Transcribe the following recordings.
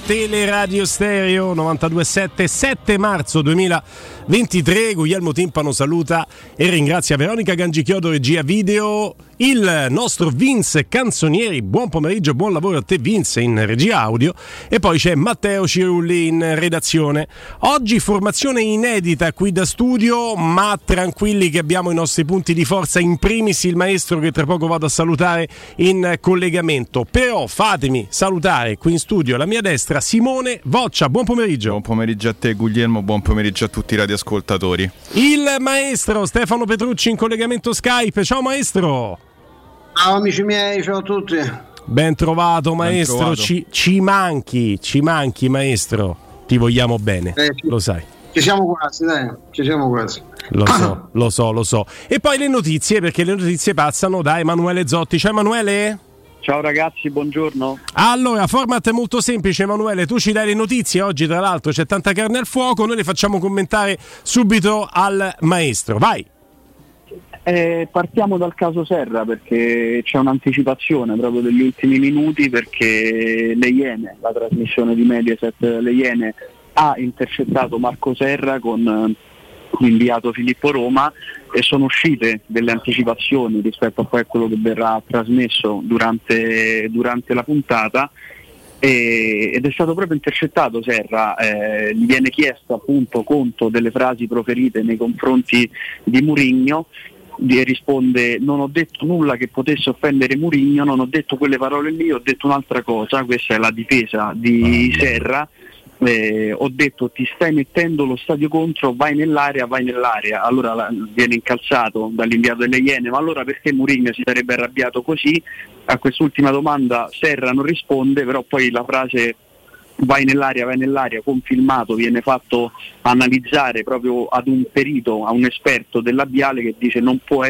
Teleradio Stereo 92.7, 7 marzo 2023. Guglielmo Timpano saluta e ringrazia Veronica Gangichiodo, regia video, il nostro Vince Canzonieri. Buon pomeriggio, buon lavoro a te Vince in regia audio, e poi c'è Matteo Cirulli in redazione. Oggi formazione inedita qui da studio, ma tranquilli che abbiamo i nostri punti di forza, in primis il maestro che tra poco vado a salutare in collegamento. Però fatemi salutare qui in studio alla mia destra Simone Voccia. Buon pomeriggio. Buon pomeriggio a te Guglielmo, buon pomeriggio a tutti i radioascoltatori. Il maestro Stefano Petrucci in collegamento Skype. Ciao maestro. Ciao amici miei, ciao a tutti. Ben trovato maestro. Ci manchi maestro, ti vogliamo bene, lo sai. Ci siamo quasi, dai, ci siamo quasi. Lo so. E poi le notizie, perché le notizie passano da Emanuele Zotti. Ciao Emanuele. Ciao ragazzi, buongiorno. Allora, format è molto semplice Emanuele, tu ci dai le notizie, oggi tra l'altro c'è tanta carne al fuoco, noi le facciamo commentare subito al maestro, vai. Partiamo dal caso Serra, perché c'è un'anticipazione proprio degli ultimi minuti, perché Le Iene, la trasmissione di Mediaset Le Iene, ha intercettato Marco Serra con l'inviato Filippo Roma, e sono uscite delle anticipazioni rispetto a poi a quello che verrà trasmesso durante la puntata, ed è stato proprio intercettato Serra. Gli viene chiesto appunto conto delle frasi proferite nei confronti di Mourinho. Risponde: non ho detto nulla che potesse offendere Mourinho, non ho detto quelle parole lì, ho detto un'altra cosa. Questa è la difesa di Serra. Ho detto: ti stai mettendo lo stadio contro, vai nell'area. Allora viene incalzato dall'inviato delle Iene: ma allora perché Mourinho si sarebbe arrabbiato così? A quest'ultima domanda Serra non risponde, però poi la frase vai nell'area con filmato viene fatto analizzare proprio ad un perito, a un esperto del labiale, che dice non può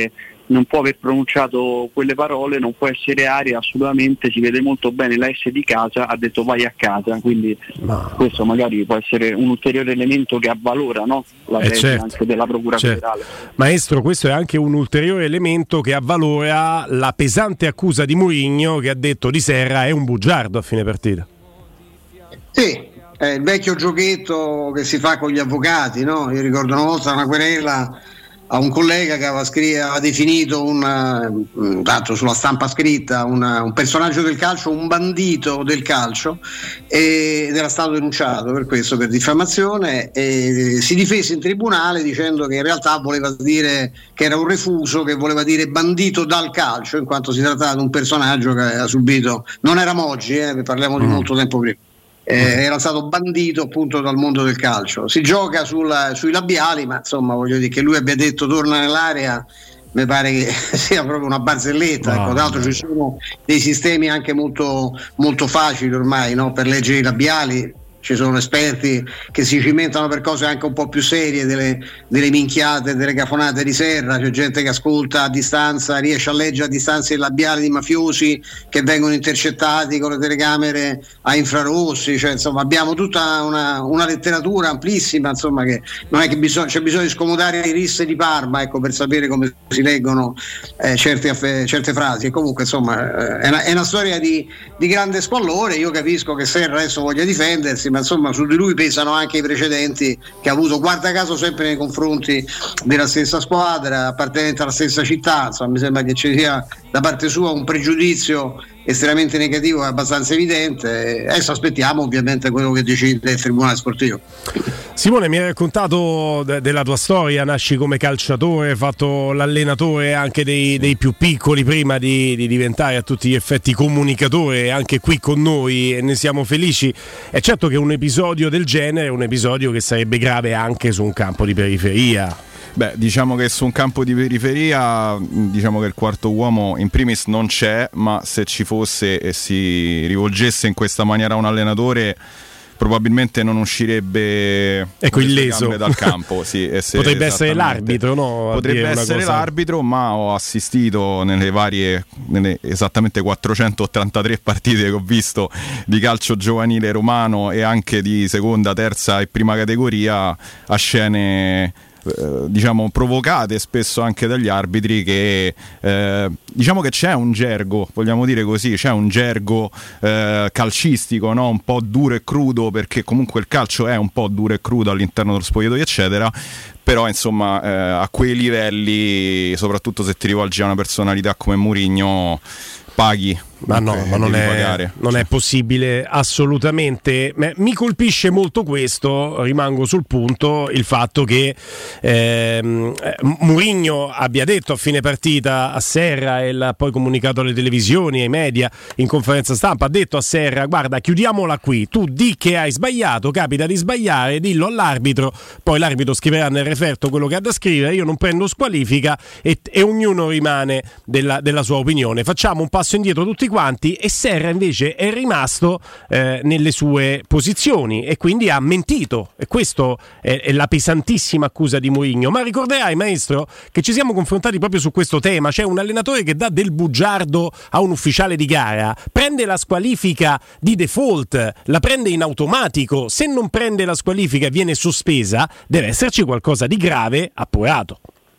aver pronunciato quelle parole, non può essere aria assolutamente, si vede molto bene la S di casa, ha detto vai a casa, quindi questo magari può essere un ulteriore elemento che avvalora, no? La tesi anche della Procura Federale. Maestro, questo è anche un ulteriore elemento che avvalora la pesante accusa di Mourinho, che ha detto di Serra è un bugiardo a fine partita. Sì, è il vecchio giochetto che si fa con gli avvocati, no? Io ricordo una volta una querela a un collega che aveva definito tanto sulla stampa scritta un personaggio del calcio, un bandito del calcio, ed era stato denunciato per questo, per diffamazione, e si difese in tribunale dicendo che in realtà voleva dire che era un refuso, che voleva dire bandito dal calcio, in quanto si trattava di un personaggio che aveva subito, non era Moggi, parliamo di molto tempo prima. Era stato bandito appunto dal mondo del calcio. Si gioca sui labiali, ma insomma voglio dire che lui abbia detto torna nell'area, mi pare che sia proprio una barzelletta. Ecco, tra l'altro ci sono dei sistemi anche molto, molto facili ormai, no? Per leggere i labiali. Ci sono esperti che si cimentano per cose anche un po' più serie, delle minchiate, delle cafonate di Serra. C'è gente che ascolta a distanza, riesce a leggere a distanza i labiali di mafiosi che vengono intercettati con le telecamere a infrarossi. Cioè, insomma, abbiamo tutta una letteratura amplissima, insomma, che non è che c'è bisogno di scomodare i risse di Parma, ecco, per sapere come si leggono certe frasi. E comunque, insomma, è una storia di grande squallore. Io capisco che Serra adesso voglia difendersi, ma insomma su di lui pesano anche i precedenti che ha avuto, guarda caso sempre nei confronti della stessa squadra, appartenente alla stessa città. Insomma, mi sembra che ci sia da parte sua un pregiudizio estremamente negativo, è abbastanza evidente. Adesso aspettiamo ovviamente quello che decide il Tribunale Sportivo. Simone, mi hai raccontato della tua storia, nasci come calciatore, hai fatto l'allenatore anche dei più piccoli prima di diventare a tutti gli effetti comunicatore anche qui con noi, e ne siamo felici. È certo che un episodio del genere è un episodio che sarebbe grave anche su un campo di periferia. Beh, diciamo che su un campo di periferia, diciamo che il quarto uomo in primis non c'è, ma se ci fosse e si rivolgesse in questa maniera a un allenatore, probabilmente non uscirebbe illeso dal campo. Sì, potrebbe essere l'arbitro, no? Potrebbe essere l'arbitro, ma ho assistito nelle esattamente 483 partite che ho visto di calcio giovanile romano e anche di seconda, terza e prima categoria a scene diciamo provocate spesso anche dagli arbitri, che diciamo che c'è un gergo, vogliamo dire così, c'è un gergo calcistico, no? Un po' duro e crudo, perché comunque il calcio è un po' duro e crudo all'interno dello spogliatoio eccetera, però insomma a quei livelli, soprattutto se ti rivolgi a una personalità come Mourinho, paghi. Ma no, ma non è possibile assolutamente. Mi colpisce molto questo, rimango sul punto, il fatto che Mourinho abbia detto a fine partita a Serra, e l'ha poi comunicato alle televisioni, ai media, in conferenza stampa, ha detto a Serra: guarda, chiudiamola qui, tu di che hai sbagliato, capita di sbagliare, dillo all'arbitro, poi l'arbitro scriverà nel referto quello che ha da scrivere, io non prendo squalifica e ognuno rimane della sua opinione. Facciamo un passo indietro tutti quanti, e Serra invece è rimasto nelle sue posizioni e quindi ha mentito, e questo è la pesantissima accusa di Mourinho. Ma ricorderai, maestro, che ci siamo confrontati proprio su questo tema. C'è un allenatore che dà del bugiardo a un ufficiale di gara, prende la squalifica di default, la prende in automatico, se non prende la squalifica e viene sospesa, deve esserci qualcosa di grave appurato.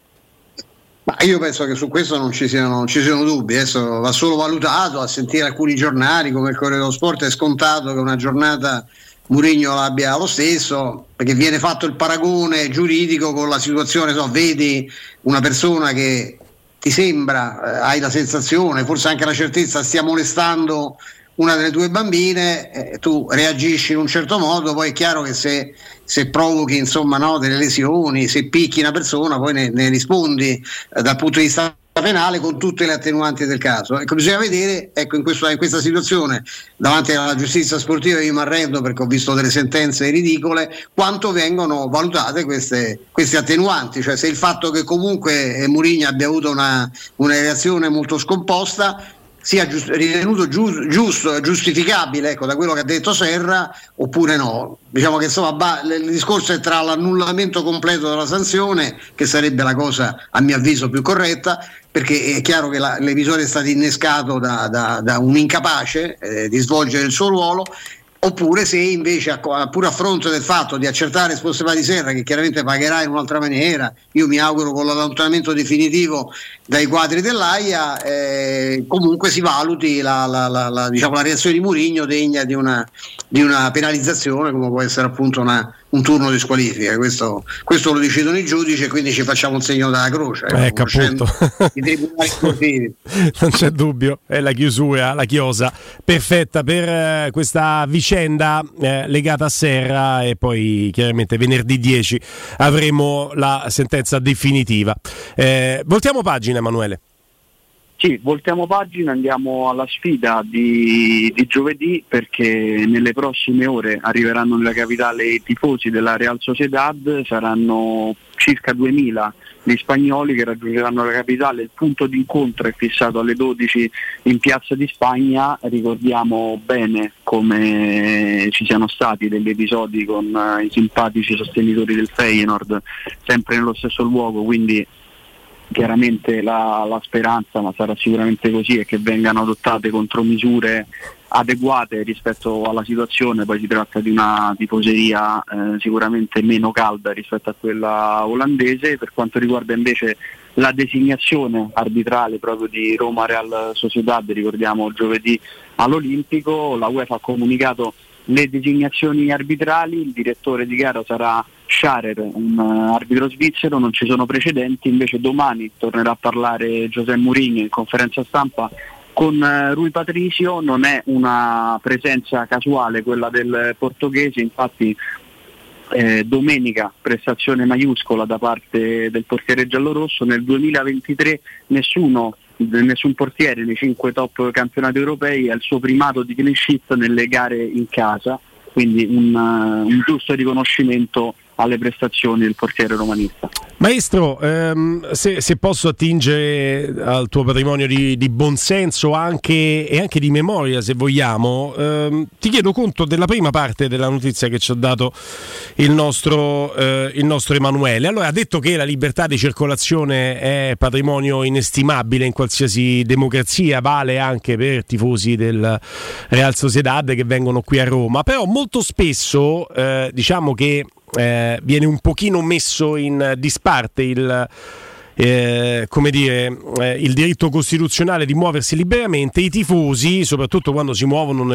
Ma io penso che su questo non ci siano dubbi. Adesso va solo valutato, a sentire alcuni giornali come il Corriere dello Sport è scontato che una giornata Mourinho l'abbia lo stesso, perché viene fatto il paragone giuridico con la situazione, vedi una persona che ti sembra, hai la sensazione, forse anche la certezza, stia molestando una delle tue bambine, tu reagisci in un certo modo, poi è chiaro che se provochi delle lesioni, se picchi una persona, poi ne rispondi dal punto di vista penale con tutte le attenuanti del caso. Bisogna vedere, in questa situazione davanti alla giustizia sportiva io mi arrendo, perché ho visto delle sentenze ridicole, quanto vengono valutate queste attenuanti, cioè se il fatto che comunque Mourinho abbia avuto una reazione molto scomposta sia ritenuto giusto, giustificabile, da quello che ha detto Serra, oppure no. Diciamo che il discorso è tra l'annullamento completo della sanzione, che sarebbe la cosa a mio avviso più corretta, perché è chiaro che l'episodio è stato innescato da un incapace di svolgere il suo ruolo, oppure se invece, pure a fronte del fatto di accertare responsabilità di Serra, che chiaramente pagherà in un'altra maniera, io mi auguro con l'allontanamento definitivo dai quadri dell'AIA, comunque si valuti la reazione di Mourinho degna di una penalizzazione, come può essere appunto un turno di squalifica. Questo lo decidono i giudici, e quindi ci facciamo il segno della croce, appunto. I tribunali sportivi. Non c'è dubbio, è la chiusura, la chiosa perfetta per questa vicenda legata a Serra, e poi chiaramente venerdì 10 avremo la sentenza definitiva. Voltiamo pagina, Emanuele. Sì, voltiamo pagina, andiamo alla sfida di giovedì, perché nelle prossime ore arriveranno nella capitale i tifosi della Real Sociedad. Saranno circa 2000 gli spagnoli che raggiungeranno la capitale. Il punto d'incontro è fissato alle 12 in Piazza di Spagna. Ricordiamo bene come ci siano stati degli episodi con i simpatici sostenitori del Feyenoord sempre nello stesso luogo, quindi chiaramente la speranza, ma sarà sicuramente così, è che vengano adottate contromisure adeguate rispetto alla situazione. Poi si tratta di una tifoseria sicuramente meno calda rispetto a quella olandese. Per quanto riguarda invece la designazione arbitrale proprio di Roma Real Sociedad, ricordiamo giovedì all'Olimpico, la UEFA ha comunicato le designazioni arbitrali. Il direttore di gara sarà Scharer, un arbitro svizzero, non ci sono precedenti. Invece domani tornerà a parlare José Mourinho in conferenza stampa con Rui Patricio. Non è una presenza casuale quella del portoghese, infatti domenica prestazione maiuscola da parte del portiere giallorosso. Nel 2023 nessun portiere nei 5 top campionati europei ha il suo primato di clean sheet nelle gare in casa, quindi un giusto riconoscimento alle prestazioni del portiere romanista. Maestro, se posso attingere al tuo patrimonio di buonsenso e anche di memoria, se vogliamo, ti chiedo conto della prima parte della notizia che ci ha dato il nostro Emanuele. Allora, ha detto che la libertà di circolazione è patrimonio inestimabile in qualsiasi democrazia, vale anche per tifosi del Real Sociedad che vengono qui a Roma, però molto spesso diciamo che viene un pochino messo in disparte il diritto costituzionale di muoversi liberamente. I tifosi, soprattutto quando si muovono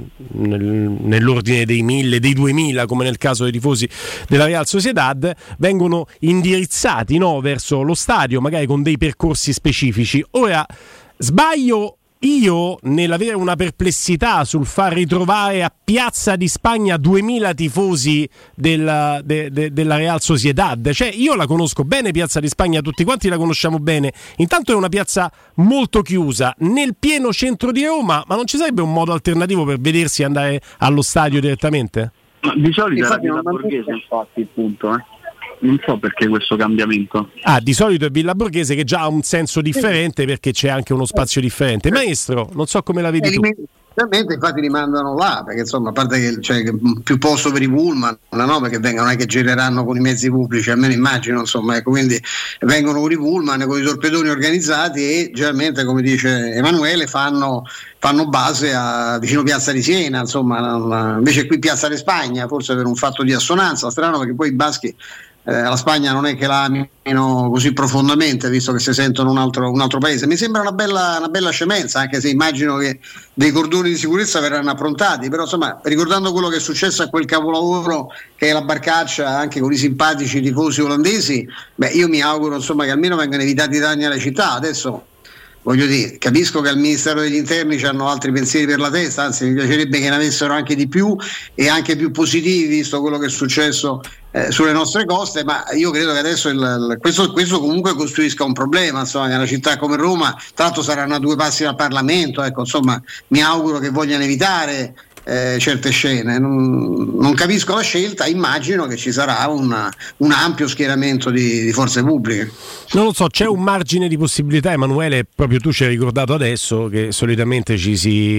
nell'ordine dei 1000, dei 2000, come nel caso dei tifosi della Real Sociedad, vengono indirizzati, no, verso lo stadio, magari con dei percorsi specifici. Ora, sbaglio io nell'avere una perplessità sul far ritrovare a Piazza di Spagna 2000 tifosi della Real Sociedad? Cioè, io la conosco bene Piazza di Spagna, tutti quanti la conosciamo bene. Intanto è una piazza molto chiusa nel pieno centro di Roma, ma non ci sarebbe un modo alternativo per vedersi e andare allo stadio direttamente? Di solito è la Borghese, infatti, il punto, Non so perché questo cambiamento. Di solito è Villa Borghese, che già ha un senso differente perché c'è anche uno spazio differente. Maestro, non so come la vedi tu. Infatti li mandano là, perché insomma, a parte che c'è più posto per i pullman, no? Perché non è che gireranno con i mezzi pubblici, almeno immagino, insomma, ecco, quindi vengono con i pullman, con i torpedoni organizzati e generalmente, come dice Emanuele, fanno base vicino Piazza di Siena, insomma, invece qui Piazza di Spagna, forse per un fatto di assonanza, strano, perché poi i baschi la Spagna non è che la amino così profondamente, visto che si sentono un altro paese. Mi sembra una bella scemenza, anche se immagino che dei cordoni di sicurezza verranno approntati, però insomma, ricordando quello che è successo a quel capolavoro che è la Barcaccia, anche con i simpatici tifosi olandesi, io mi auguro, insomma, che almeno vengano evitati danni alla città. Adesso voglio dire, capisco che al Ministero degli Interni hanno altri pensieri per la testa, anzi mi piacerebbe che ne avessero anche di più e anche più positivi, visto quello che è successo sulle nostre coste, ma io credo che adesso questo comunque costruisca un problema, insomma, che una città come Roma, tra l'altro saranno a 2 passi dal Parlamento, ecco, insomma, mi auguro che vogliano evitare certe scene. Non capisco la scelta, immagino che ci sarà un ampio schieramento di forze pubbliche. Non lo so, c'è un margine di possibilità, Emanuele, proprio tu ci hai ricordato adesso che solitamente ci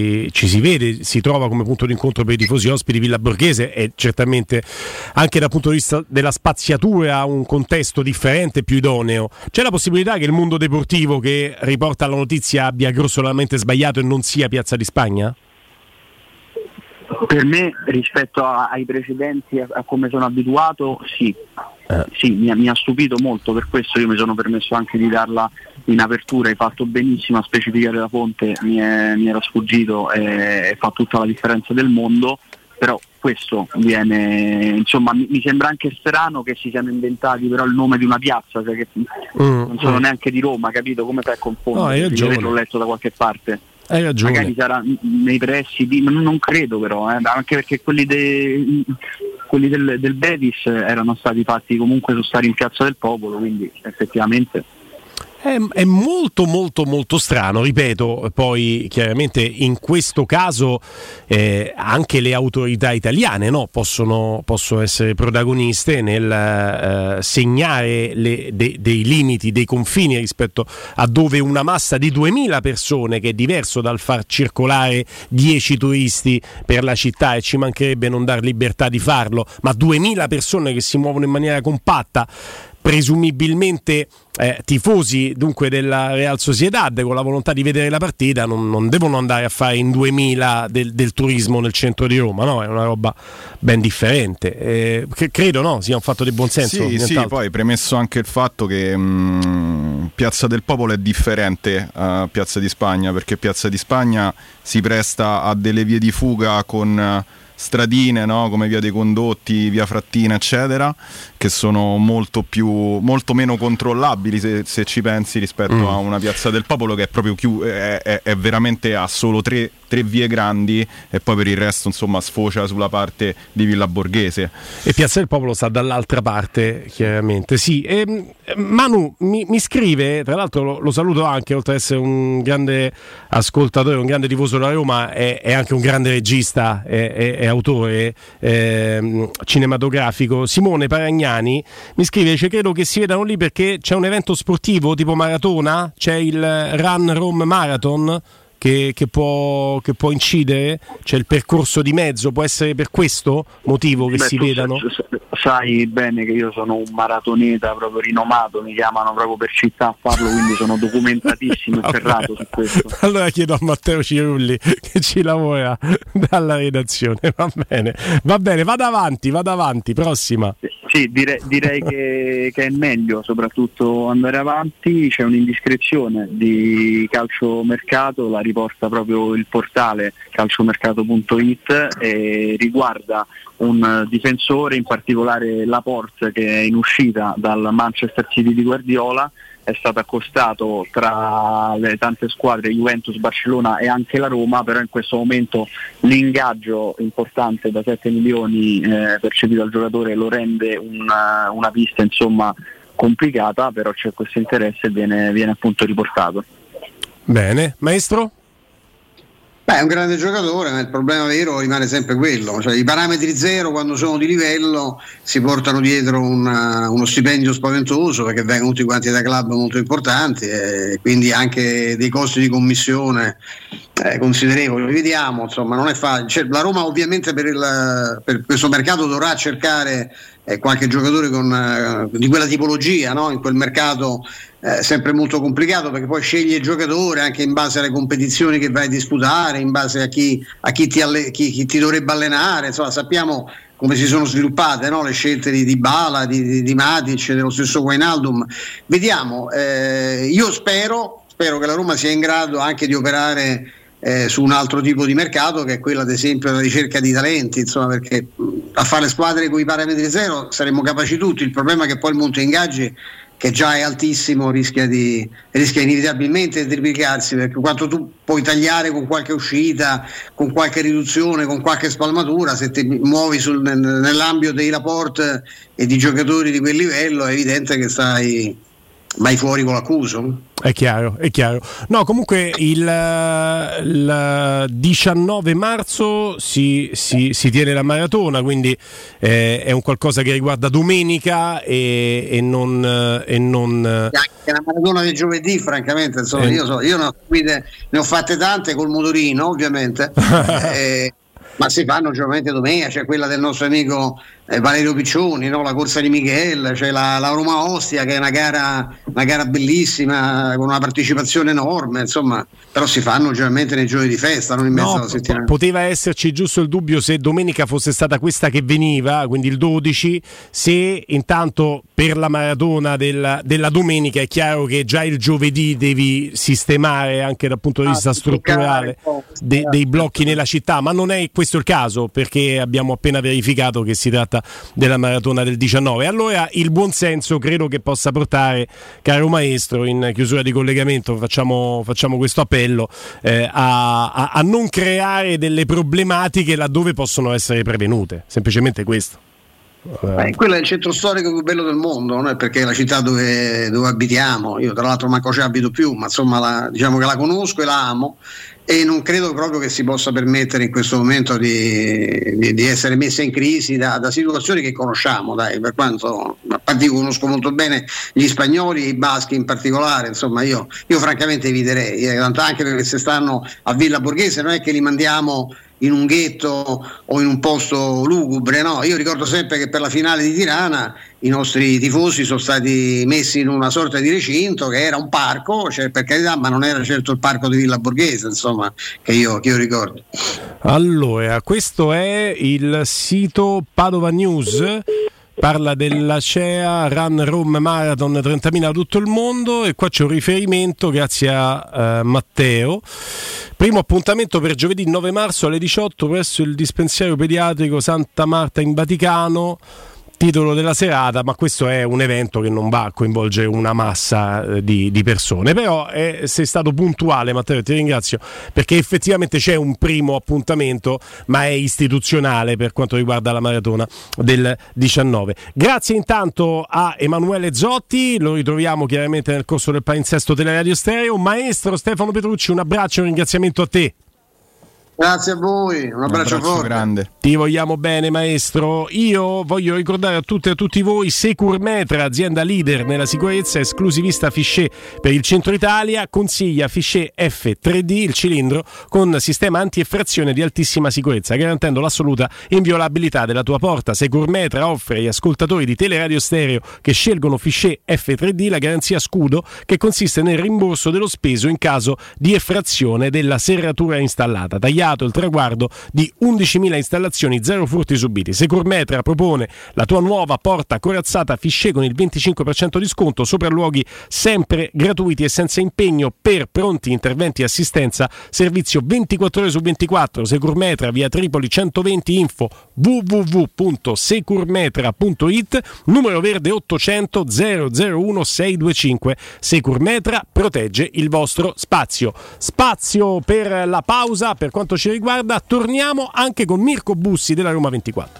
si vede, si trova come punto d'incontro per i tifosi ospiti Villa Borghese, e certamente anche dal punto di vista della spaziatura un contesto differente, più idoneo. C'è la possibilità che il mondo deportivo che riporta la notizia abbia grossolanamente sbagliato e non sia Piazza di Spagna? Per me, rispetto ai precedenti, a come sono abituato, sì. Sì, mi ha stupito molto, per questo io mi sono permesso anche di darla in apertura. Hai fatto benissimo a specificare la fonte, mi era sfuggito e fa tutta la differenza del mondo. Però questo viene, insomma, mi sembra anche strano che si siano inventati però il nome di una piazza, cioè che non sono neanche di Roma, capito? Come fai a confondere? Io l'ho letto da qualche parte. Hai ragione. Magari sarà nei pressi non credo, però anche perché quelli del Betis erano stati fatti comunque su stare in Piazza del Popolo, quindi effettivamente è molto molto molto strano, ripeto. Poi chiaramente in questo caso anche le autorità italiane, no, possono essere protagoniste nel segnare dei limiti, dei confini rispetto a dove una massa di 2000 persone, che è diverso dal far circolare 10 turisti per la città, e ci mancherebbe non dar libertà di farlo, ma 2000 persone che si muovono in maniera compatta, presumibilmente tifosi dunque della Real Sociedad, con la volontà di vedere la partita, non devono andare a fare in 2000 del turismo nel centro di Roma, no? È una roba ben differente, credo, no, sia un fatto di buonsenso. Sì, poi premesso anche il fatto che Piazza del Popolo è differente a Piazza di Spagna, perché Piazza di Spagna si presta a delle vie di fuga con stradine, no? Come Via dei Condotti, Via Frattina, eccetera, che sono molto meno controllabili, se ci pensi, rispetto a una Piazza del Popolo che è proprio è veramente a solo tre vie grandi, e poi per il resto, insomma, sfocia sulla parte di Villa Borghese. E Piazza del Popolo sta dall'altra parte, chiaramente. Sì. Manu mi scrive, tra l'altro lo saluto anche, oltre ad essere un grande ascoltatore, un grande tifoso della Roma, è anche un grande regista, è autore cinematografico. Simone Paragnani mi scrive, dice: credo che si vedano lì perché c'è un evento sportivo tipo maratona, c'è il Run Rome Marathon che può incidere, c'è il percorso di mezzo, può essere per questo motivo che si vedano? sai bene che io sono un maratoneta proprio rinomato, mi chiamano proprio per città a farlo, quindi sono documentatissimo e ferrato su questo. Allora chiedo a Matteo Cirulli che ci lavora dalla redazione. Va bene, vada avanti, prossima. Sì, direi che è meglio soprattutto andare avanti. C'è un'indiscrezione di calciomercato, la riporta proprio il portale calciomercato.it, e riguarda un difensore, in particolare Laporte, che è in uscita dal Manchester City di Guardiola. È stato accostato tra le tante squadre, Juventus, Barcellona e anche la Roma, però in questo momento l'ingaggio importante da 7 milioni percepito dal giocatore lo rende una pista insomma complicata, però c'è questo interesse e viene appunto riportato. Bene, maestro? Beh, è un grande giocatore, ma il problema vero rimane sempre quello, cioè i parametri zero quando sono di livello si portano dietro uno stipendio spaventoso, perché vengono tutti quanti da club molto importanti e quindi anche dei costi di commissione considerevoli. Vediamo, insomma, non è facile. Cioè, la Roma ovviamente per questo mercato dovrà cercare qualche giocatore di quella tipologia, no? In quel mercato sempre molto complicato, perché poi sceglie il giocatore anche in base alle competizioni che vai a disputare, in base a chi ti dovrebbe allenare. Insomma, sappiamo come si sono sviluppate, no? Le scelte di Dybala, di Matic, dello stesso Wijnaldum. Vediamo, io spero che la Roma sia in grado anche di operare su un altro tipo di mercato, che è quello ad esempio della ricerca di talenti, insomma, perché a fare le squadre con i parametri zero saremmo capaci tutti. Il problema è che poi il monte ingaggi, che già è altissimo, rischia inevitabilmente di triplicarsi, perché quanto tu puoi tagliare con qualche uscita, con qualche riduzione, con qualche spalmatura, se ti muovi nell'ambito dei Laporte e di giocatori di quel livello, è evidente che vai fuori con l'accuso. È chiaro. No, comunque il 19 marzo si tiene la maratona, quindi è un qualcosa che riguarda domenica e non anche la maratona del giovedì, francamente, insomma, io ne ho fatte tante col motorino, ovviamente. Ma si fanno giornalmente domenica, c'è quella del nostro amico Valerio Piccioni, no? La corsa di Michele, c'è la Roma Ostia, che è una gara bellissima con una partecipazione enorme, insomma, però si fanno generalmente nei giorni di festa, non in mezzo alla settimana. Poteva esserci giusto il dubbio se domenica fosse stata questa che veniva, quindi il 12, se intanto per la maratona della domenica è chiaro che già il giovedì devi sistemare anche dal punto di vista strutturale dei blocchi nella città, ma non è questo il caso, perché abbiamo appena verificato che si tratta della maratona del 19. Allora il buonsenso credo che possa portare, caro maestro, in chiusura di collegamento facciamo questo appello a non creare delle problematiche laddove possono essere prevenute, semplicemente questo. Quello è il centro storico più bello del mondo, non è perché è la città dove abitiamo. Io tra l'altro manco ci abito più, ma insomma diciamo che la conosco e la amo, e non credo proprio che si possa permettere in questo momento di essere messa in crisi da situazioni che conosciamo, per quanto a parte io conosco molto bene gli spagnoli e i baschi in particolare, insomma io francamente eviterei, anche perché se stanno a Villa Borghese non è che li mandiamo in un ghetto o in un posto lugubre, no? Io ricordo sempre che per la finale di Tirana i nostri tifosi sono stati messi in una sorta di recinto che era un parco, cioè, per carità, ma non era certo il parco di Villa Borghese, insomma, che io ricordo. Allora, questo è il sito Padova News. Parla della CEA Run Rome Marathon 30.000 da tutto il mondo, e qua c'è un riferimento grazie a Matteo. Primo appuntamento per giovedì 9 marzo alle 18 presso il dispensario pediatrico Santa Marta in Vaticano. Titolo della serata, ma questo è un evento che non va a coinvolgere una massa di persone, però sei stato puntuale, Matteo, ti ringrazio, perché effettivamente c'è un primo appuntamento, ma è istituzionale per quanto riguarda la maratona del 19. Grazie intanto a Emanuele Zotti, lo ritroviamo chiaramente nel corso del palinsesto Teleradio Stereo. Maestro Stefano Petrucci, un abbraccio e un ringraziamento a te. Grazie a voi, un abbraccio forte. Grande. Ti vogliamo bene, maestro. Io voglio ricordare a tutte e a tutti voi Securmetra, azienda leader nella sicurezza, esclusivista Fichet per il centro Italia, consiglia Fichet F3D, il cilindro con sistema anti-effrazione di altissima sicurezza, garantendo l'assoluta inviolabilità della tua porta. Securmetra offre agli ascoltatori di Teleradio Stereo che scelgono Fichet F3D la garanzia scudo, che consiste nel rimborso dello speso in caso di effrazione della serratura installata. Tagliato il traguardo di 11.000 installazioni, 0 furti subiti. Securmetra propone la tua nuova porta corazzata Fichet con il 25% di sconto, sopralluoghi sempre gratuiti e senza impegno per pronti interventi e assistenza, servizio 24 ore su 24. Securmetra, via Tripoli 120, info www.securmetra.it, numero verde 800 001 625. Securmetra protegge il vostro spazio. Spazio per la pausa. Per quanto ci riguarda, torniamo anche con Mirko Bussi della Roma 24.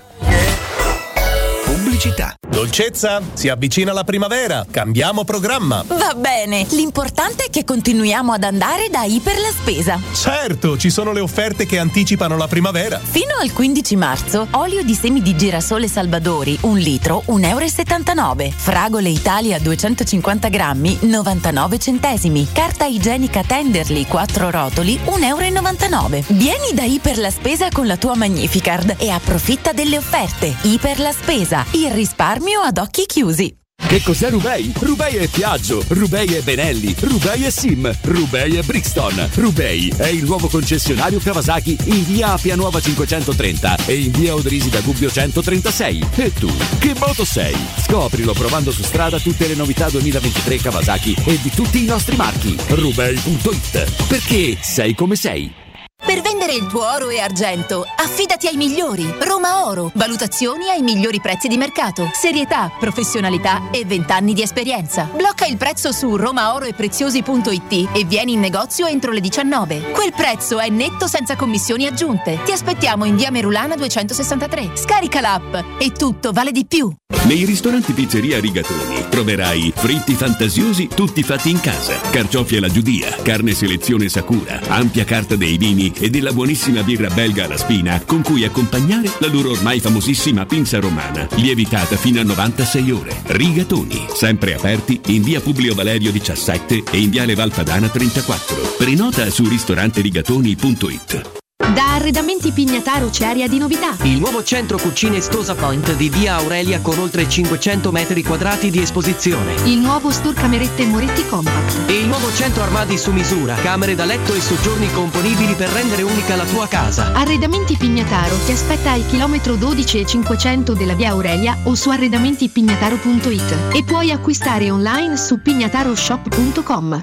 Pubblicità. Dolcezza, si avvicina la primavera, cambiamo programma. Va bene, l'importante è che continuiamo ad andare da Iper la Spesa. Certo, ci sono le offerte che anticipano la primavera. Fino al 15 marzo, olio di semi di girasole Salvadori, 1 litro, €1,79. Fragole Italia 250 grammi, 99 centesimi. Carta igienica Tenderly, 4 rotoli, €1,99. Vieni da Iper la Spesa con la tua Magnificard e approfitta delle offerte. Iper la Spesa, il risparmio ad occhi chiusi. Che cos'è Rubei? Rubei è Piaggio, Rubei è Benelli, Rubei è Sim, Rubei è Brixton. Rubei è il nuovo concessionario Kawasaki in via Appia Nuova 530 e in via Odrisi da Gubbio 136. E tu, che moto sei? Scoprilo provando su strada tutte le novità 2023 Kawasaki e di tutti i nostri marchi. Rubei.it, perché sei come sei. Per vendere il tuo oro e argento, affidati ai migliori. Roma Oro. Valutazioni ai migliori prezzi di mercato. Serietà, professionalità e 20 anni di esperienza. Blocca il prezzo su romaoroepreziosi.it e vieni in negozio entro le 19. Quel prezzo è netto senza commissioni aggiunte. Ti aspettiamo in via Merulana 263. Scarica l'app e tutto vale di più. Nei ristoranti Pizzeria Rigatoni troverai fritti fantasiosi tutti fatti in casa, carciofi alla giudia, carne selezione Sakura, ampia carta dei vini e della buonissima birra belga alla spina con cui accompagnare la loro ormai famosissima pinza romana, lievitata fino a 96 ore. Rigatoni, sempre aperti in via Publio Valerio 17 e in viale Valpadana 34. Prenota su ristoranterigatoni.it. Da Arredamenti Pignataro c'è aria di novità. Il nuovo centro cucine Stosa Point di via Aurelia con oltre 500 metri quadrati di esposizione. Il nuovo store camerette Moretti Compact. E il nuovo centro armadi su misura, camere da letto e soggiorni componibili per rendere unica la tua casa. Arredamenti Pignataro ti aspetta al chilometro 12 e 500 della via Aurelia o su arredamentipignataro.it e puoi acquistare online su pignataroshop.com.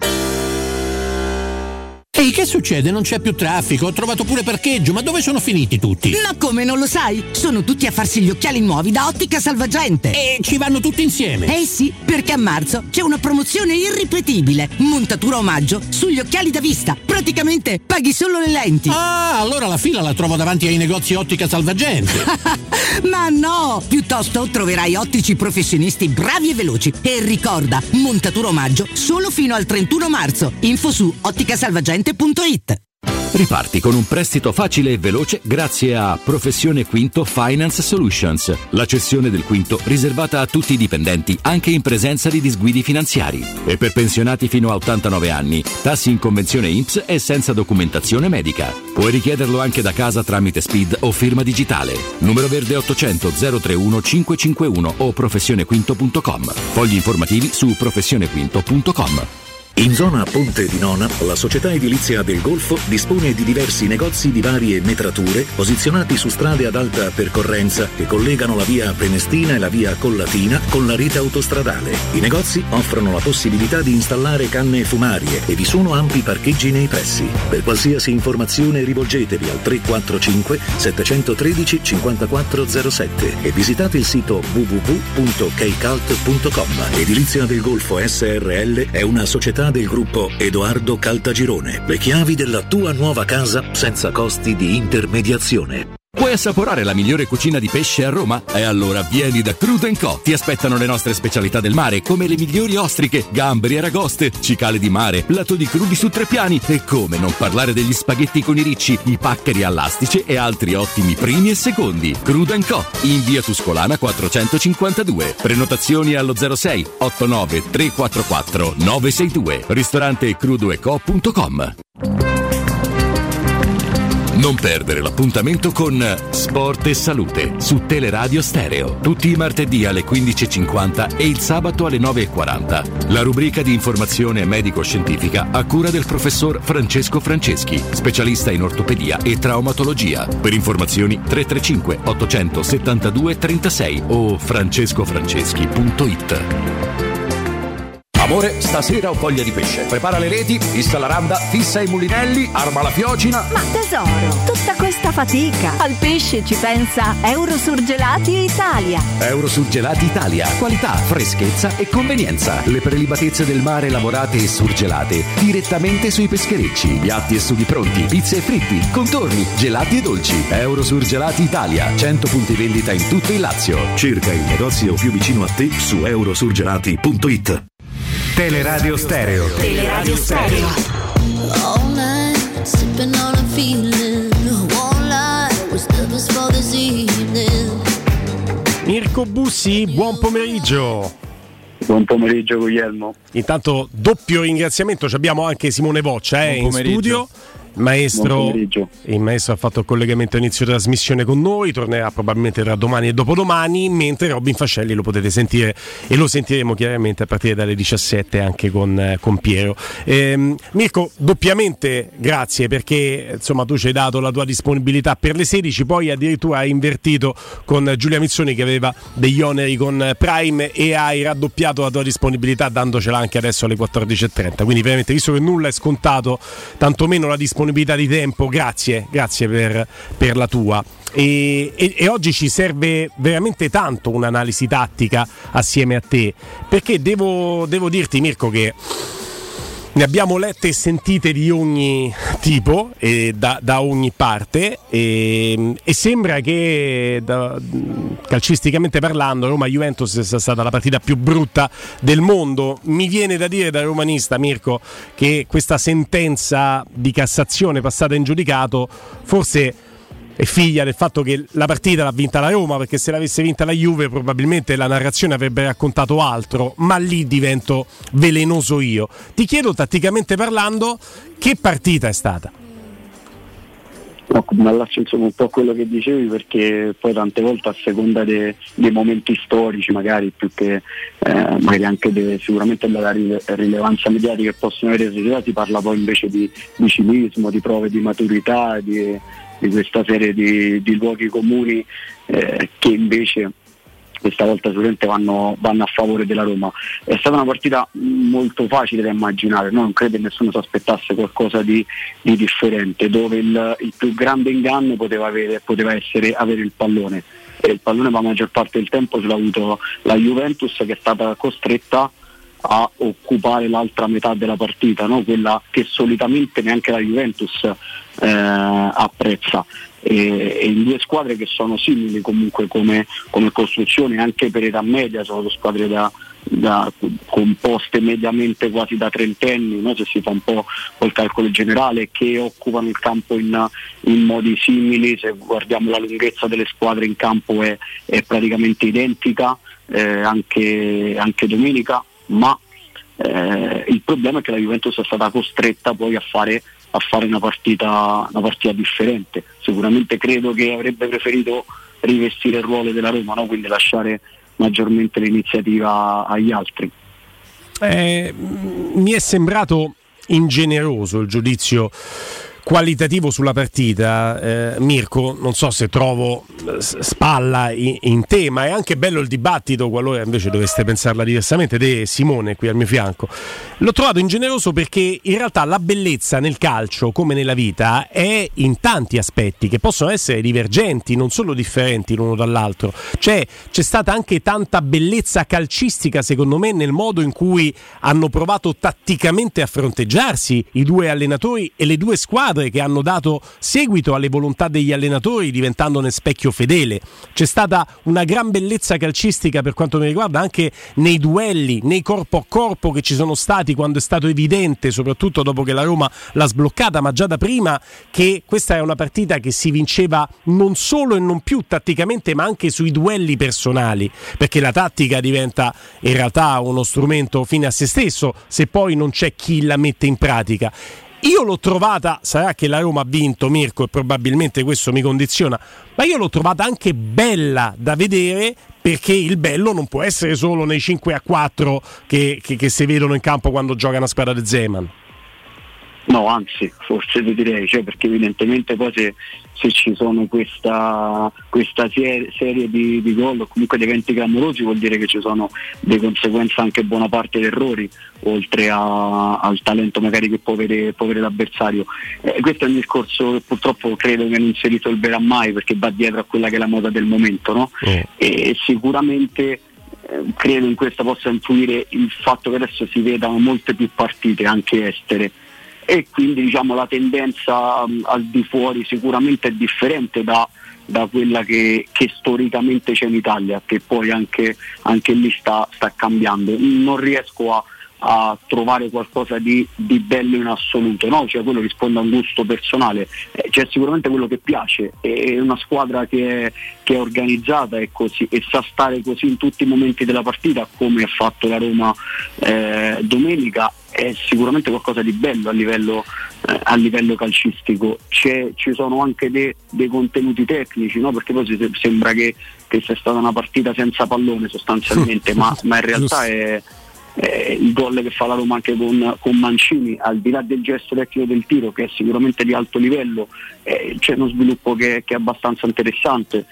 Ehi, che succede? Non c'è più traffico, ho trovato pure parcheggio, ma dove sono finiti tutti? Ma come, non lo sai? Sono tutti a farsi gli occhiali nuovi da Ottica Salvagente. E ci vanno tutti insieme? Eh sì, perché a marzo c'è una promozione irripetibile, montatura omaggio sugli occhiali da vista. Praticamente paghi solo le lenti. Ah, allora la fila la trovo davanti ai negozi Ottica Salvagente. Ma no, piuttosto troverai ottici professionisti bravi e veloci. E ricorda, montatura omaggio solo fino al 31 marzo. Info su otticasalvagente.it. Riparti con un prestito facile e veloce grazie a Professione Quinto Finance Solutions, la cessione del quinto riservata a tutti i dipendenti anche in presenza di disguidi finanziari. E per pensionati fino a 89 anni, tassi in convenzione INPS e senza documentazione medica. Puoi richiederlo anche da casa tramite SPID o firma digitale. Numero verde 800 031 551 o professionequinto.com. Fogli informativi su professionequinto.com. In zona Ponte di Nona, la società edilizia del Golfo dispone di diversi negozi di varie metrature posizionati su strade ad alta percorrenza che collegano la via Prenestina e la via Collatina con la rete autostradale. I negozi offrono la possibilità di installare canne fumarie e vi sono ampi parcheggi nei pressi. Per qualsiasi informazione rivolgetevi al 345 713 5407 e visitate il sito www.kcalt.com. Edilizia del Golfo SRL è una società del gruppo Edoardo Caltagirone. Le chiavi della tua nuova casa senza costi di intermediazione. Vuoi assaporare la migliore cucina di pesce a Roma? E allora vieni da Crudo & Co. Ti aspettano le nostre specialità del mare, come le migliori ostriche, gamberi e aragoste, cicale di mare, platoni crudi su 3 piani e come non parlare degli spaghetti con i ricci, i paccheri all'astice e altri ottimi primi e secondi. Crudo & Co. in via Tuscolana 452. Prenotazioni allo 06 89 344 962. Ristorante crudoeco.com. Non perdere l'appuntamento con Sport e Salute su Teleradio Stereo. Tutti i martedì alle 15.50 e il sabato alle 9.40. La rubrica di informazione medico-scientifica a cura del professor Francesco Franceschi, specialista in ortopedia e traumatologia. Per informazioni 335 872 36 o francescofranceschi.it. Amore, stasera ho voglia di pesce. Prepara le reti, fissa la randa, fissa i mulinelli, arma la fiocina. Ma tesoro, tutta questa fatica. Al pesce ci pensa Eurosurgelati Italia. Eurosurgelati Italia. Qualità, freschezza e convenienza. Le prelibatezze del mare lavorate e surgelate direttamente sui pescherecci. Piatti e sughi pronti, pizze e fritti, contorni, gelati e dolci. Eurosurgelati Italia. 100 punti vendita in tutto il Lazio. Cerca il negozio più vicino a te su eurosurgelati.it. Teleradio Stereo. Teleradio Stereo. All night, sipping on a feeling. One light was nervous for this evening. Mirko Bussi, buon pomeriggio. Buon pomeriggio Guglielmo. Intanto doppio ringraziamento, abbiamo anche Simone Boccia in studio. Il maestro ha fatto il collegamento a inizio trasmissione con noi, tornerà probabilmente tra domani e dopodomani, mentre Robin Fascelli lo potete sentire e lo sentiremo chiaramente a partire dalle 17 anche con Piero. Mirko, doppiamente grazie, perché insomma tu ci hai dato la tua disponibilità per le 16, poi addirittura hai invertito con Giulia Mizzoni che aveva degli oneri con Prime e hai raddoppiato la tua disponibilità dandocela anche adesso alle 14.30, quindi veramente, visto che nulla è scontato, tantomeno la disponibilità di tempo, grazie per la tua. E oggi ci serve veramente tanto un'analisi tattica assieme a te, perché devo dirti, Mirko, che ne abbiamo lette e sentite di ogni tipo e da ogni parte e sembra che calcisticamente parlando Roma-Juventus sia stata la partita più brutta del mondo. Mi viene da dire da romanista, Mirko, che questa sentenza di Cassazione passata in giudicato forse è figlia del fatto che la partita l'ha vinta la Roma, perché se l'avesse vinta la Juve probabilmente la narrazione avrebbe raccontato altro, ma lì divento velenoso io. Ti chiedo, tatticamente parlando, che partita è stata? No, mi allaccio insomma un po' a quello che dicevi, perché poi tante volte a seconda dei momenti storici, magari più che magari anche sicuramente della rilevanza mediatica che possono avere società, si parla poi invece di civismo, di prove di maturità, di questa serie di luoghi comuni che invece questa volta sicuramente vanno a favore della Roma. È stata una partita molto facile da immaginare, no? Non credo che nessuno si aspettasse qualcosa di differente, dove il più grande inganno poteva essere avere il pallone, e il pallone la maggior parte del tempo ce l'ha avuto la Juventus, che è stata costretta a occupare l'altra metà della partita, no? Quella che solitamente neanche la Juventus apprezza, e in due squadre che sono simili comunque come costruzione, anche per età media, sono squadre composte mediamente quasi da trentenni, no? Se si fa un po' col calcolo generale, che occupano il campo in modi simili. Se guardiamo la lunghezza delle squadre in campo è praticamente identica, anche domenica, ma il problema è che la Juventus è stata costretta poi a fare una partita differente. Sicuramente credo che avrebbe preferito rivestire il ruolo della Roma, no? Quindi lasciare maggiormente l'iniziativa agli altri. Mi è sembrato ingeneroso il giudizio qualitativo sulla partita, Mirko, non so se trovo spalla in te, ma è anche bello il dibattito qualora invece doveste pensarla diversamente, te Simone qui al mio fianco. L'ho trovato ingeneroso perché in realtà la bellezza nel calcio, come nella vita, è in tanti aspetti che possono essere divergenti, non solo differenti l'uno dall'altro. C'è stata anche tanta bellezza calcistica, secondo me, nel modo in cui hanno provato tatticamente a fronteggiarsi i due allenatori e le due squadre squadre che hanno dato seguito alle volontà degli allenatori diventandone specchio fedele. C'è stata una gran bellezza calcistica per quanto mi riguarda anche nei duelli, nei corpo a corpo che ci sono stati quando è stato evidente, soprattutto dopo che la Roma l'ha sbloccata, ma già da prima, che questa è una partita che si vinceva non solo e non più tatticamente ma anche sui duelli personali, perché la tattica diventa in realtà uno strumento fine a se stesso se poi non c'è chi la mette in pratica. Io l'ho trovata, sarà che la Roma ha vinto, Mirko, e probabilmente questo mi condiziona, ma io l'ho trovata anche bella da vedere, perché il bello non può essere solo nei 5-4 che si vedono in campo quando gioca una squadra di Zeman. No, anzi, forse ti direi, perché evidentemente poi se ci sono questa serie di gol o comunque di eventi clamorosi, vuol dire che ci sono delle conseguenze anche buona parte di errori, oltre al talento magari che può avere l'avversario. Questo è un discorso che purtroppo credo che non si risolverà mai, perché va dietro a quella che è la moda del momento, no? E sicuramente credo in questo possa influire il fatto che adesso si vedano molte più partite anche estere, e quindi la tendenza al di fuori sicuramente è differente da quella che storicamente c'è in Italia, che poi anche lì sta cambiando. Non riesco a trovare qualcosa di bello in assoluto, no? Quello risponde a un gusto personale, c'è sicuramente quello che piace, è una squadra che è organizzata e sa stare così in tutti i momenti della partita, come ha fatto la Roma domenica. È sicuramente qualcosa di bello a livello calcistico. Ci sono anche dei contenuti tecnici, no? Perché poi sembra che sia stata una partita senza pallone sostanzialmente, ma in realtà è il gol che fa la Roma anche con Mancini, al di là del gesto tecnico del tiro, che è sicuramente di alto livello, c'è uno sviluppo che è abbastanza interessante,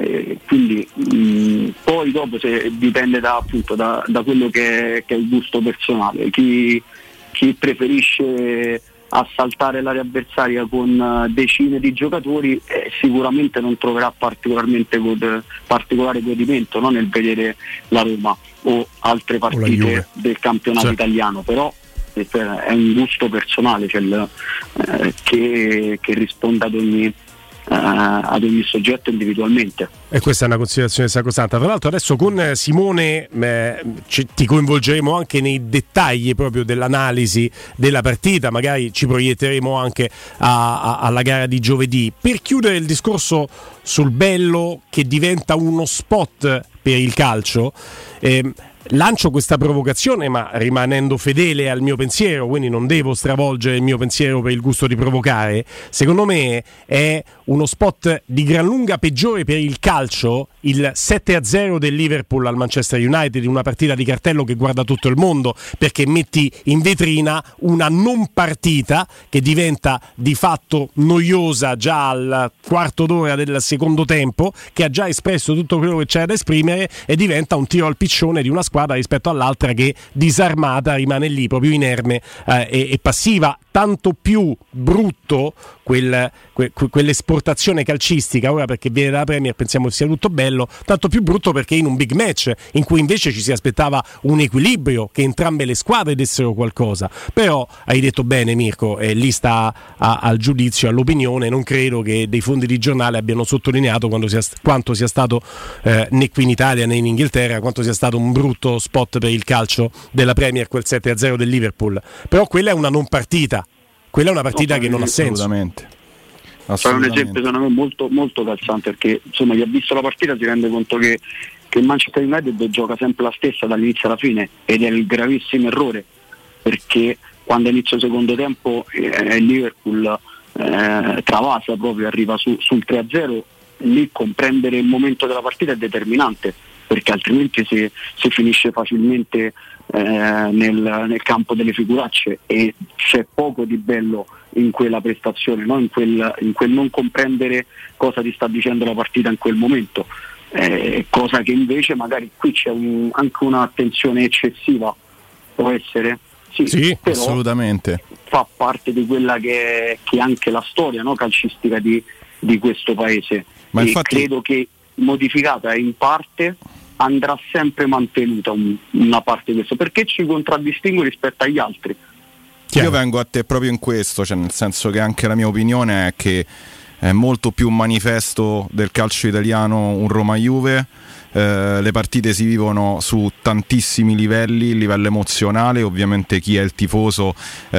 quindi poi dopo dipende da quello che è il gusto personale. Chi preferisce assaltare l'area avversaria con decine di giocatori sicuramente non troverà particolare godimento, no? Nel vedere la Roma o altre partite del campionato italiano, però è un gusto personale, che risponde ad ogni soggetto individualmente. E questa è una considerazione sacrosanta. Tra l'altro adesso con Simone ti coinvolgeremo anche nei dettagli proprio dell'analisi della partita, magari ci proietteremo anche alla gara di giovedì. Per chiudere il discorso sul bello che diventa uno spot per il calcio, lancio questa provocazione, ma rimanendo fedele al mio pensiero, quindi non devo stravolgere il mio pensiero per il gusto di provocare. Secondo me è uno spot di gran lunga peggiore per il calcio il 7-0 del Liverpool al Manchester United, in una partita di cartello che guarda tutto il mondo, perché metti in vetrina una non partita che diventa di fatto noiosa già al quarto d'ora del secondo tempo, che ha già espresso tutto quello che c'è da esprimere, e diventa un tiro al piccione di una squadra rispetto all'altra che disarmata rimane lì proprio inerme e passiva. Tanto più brutto quell'esportazione calcistica, ora perché viene dalla Premier pensiamo che sia tutto bello, tanto più brutto perché in un big match in cui invece ci si aspettava un equilibrio, che entrambe le squadre dessero qualcosa. Però hai detto bene Mirko, lì sta al giudizio, all'opinione. Non credo che dei fondi di giornale abbiano sottolineato quanto sia stato né qui in Italia né in Inghilterra, quanto sia stato un brutto spot per il calcio della Premier quel 7-0 del Liverpool. Però quella è una non partita, quella è una partita che non ha senso. Assolutamente. È un esempio secondo me molto, molto calzante, perché insomma chi ha visto la partita si rende conto che il Manchester United gioca sempre la stessa dall'inizio alla fine, ed è il gravissimo errore, perché quando inizia il secondo tempo il Liverpool travasa proprio, arriva sul 3-0, lì comprendere il momento della partita è determinante, perché altrimenti si finisce facilmente nel campo delle figuracce, e c'è poco di bello in quella prestazione, no? in quel non comprendere cosa ti sta dicendo la partita in quel momento, cosa che invece magari qui c'è anche un'attenzione eccessiva, può essere? Sì, però assolutamente fa parte di quella che è anche la storia, no? calcistica di questo paese, ma e infatti credo che modificata in parte andrà sempre mantenuta una parte di questo, perché ci contraddistingue rispetto agli altri. Io vengo a te proprio in questo, cioè nel senso che anche la mia opinione è che è molto più un manifesto del calcio italiano un Roma-Juve. Le partite si vivono su tantissimi livelli, il livello emozionale, ovviamente chi è il tifoso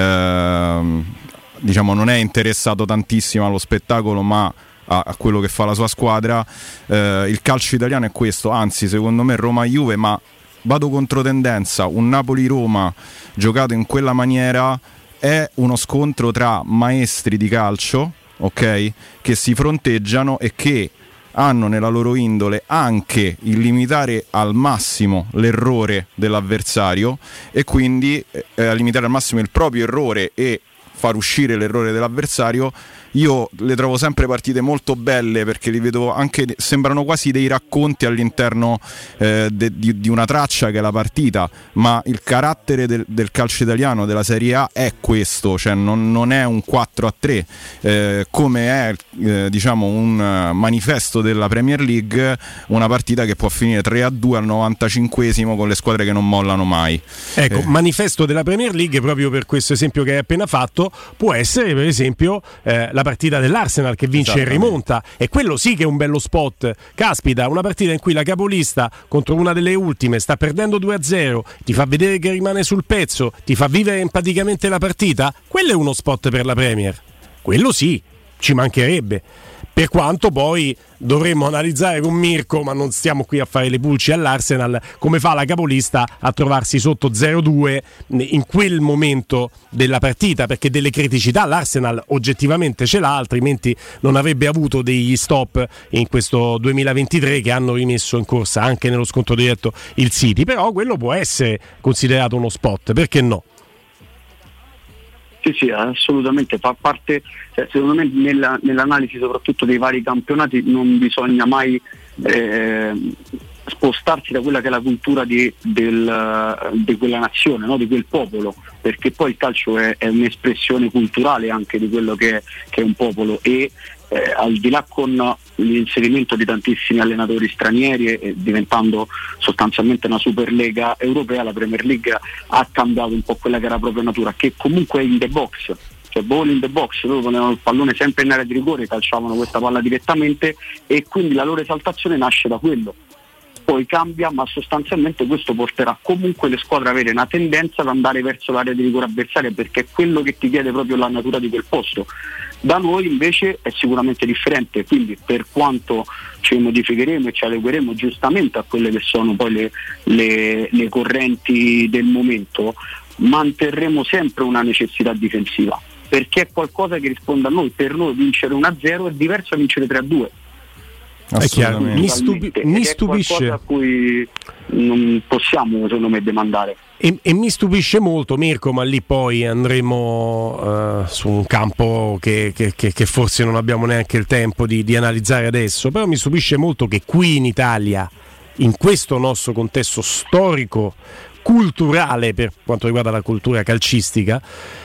diciamo non è interessato tantissimo allo spettacolo ma a quello che fa la sua squadra. Il calcio italiano è questo, anzi secondo me Roma-Juve, ma vado contro tendenza, un Napoli-Roma giocato in quella maniera è uno scontro tra maestri di calcio, ok, che si fronteggiano e che hanno nella loro indole anche il limitare al massimo l'errore dell'avversario e quindi limitare al massimo il proprio errore e far uscire l'errore dell'avversario. Io le trovo sempre partite molto belle perché li vedo anche, sembrano quasi dei racconti all'interno di una traccia che è la partita, ma il carattere del calcio italiano, della Serie A è questo, cioè non è un 4-3 come è diciamo un manifesto della Premier League, una partita che può finire 3-2 al 95esimo con le squadre che non mollano mai. Ecco, manifesto della Premier League, proprio per questo esempio che hai appena fatto, può essere per esempio la partita dell'Arsenal che vince e rimonta, e quello sì che è un bello spot. Caspita, una partita in cui la capolista contro una delle ultime sta perdendo 2-0, ti fa vedere che rimane sul pezzo, ti fa vivere empaticamente la partita, quello è uno spot per la Premier, quello sì, ci mancherebbe. Per quanto poi dovremmo analizzare con Mirko, ma non stiamo qui a fare le pulci all'Arsenal, come fa la capolista a trovarsi sotto 0-2 in quel momento della partita, perché delle criticità l'Arsenal oggettivamente ce l'ha, altrimenti non avrebbe avuto degli stop in questo 2023 che hanno rimesso in corsa anche nello scontro diretto il City. Però quello può essere considerato uno spot, perché no? Sì, assolutamente, fa parte, secondo me nell'analisi soprattutto dei vari campionati non bisogna mai spostarsi da quella che è la cultura di quella nazione, no? Di quel popolo, perché poi il calcio è un'espressione culturale anche di quello che è un popolo, e al di là con l'inserimento di tantissimi allenatori stranieri diventando sostanzialmente una Superlega europea, la Premier League ha cambiato un po' quella che era la propria natura, che comunque è in the box, cioè ball in the box, loro ponevano il pallone sempre in area di rigore, calciavano questa palla direttamente e quindi la loro esaltazione nasce da quello. Poi cambia, ma sostanzialmente questo porterà comunque le squadre ad avere una tendenza ad andare verso l'area di rigore avversaria, perché è quello che ti chiede proprio la natura di quel posto. Da noi invece è sicuramente differente, quindi per quanto ci modificheremo e ci adegueremo giustamente a quelle che sono poi le correnti del momento, manterremo sempre una necessità difensiva, perché è qualcosa che risponde a noi. Per noi vincere 1-0 è diverso da vincere 3-2. È chiaro, mi stupisce, qualcosa a cui non possiamo secondo me demandare. E mi stupisce molto, Mirko, ma lì poi andremo su un campo che forse non abbiamo neanche il tempo di analizzare adesso, però mi stupisce molto che qui in Italia, in questo nostro contesto storico, culturale per quanto riguarda la cultura calcistica,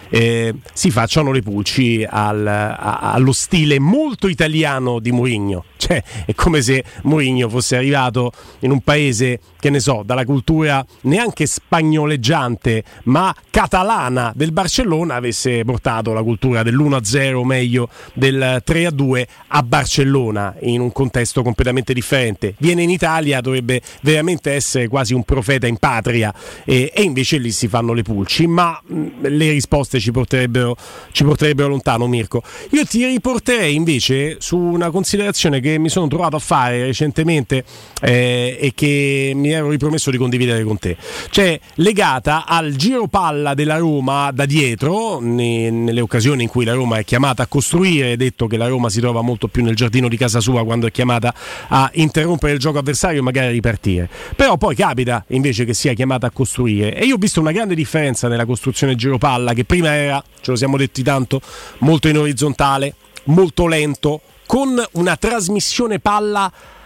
si facciano le pulci allo stile molto italiano di Mourinho. Cioè è come se Mourinho fosse arrivato in un paese, che ne so, dalla cultura neanche spagnoleggiante ma catalana del Barcellona, avesse portato la cultura dell'1-0 o meglio del 3-2 a Barcellona in un contesto completamente differente. Viene in Italia, dovrebbe veramente essere quasi un profeta in patria, e invece lì si fanno le pulci, ma le risposte ci porterebbero lontano. Mirko, io ti riporterei invece su una considerazione che mi sono trovato a fare recentemente e che mi ero ripromesso di condividere con te, cioè legata al giro palla della Roma da dietro, nelle occasioni in cui la Roma è chiamata a costruire. Detto che la Roma si trova molto più nel giardino di casa sua quando è chiamata a interrompere il gioco avversario e magari a ripartire, però poi capita invece che sia chiamata a costruire, e io ho visto una grande differenza nella costruzione giro palla, che prima era, ce lo siamo detti tanto, molto in orizzontale, molto lento, con una trasmissione palla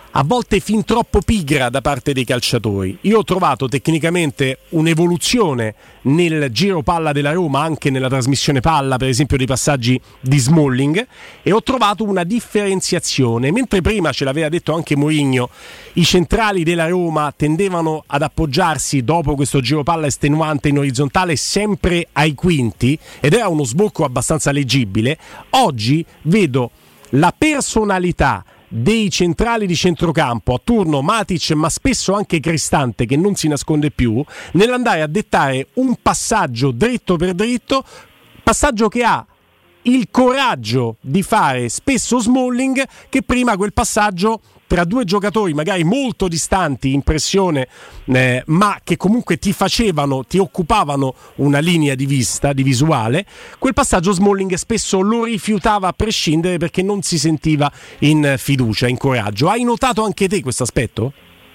a volte fin troppo pigra da parte dei calciatori. Io ho trovato tecnicamente un'evoluzione nel giro palla della Roma, anche nella trasmissione palla, per esempio dei passaggi di Smalling, e ho trovato una differenziazione. Mentre prima, ce l'aveva detto anche Mourinho, i centrali della Roma tendevano ad appoggiarsi dopo questo giro palla estenuante in orizzontale sempre ai quinti, ed era uno sbocco abbastanza leggibile. Oggi vedo la personalità dei centrali di centrocampo, a turno Matic ma spesso anche Cristante, che non si nasconde più, nell'andare a dettare un passaggio dritto per dritto, passaggio che ha il coraggio di fare spesso Smalling, che prima quel passaggio tra due giocatori magari molto distanti in pressione, ma che comunque ti occupavano una linea di vista, di visuale, quel passaggio Smalling spesso lo rifiutava a prescindere perché non si sentiva in fiducia, in coraggio. Hai notato anche te questo aspetto?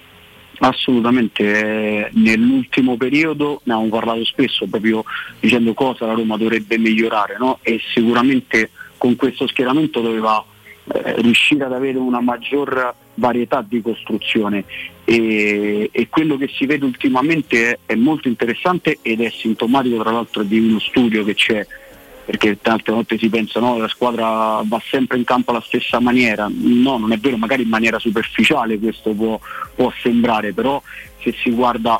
Assolutamente, nell'ultimo periodo ne abbiamo parlato spesso, proprio dicendo cosa la Roma dovrebbe migliorare, no? E sicuramente con questo schieramento doveva riuscire ad avere una maggior varietà di costruzione, e quello che si vede ultimamente è molto interessante ed è sintomatico tra l'altro di uno studio che c'è, perché tante volte si pensa no, la squadra va sempre in campo alla stessa maniera. No, non è vero, magari in maniera superficiale questo può sembrare, però se si guarda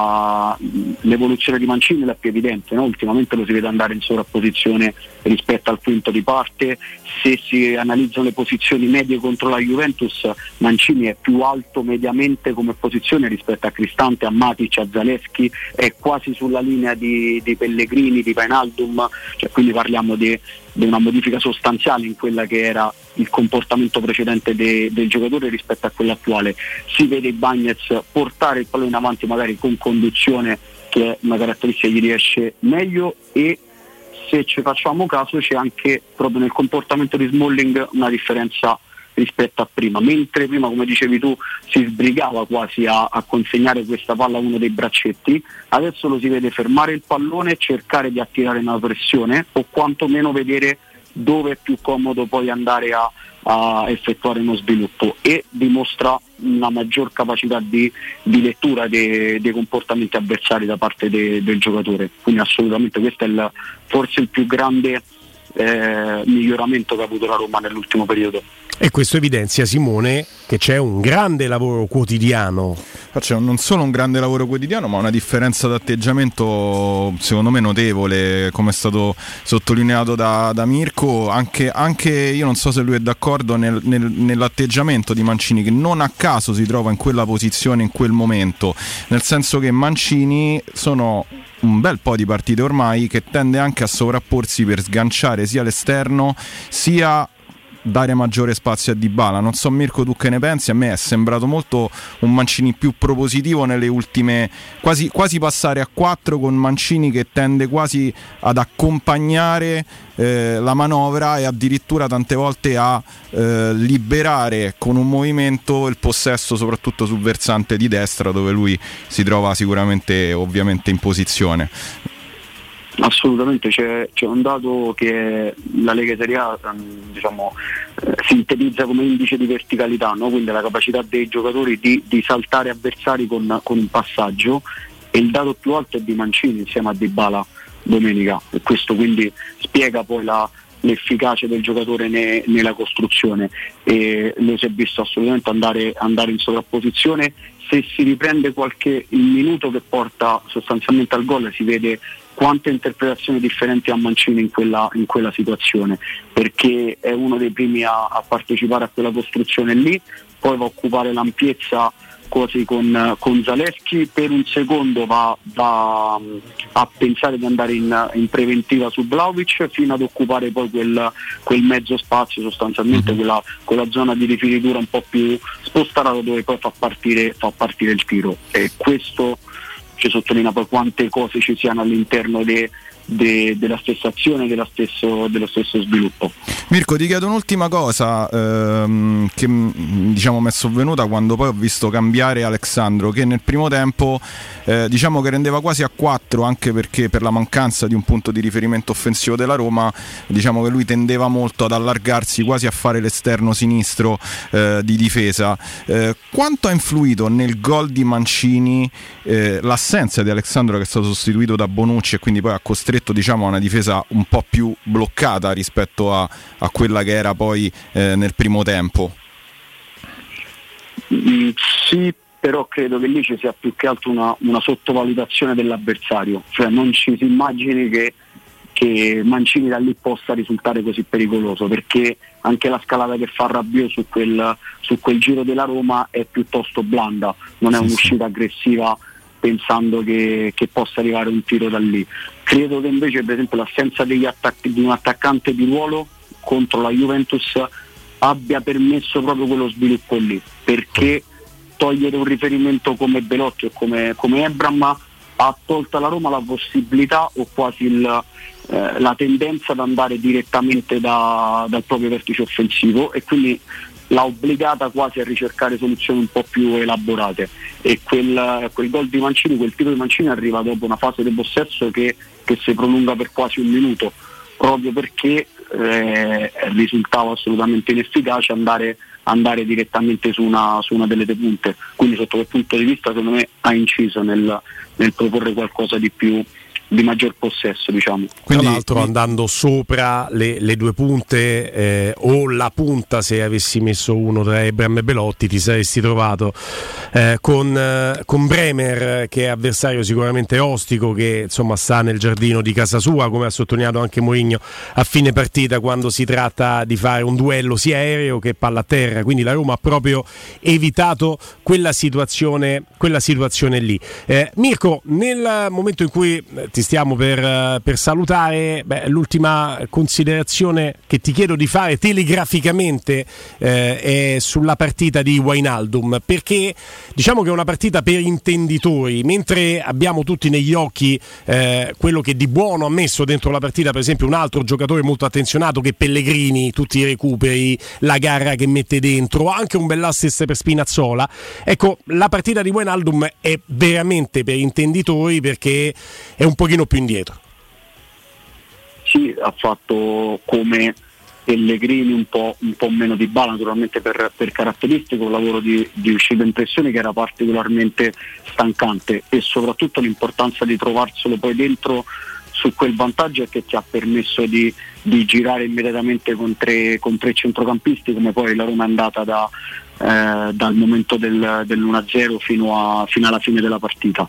l'evoluzione di Mancini è la più evidente, no? Ultimamente lo si vede andare in sovrapposizione rispetto al quinto di parte. Se si analizzano le posizioni medie contro la Juventus, Mancini è più alto mediamente come posizione rispetto a Cristante, a Matic, a Zalewski, è quasi sulla linea di Pellegrini, di Wijnaldum, cioè, quindi parliamo di una modifica sostanziale in quella che era il comportamento precedente del giocatore rispetto a quello attuale. Si vede Bagnez portare il pallone in avanti magari con conduzione, che è una caratteristica che gli riesce meglio, e se ci facciamo caso c'è anche proprio nel comportamento di Smalling una differenza rispetto a prima. Mentre prima, come dicevi tu, si sbrigava quasi a consegnare questa palla a uno dei braccetti, adesso lo si vede fermare il pallone, cercare di attirare una pressione o quantomeno vedere dove è più comodo poi andare a effettuare uno sviluppo, e dimostra una maggior capacità di lettura dei comportamenti avversari da parte del giocatore. Quindi assolutamente questo è forse il più grande miglioramento che ha avuto la Roma nell'ultimo periodo. E questo evidenzia, Simone, che c'è un grande lavoro quotidiano. C'è non solo un grande lavoro quotidiano, ma una differenza d'atteggiamento secondo me notevole, come è stato sottolineato da Mirko. Anche io non so se lui è d'accordo nell'atteggiamento di Mancini, che non a caso si trova in quella posizione in quel momento, nel senso che Mancini sono un bel po' di partite ormai che tende anche a sovrapporsi per sganciare sia l'esterno sia dare maggiore spazio a Dybala. Non so Mirko, tu che ne pensi? A me è sembrato molto un Mancini più propositivo nelle ultime, quasi passare a 4, con Mancini che tende quasi ad accompagnare la manovra e addirittura tante volte a liberare con un movimento il possesso, soprattutto sul versante di destra, dove lui si trova sicuramente ovviamente in posizione. Assolutamente, c'è un dato che la Lega Serie A sintetizza come indice di verticalità, no? Quindi la capacità dei giocatori di saltare avversari con un passaggio, e il dato più alto è di Mancini insieme a Dybala domenica, e questo quindi spiega poi l'efficacia del giocatore nella costruzione, e lo si è visto assolutamente andare in sovrapposizione. Se si riprende il minuto che porta sostanzialmente al gol, si vede quante interpretazioni differenti ha Mancini in quella situazione, perché è uno dei primi a partecipare a quella costruzione lì, poi va a occupare l'ampiezza quasi con Zalewski, per un secondo va a pensare di andare in preventiva su Vlahovic, fino ad occupare poi quel mezzo spazio, sostanzialmente quella zona di rifinitura un po' più spostata, dove poi fa partire il tiro, e questo ci sottolinea poi quante cose ci siano all'interno della stessa azione, dello stesso sviluppo. Mirko, ti chiedo un'ultima cosa che diciamo mi è sovvenuta quando poi ho visto cambiare Alexandro, che nel primo tempo diciamo che rendeva quasi a 4, anche perché per la mancanza di un punto di riferimento offensivo della Roma, diciamo che lui tendeva molto ad allargarsi, quasi a fare l'esterno sinistro di difesa. Quanto ha influito nel gol di Mancini l'assenza di Alexandro, che è stato sostituito da Bonucci e quindi poi ha costretto, diciamo, a una difesa un po' più bloccata rispetto a quella che era poi nel primo tempo? Sì, però credo che lì ci sia più che altro una sottovalutazione dell'avversario, cioè non ci si immagini che Mancini da lì possa risultare così pericoloso, perché anche la scalata che fa Rabiot su quel giro della Roma è piuttosto blanda, non è un'uscita aggressiva pensando che possa arrivare un tiro da lì. Credo che invece, per esempio, l'assenza di un attaccante di ruolo contro la Juventus abbia permesso proprio quello sviluppo lì, perché togliere un riferimento come Belotti o come Ebram ha tolto alla Roma la possibilità o quasi la tendenza ad andare direttamente dal proprio vertice offensivo, e quindi l'ha obbligata quasi a ricercare soluzioni un po' più elaborate, e quel gol di Mancini, quel tiro di Mancini arriva dopo una fase di possesso che si prolunga per quasi un minuto, proprio perché risultava assolutamente inefficace andare direttamente su una delle due punte. Quindi sotto quel punto di vista secondo me ha inciso nel proporre qualcosa di maggior possesso, diciamo. Quindi, tra l'altro, andando sopra le due punte o la punta, se avessi messo uno tra Ebram e Belotti, ti saresti trovato con Bremer, che è avversario sicuramente ostico, che insomma sta nel giardino di casa sua, come ha sottolineato anche Mourinho a fine partita, quando si tratta di fare un duello sia aereo che palla a terra. Quindi la Roma ha proprio evitato quella situazione lì. Mirko, nel momento in cui ti stiamo per salutare, l'ultima considerazione che ti chiedo di fare telegraficamente è sulla partita di Wijnaldum, perché diciamo che è una partita per intenditori, mentre abbiamo tutti negli occhi quello che di buono ha messo dentro la partita, per esempio un altro giocatore molto attenzionato che Pellegrini, tutti i recuperi, la gara che mette dentro, anche un bell'assist per Spinazzola. Ecco, la partita di Wijnaldum è veramente per intenditori, perché è un pochino più indietro. Sì, ha fatto come Pellegrini un po' meno di bala, naturalmente per caratteristico, un lavoro di uscita in pressione che era particolarmente stancante, e soprattutto l'importanza di trovarselo poi dentro su quel vantaggio è che ti ha permesso di girare immediatamente con tre centrocampisti, come poi la Roma è andata dal momento dell'1-0 fino alla fine della partita.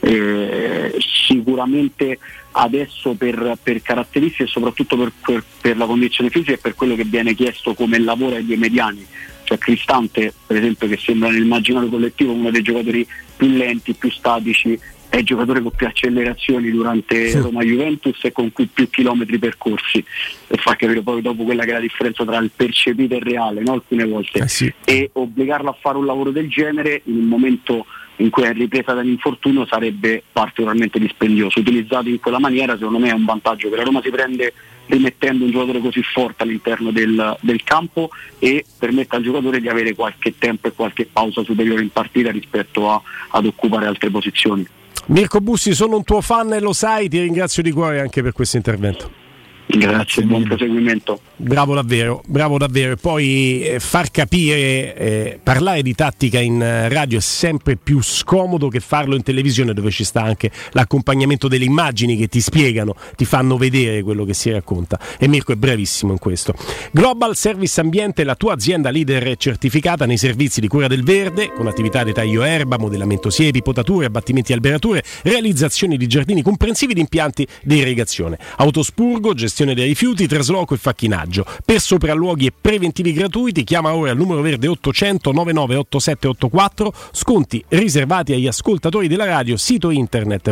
Sicuramente adesso per caratteristiche e soprattutto per la condizione fisica e per quello che viene chiesto come lavoro ai due mediani, cioè Cristante per esempio, che sembra nell'immaginario collettivo uno dei giocatori più lenti, più statici, è il giocatore con più accelerazioni durante Roma-Juventus e con più chilometri percorsi, e fa capire poi dopo quella che è la differenza tra il percepito e il reale, no? Alcune volte, e obbligarlo a fare un lavoro del genere in un momento in cui è ripresa dall'infortunio sarebbe particolarmente dispendioso. Utilizzato in quella maniera secondo me è un vantaggio che la Roma si prende rimettendo un giocatore così forte all'interno del campo, e permette al giocatore di avere qualche tempo e qualche pausa superiore in partita rispetto ad occupare altre posizioni. Mirko Bussi, sono un tuo fan e lo sai, ti ringrazio di cuore anche per questo intervento. Grazie, buon proseguimento. Bravo davvero. E poi far capire, parlare di tattica in radio è sempre più scomodo che farlo in televisione, dove ci sta anche l'accompagnamento delle immagini che ti spiegano, ti fanno vedere quello che si racconta, e Mirko è bravissimo in questo. Global Service Ambiente, la tua azienda leader certificata nei servizi di cura del verde, con attività di taglio erba, modellamento siepi, potature, abbattimenti e alberature, realizzazione di giardini comprensivi di impianti di irrigazione, autospurgo, gestione dei rifiuti, trasloco e facchinaggio. Per sopralluoghi e preventivi gratuiti chiama ora il numero verde 800 998784, sconti riservati agli ascoltatori della radio, sito internet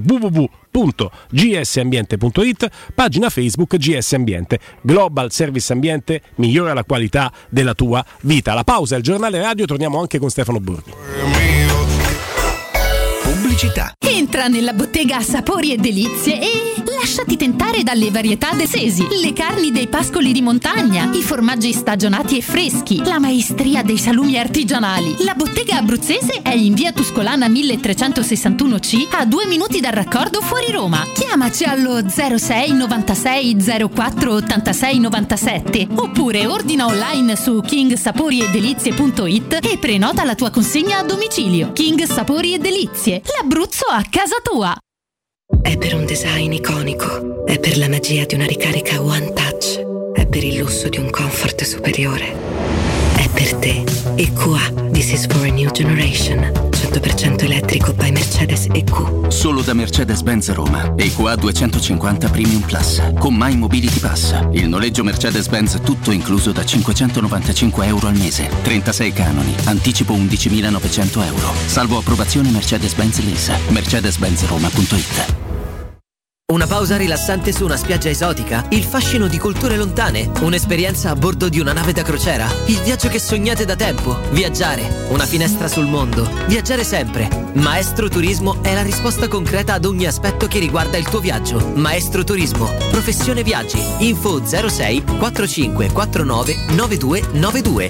www.gsambiente.it, pagina Facebook GS Ambiente. Global Service Ambiente migliora la qualità della tua vita. La pausa, il giornale radio, torniamo anche con Stefano Borghi. pubblicità. Entra nella bottega Sapori e Delizie e lasciati tentare dalle varietà de Sesi, le carni dei pascoli di montagna, i formaggi stagionati e freschi, la maestria dei salumi artigianali. La bottega abruzzese è in via Tuscolana 1361C, a 2 minuti dal raccordo fuori Roma. Chiamaci allo 06 96 04 86 97 oppure ordina online su kingsaporiedelizie.it e prenota la tua consegna a domicilio. King Sapori e Delizie, l'Abruzzo a casa tua. È per un design iconico, è per la magia di una ricarica One Touch, è per il lusso di un comfort superiore. È per te. EQA, This is for a new generation. 100% elettrico by Mercedes EQ. Solo da Mercedes-Benz Roma. EQA 250 Premium Plus con My Mobility Pass. Il noleggio Mercedes-Benz tutto incluso da €595 al mese. 36 canoni. Anticipo €11.900. Salvo approvazione Mercedes-Benz Lease. Mercedes-Benzroma.it. Una pausa rilassante su una spiaggia esotica? Il fascino di culture lontane? Un'esperienza a bordo di una nave da crociera? Il viaggio che sognate da tempo? Viaggiare, una finestra sul mondo. Viaggiare sempre. Maestro Turismo è la risposta concreta ad ogni aspetto che riguarda il tuo viaggio. Maestro Turismo, professione viaggi. Info 06 45 49 9292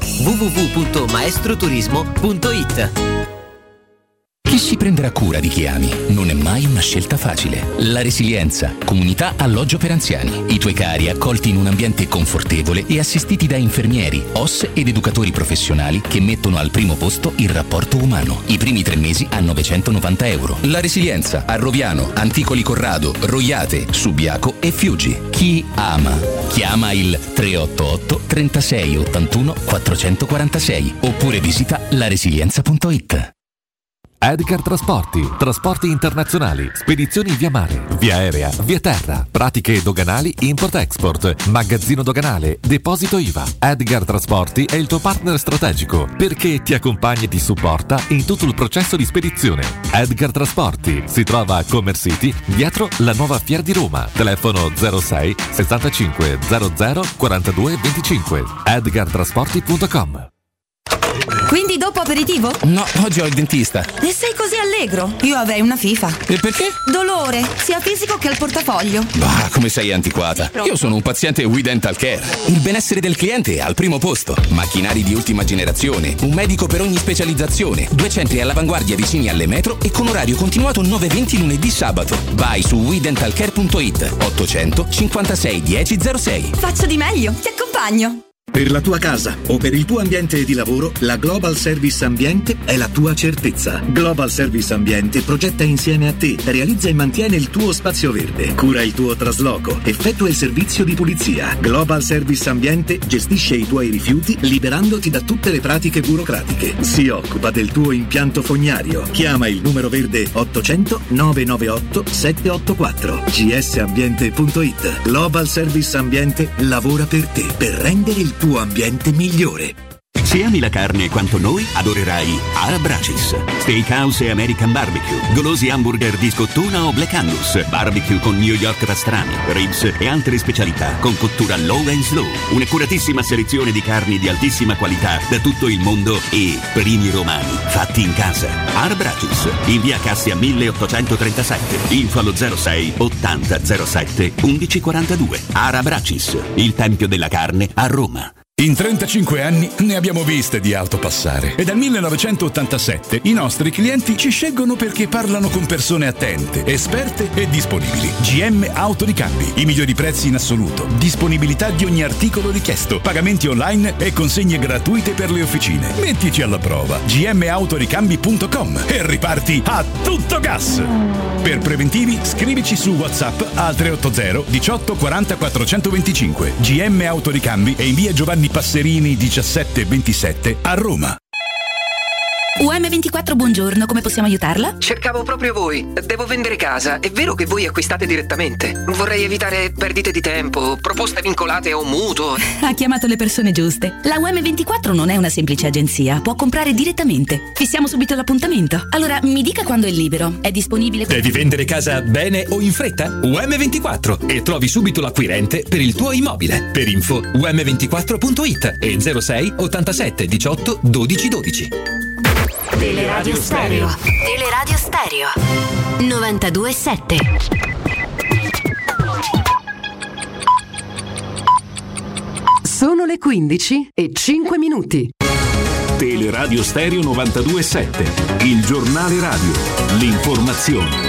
www.maestroturismo.it. Chi si prenderà cura di chi ami non è mai una scelta facile. La Resilienza, comunità alloggio per anziani. I tuoi cari accolti in un ambiente confortevole e assistiti da infermieri, OS ed educatori professionali che mettono al primo posto il rapporto umano. I primi 3 mesi a €990. La Resilienza a Roviano, Anticoli Corrado, Roiate, Subiaco e Fiuggi. Chi ama? Chiama il 388 36 81 446 oppure visita laresilienza.it. Edgar trasporti internazionali, spedizioni via mare, via aerea, via terra, pratiche doganali import-export, magazzino doganale, deposito IVA. Edgar Trasporti è il tuo partner strategico perché ti accompagna e ti supporta in tutto il processo di spedizione. Edgar Trasporti si trova a Commerce City, dietro la nuova Fiera di Roma. Telefono 06 65 00 42 25. edgartrasporti.com. Quindi dopo aperitivo? No, oggi ho il dentista. E sei così allegro? Io avrei una FIFA. E perché? Dolore, sia fisico che al portafoglio. Bah, come sei antiquata. Io sono un paziente We Dental Care. Il benessere del cliente è al primo posto. Macchinari di ultima generazione, un medico per ogni specializzazione, 2 centri all'avanguardia vicini alle metro e con orario continuato 9-20 lunedì sabato. Vai su WeDentalCare.it 800 56 10 06. Faccio di meglio, ti accompagno. Per la tua casa o per il tuo ambiente di lavoro, la Global Service Ambiente è la tua certezza. Global Service Ambiente progetta insieme a te, realizza e mantiene il tuo spazio verde, cura il tuo trasloco, effettua il servizio di pulizia. Global Service Ambiente gestisce i tuoi rifiuti liberandoti da tutte le pratiche burocratiche. Si occupa del tuo impianto fognario. Chiama il numero verde 800 998 784. gsambiente.it. Global Service Ambiente lavora per te, per rendere il tuo ambiente migliore. Se ami la carne quanto noi, adorerai Arabracis. Steakhouse e American Barbecue, golosi hamburger di scottuna o Black Angus, barbecue con New York pastrami, ribs e altre specialità con cottura low and slow. Un'accuratissima selezione di carni di altissima qualità da tutto il mondo e primi romani fatti in casa. Arabracis, in via Cassia 1837. Info allo 06 80 07 1142. Arabracis, il tempio della carne a Roma. In 35 anni ne abbiamo viste di auto passare e dal 1987 i nostri clienti ci scelgono perché parlano con persone attente, esperte e disponibili. GM Autoricambi, i migliori prezzi in assoluto, disponibilità di ogni articolo richiesto, pagamenti online e consegne gratuite per le officine. Mettici alla prova. gmautoricambi.com e riparti a tutto gas. Per preventivi scrivici su WhatsApp al 380 18 40 425. GM Autoricambi è in via Giovanni Passerini 1727 a Roma. UM24, buongiorno, come possiamo aiutarla? Cercavo proprio voi. Devo vendere casa. È vero che voi acquistate direttamente? Vorrei evitare perdite di tempo, proposte vincolate o mutuo. Ha chiamato le persone giuste. La UM24 non è una semplice agenzia, può comprare direttamente. Fissiamo subito l'appuntamento. Allora, mi dica quando è libero. È disponibile? Devi vendere casa bene o in fretta? UM24 e trovi subito l'acquirente per il tuo immobile. Per info um24.it e 06 87 18 12 12. Teleradio Stereo. Teleradio Stereo 92.7. Sono le 15:05. Teleradio Stereo 92.7, il giornale radio, l'informazione.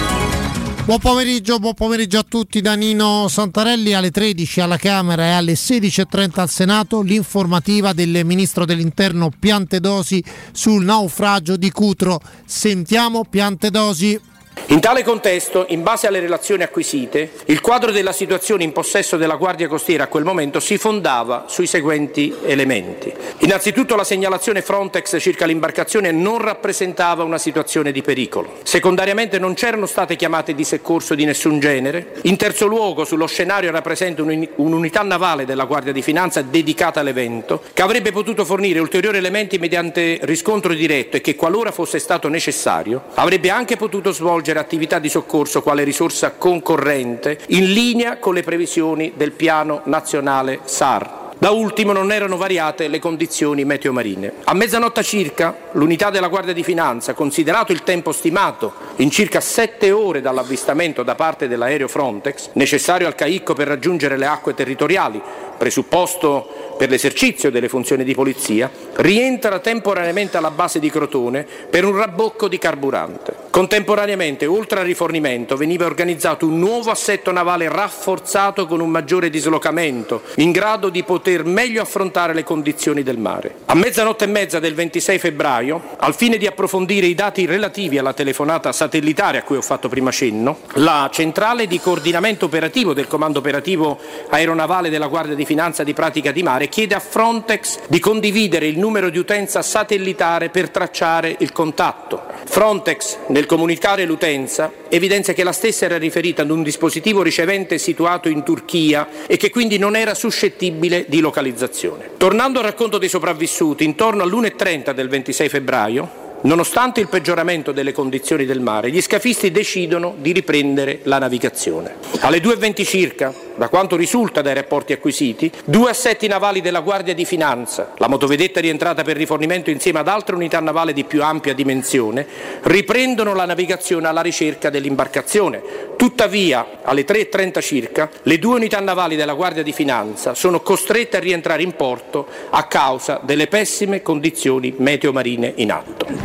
Buon pomeriggio a tutti da Nino Santarelli. Alle 13 alla Camera e alle 16.30 al Senato l'informativa del Ministro dell'Interno Piantedosi sul naufragio di Cutro. Sentiamo Piantedosi. In tale contesto, in base alle relazioni acquisite, il quadro della situazione in possesso della Guardia Costiera a quel momento si fondava sui seguenti elementi. Innanzitutto la segnalazione Frontex circa l'imbarcazione non rappresentava una situazione di pericolo. Secondariamente non c'erano state chiamate di soccorso di nessun genere. In terzo luogo, sullo scenario era presente un'unità navale della Guardia di Finanza dedicata all'evento, che avrebbe potuto fornire ulteriori elementi mediante riscontro diretto e che, qualora fosse stato necessario, avrebbe anche potuto svolgere attività di soccorso quale risorsa concorrente in linea con le previsioni del piano nazionale SAR. Da ultimo non erano variate le condizioni meteo marine. A mezzanotte circa l'unità della Guardia di Finanza, considerato il tempo stimato in circa 7 ore dall'avvistamento da parte dell'aereo Frontex, necessario al caicco per raggiungere le acque territoriali, presupposto per l'esercizio delle funzioni di polizia, rientra temporaneamente alla base di Crotone per un rabbocco di carburante. Contemporaneamente, oltre al rifornimento, veniva organizzato un nuovo assetto navale rafforzato con un maggiore dislocamento, in grado di poter meglio affrontare le condizioni del mare. A mezzanotte e mezza del 26 febbraio, al fine di approfondire i dati relativi alla telefonata satellitare a cui ho fatto prima cenno, la centrale di coordinamento operativo del Comando Operativo Aeronavale della Guardia di Finanza di Pratica di Mare chiede a Frontex di condividere il numero di utenza satellitare per tracciare il contatto. Frontex, nel comunicare l'utenza, evidenzia che la stessa era riferita ad un dispositivo ricevente situato in Turchia e che quindi non era suscettibile di localizzazione. Tornando al racconto dei sopravvissuti, intorno all'1:30 del 26 febbraio, nonostante il peggioramento delle condizioni del mare, gli scafisti decidono di riprendere la navigazione. Alle 2:20 circa, da quanto risulta dai rapporti acquisiti, 2 assetti navali della Guardia di Finanza, la motovedetta rientrata per rifornimento insieme ad altre unità navali di più ampia dimensione, riprendono la navigazione alla ricerca dell'imbarcazione. Tuttavia, alle 3:30 circa, le 2 unità navali della Guardia di Finanza sono costrette a rientrare in porto a causa delle pessime condizioni meteo marine in atto.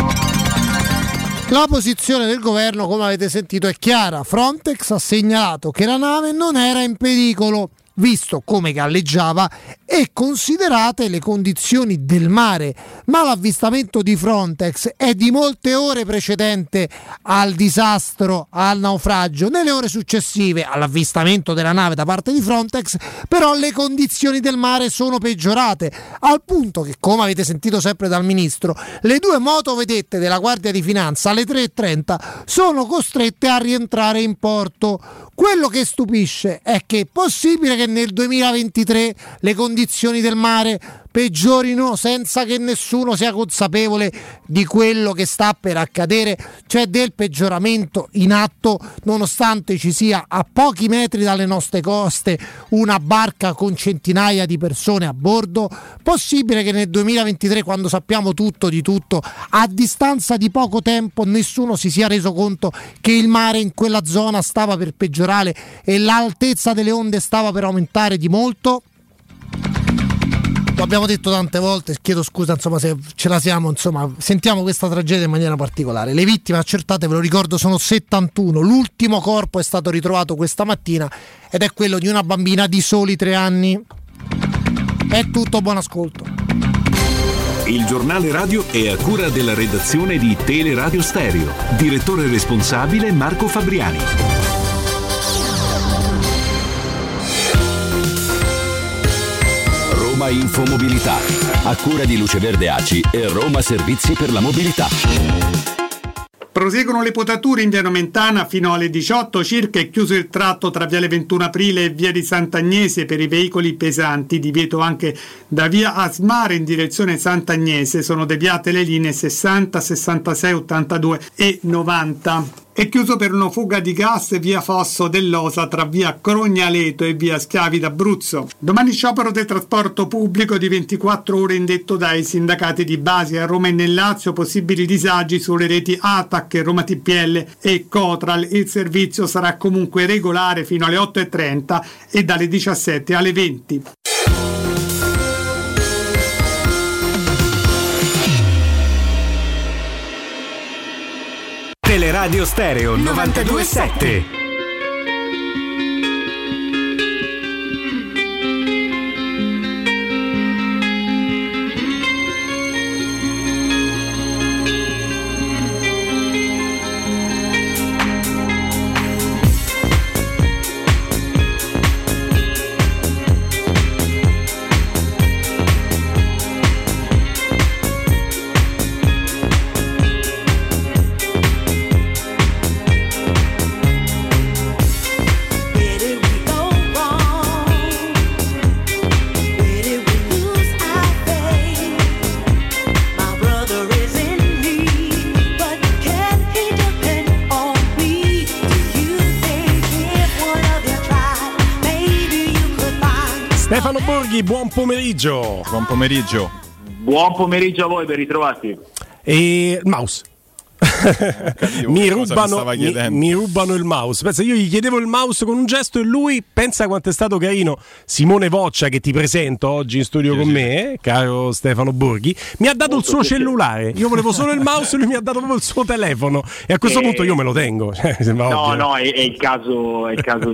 La posizione del governo, come avete sentito, è chiara. Frontex ha segnalato che la nave non era in pericolo, visto come galleggiava e considerate le condizioni del mare, ma l'avvistamento di Frontex è di molte ore precedente al disastro, al naufragio. Nelle ore successive all'avvistamento della nave da parte di Frontex, però le condizioni del mare sono peggiorate, al punto che, come avete sentito sempre dal ministro, le 2 motovedette della Guardia di Finanza alle 3:30 sono costrette a rientrare in porto. Quello che stupisce è che è possibile che nel 2023 le condizioni del mare peggiorino senza che nessuno sia consapevole di quello che sta per accadere, cioè del peggioramento in atto, nonostante ci sia a pochi metri dalle nostre coste una barca con centinaia di persone a bordo. Possibile che nel 2023, quando sappiamo tutto di tutto, a distanza di poco tempo nessuno si sia reso conto che il mare in quella zona stava per peggiorare e l'altezza delle onde stava per aumentare di molto? Lo abbiamo detto tante volte, chiedo scusa insomma se ce la siamo, insomma sentiamo questa tragedia in maniera particolare. Le vittime accertate, ve lo ricordo, sono 71. L'ultimo corpo è stato ritrovato questa mattina ed è quello di una bambina di soli 3 anni. È tutto, buon ascolto. Il giornale radio è a cura della redazione di Teleradio Stereo. Direttore responsabile Marco Fabriani. Roma Infomobilità, a cura di Luce Verde ACI e Roma Servizi per la Mobilità. Proseguono le potature in via Nomentana fino alle 18 circa. È chiuso il tratto tra viale 21 Aprile e via di Sant'Agnese per i veicoli pesanti. Divieto anche da via Asmare in direzione Sant'Agnese. Sono deviate le linee 60, 66, 82 e 90. è chiuso per una fuga di gas via Fosso dell'Osa tra via Crognaleto e via Schiavi d'Abruzzo. Domani sciopero del trasporto pubblico di 24 ore indetto dai sindacati di base a Roma e nel Lazio, possibili disagi sulle reti ATAC, Roma TPL e Cotral. Il servizio sarà comunque regolare fino alle 8:30 e dalle 17 alle 20. Teleradio Stereo 92.7. Stefano Borghi, buon pomeriggio. Buon pomeriggio. Buon pomeriggio a voi, ben ritrovati. E mouse. mi rubano il mouse. Pensa, io gli chiedevo il mouse con un gesto e lui, pensa quanto è stato carino. Simone Voccia, che ti presento oggi in studio con me, caro Stefano Borghi, mi ha dato il suo cellulare. Io volevo solo il mouse e lui mi ha dato proprio il suo telefono, e a questo punto io me lo tengo. È il caso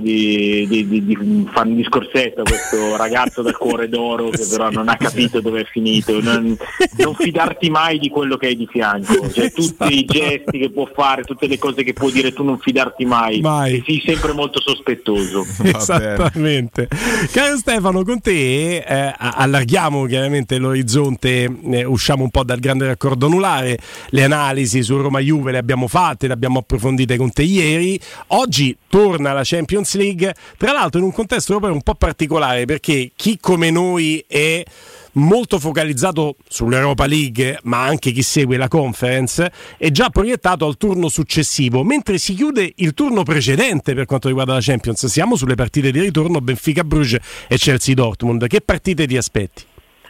di fare un discorsetto a questo ragazzo dal cuore d'oro che però non ha capito dove è finito. Non fidarti mai di quello che hai di fianco, cioè tutti i gesti che può fare, tutte le cose che può dire, tu non fidarti mai. E sei sempre molto sospettoso. Esattamente. Caro Stefano, con te allarghiamo chiaramente l'orizzonte, usciamo un po' dal grande raccordo anulare, le analisi su Roma-Juve le abbiamo fatte, le abbiamo approfondite con te ieri. Oggi torna la Champions League, tra l'altro in un contesto europeo un po' particolare, perché chi come noi è molto focalizzato sull'Europa League, ma anche chi segue la Conference, è già proiettato al turno successivo, mentre si chiude il turno precedente per quanto riguarda la Champions. Siamo sulle partite di ritorno, Benfica-Bruges e Chelsea-Dortmund. Che partite ti aspetti?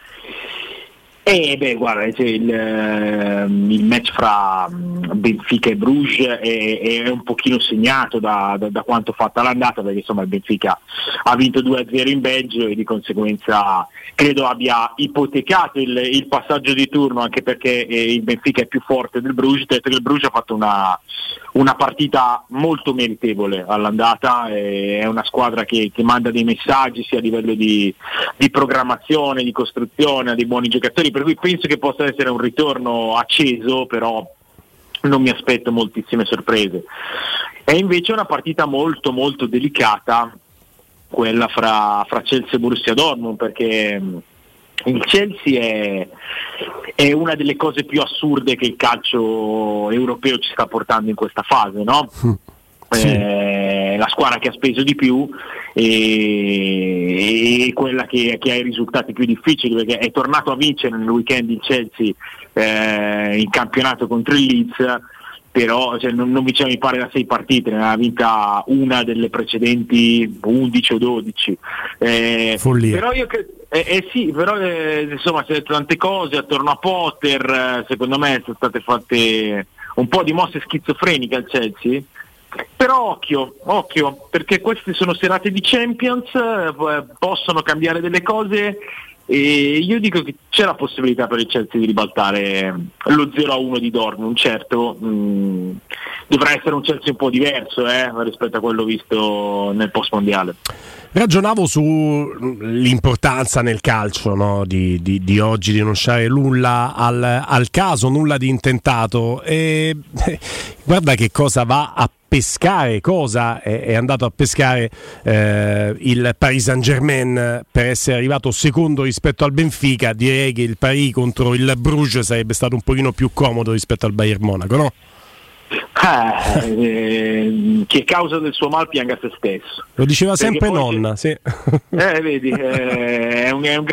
Guarda, il match fra Benfica e Bruges è un pochino segnato da quanto fatto all'andata, perché insomma il Benfica ha vinto 2-0 in Belgio e di conseguenza credo abbia ipotecato il passaggio di turno, anche perché il Benfica è più forte del Bruges. Detto che il Bruges ha fatto una partita molto meritevole all'andata, è una squadra che manda dei messaggi sia a livello di programmazione, di costruzione, ha dei buoni giocatori, per cui penso che possa essere un ritorno acceso, però non mi aspetto moltissime sorprese. È invece una partita molto molto delicata quella fra Chelsea e Borussia Dortmund, perché il Chelsea è una delle cose più assurde che il calcio europeo ci sta portando in questa fase, no? Sì. La squadra che ha speso di più e quella che ha i risultati più difficili, perché è tornato a vincere nel weekend il Chelsea in campionato contro il Leeds, però non vinceva, mi pare, da 6 partite, ne aveva vinta una delle precedenti 11 o 12. Follia. Però io insomma, c'è tante cose attorno a Potter, secondo me sono state fatte un po' di mosse schizofreniche al Chelsea. Però occhio, perché queste sono serate di Champions, possono cambiare delle cose e io dico che c'è la possibilità per il Chelsea di ribaltare lo 0-1 di Dortmund. Certo, dovrà essere un Chelsea un po' diverso rispetto a quello visto nel post mondiale. Ragionavo sull'importanza nel calcio, no? di oggi, di non lasciare nulla al caso, nulla di intentato, e guarda che cosa va a pescare, è andato a pescare il Paris Saint-Germain per essere arrivato secondo rispetto al Benfica. Direi che il Paris contro il Bruges sarebbe stato un pochino più comodo rispetto al Bayern Monaco, no? Che causa del suo mal pianga se stesso. Lo diceva sempre nonna, sì. Vedi, è un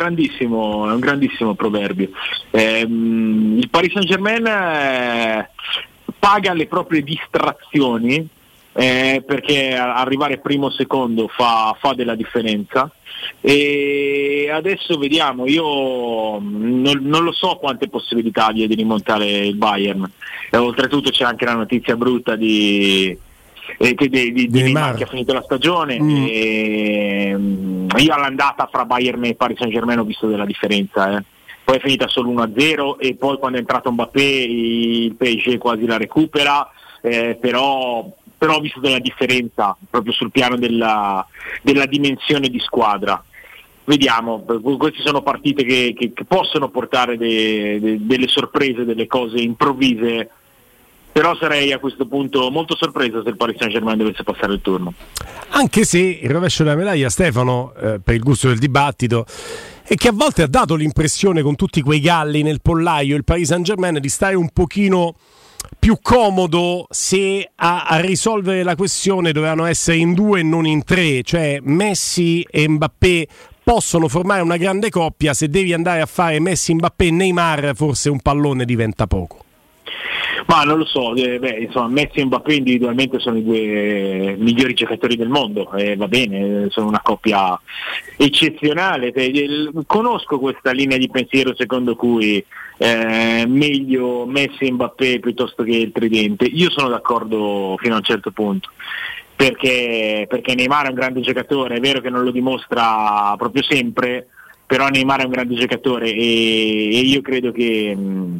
grandissimo proverbio. Il Paris Saint-Germain paga le proprie distrazioni, perché arrivare primo o secondo fa della differenza. E adesso vediamo, io non lo so quante possibilità abbia di rimontare il Bayern, e oltretutto c'è anche la notizia brutta di Neymar che ha finito la stagione. E io all'andata fra Bayern e Paris Saint-Germain ho visto della differenza, poi è finita solo 1-0 e poi quando è entrato Mbappé il PSG quasi la recupera, però ho visto della differenza proprio sul piano della dimensione di squadra. Vediamo, queste sono partite che possono portare delle sorprese, delle cose improvvise, però sarei a questo punto molto sorpreso se il Paris Saint-Germain dovesse passare il turno. Anche se il rovescio della medaglia, Stefano, per il gusto del dibattito, è che a volte ha dato l'impressione, con tutti quei galli nel pollaio, il Paris Saint-Germain, di stare un pochino più comodo se a risolvere la questione dovevano essere in 2 e non in 3, cioè Messi e Mbappé possono formare una grande coppia, se devi andare a fare Messi, Mbappé e Neymar forse un pallone diventa poco. Ma non lo so, insomma, Messi e Mbappé individualmente sono i 2 migliori giocatori del mondo, va bene, sono una coppia eccezionale. Conosco questa linea di pensiero secondo cui meglio Messi e Mbappé piuttosto che il tridente. Io sono d'accordo fino a un certo punto, perché Neymar è un grande giocatore, è vero che non lo dimostra proprio sempre, però Neymar è un grande giocatore e io credo che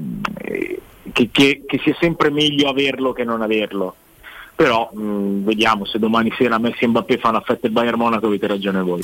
sia sempre meglio averlo che non averlo. Però vediamo, se domani sera Messi e Mbappé fanno affetto il Bayern Monaco, avete ragione voi.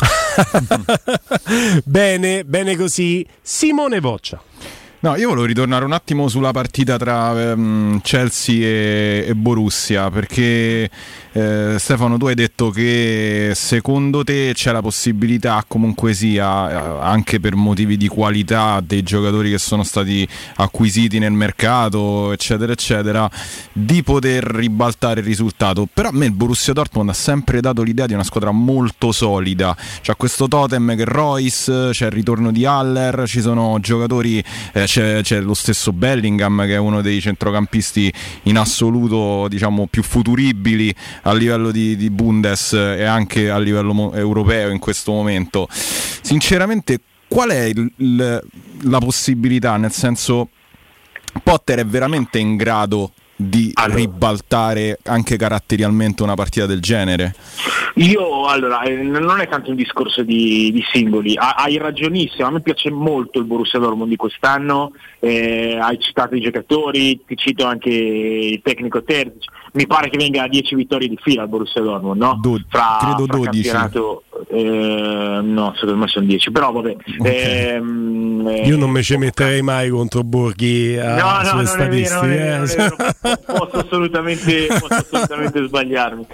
Bene così. Simone Boccia. No, io volevo ritornare un attimo sulla partita tra Chelsea e Borussia, perché Stefano, tu hai detto che secondo te c'è la possibilità, comunque sia, anche per motivi di qualità dei giocatori che sono stati acquisiti nel mercato, eccetera eccetera, di poter ribaltare il risultato. Però a me il Borussia Dortmund ha sempre dato l'idea di una squadra molto solida, c'è questo totem che Royce, c'è il ritorno di Haller, ci sono giocatori, c'è lo stesso Bellingham che è uno dei centrocampisti in assoluto, diciamo, più futuribili a livello di Bundes e anche a livello europeo in questo momento. Sinceramente, qual è la possibilità? Nel senso, Potter è veramente in grado di ribaltare anche caratterialmente una partita del genere? Non è tanto un discorso di singoli, hai ragionissimo, a me piace molto il Borussia Dortmund di quest'anno, hai citato i giocatori, ti cito anche il tecnico Terzic, mi pare che venga a 10 vittorie di fila al Borussia Dortmund, no? Credo 12. Campionato, no, secondo me sono 10, però vabbè. Okay. Io non me ci metterei mai contro Borghi sulle statistiche. Posso assolutamente sbagliarmi.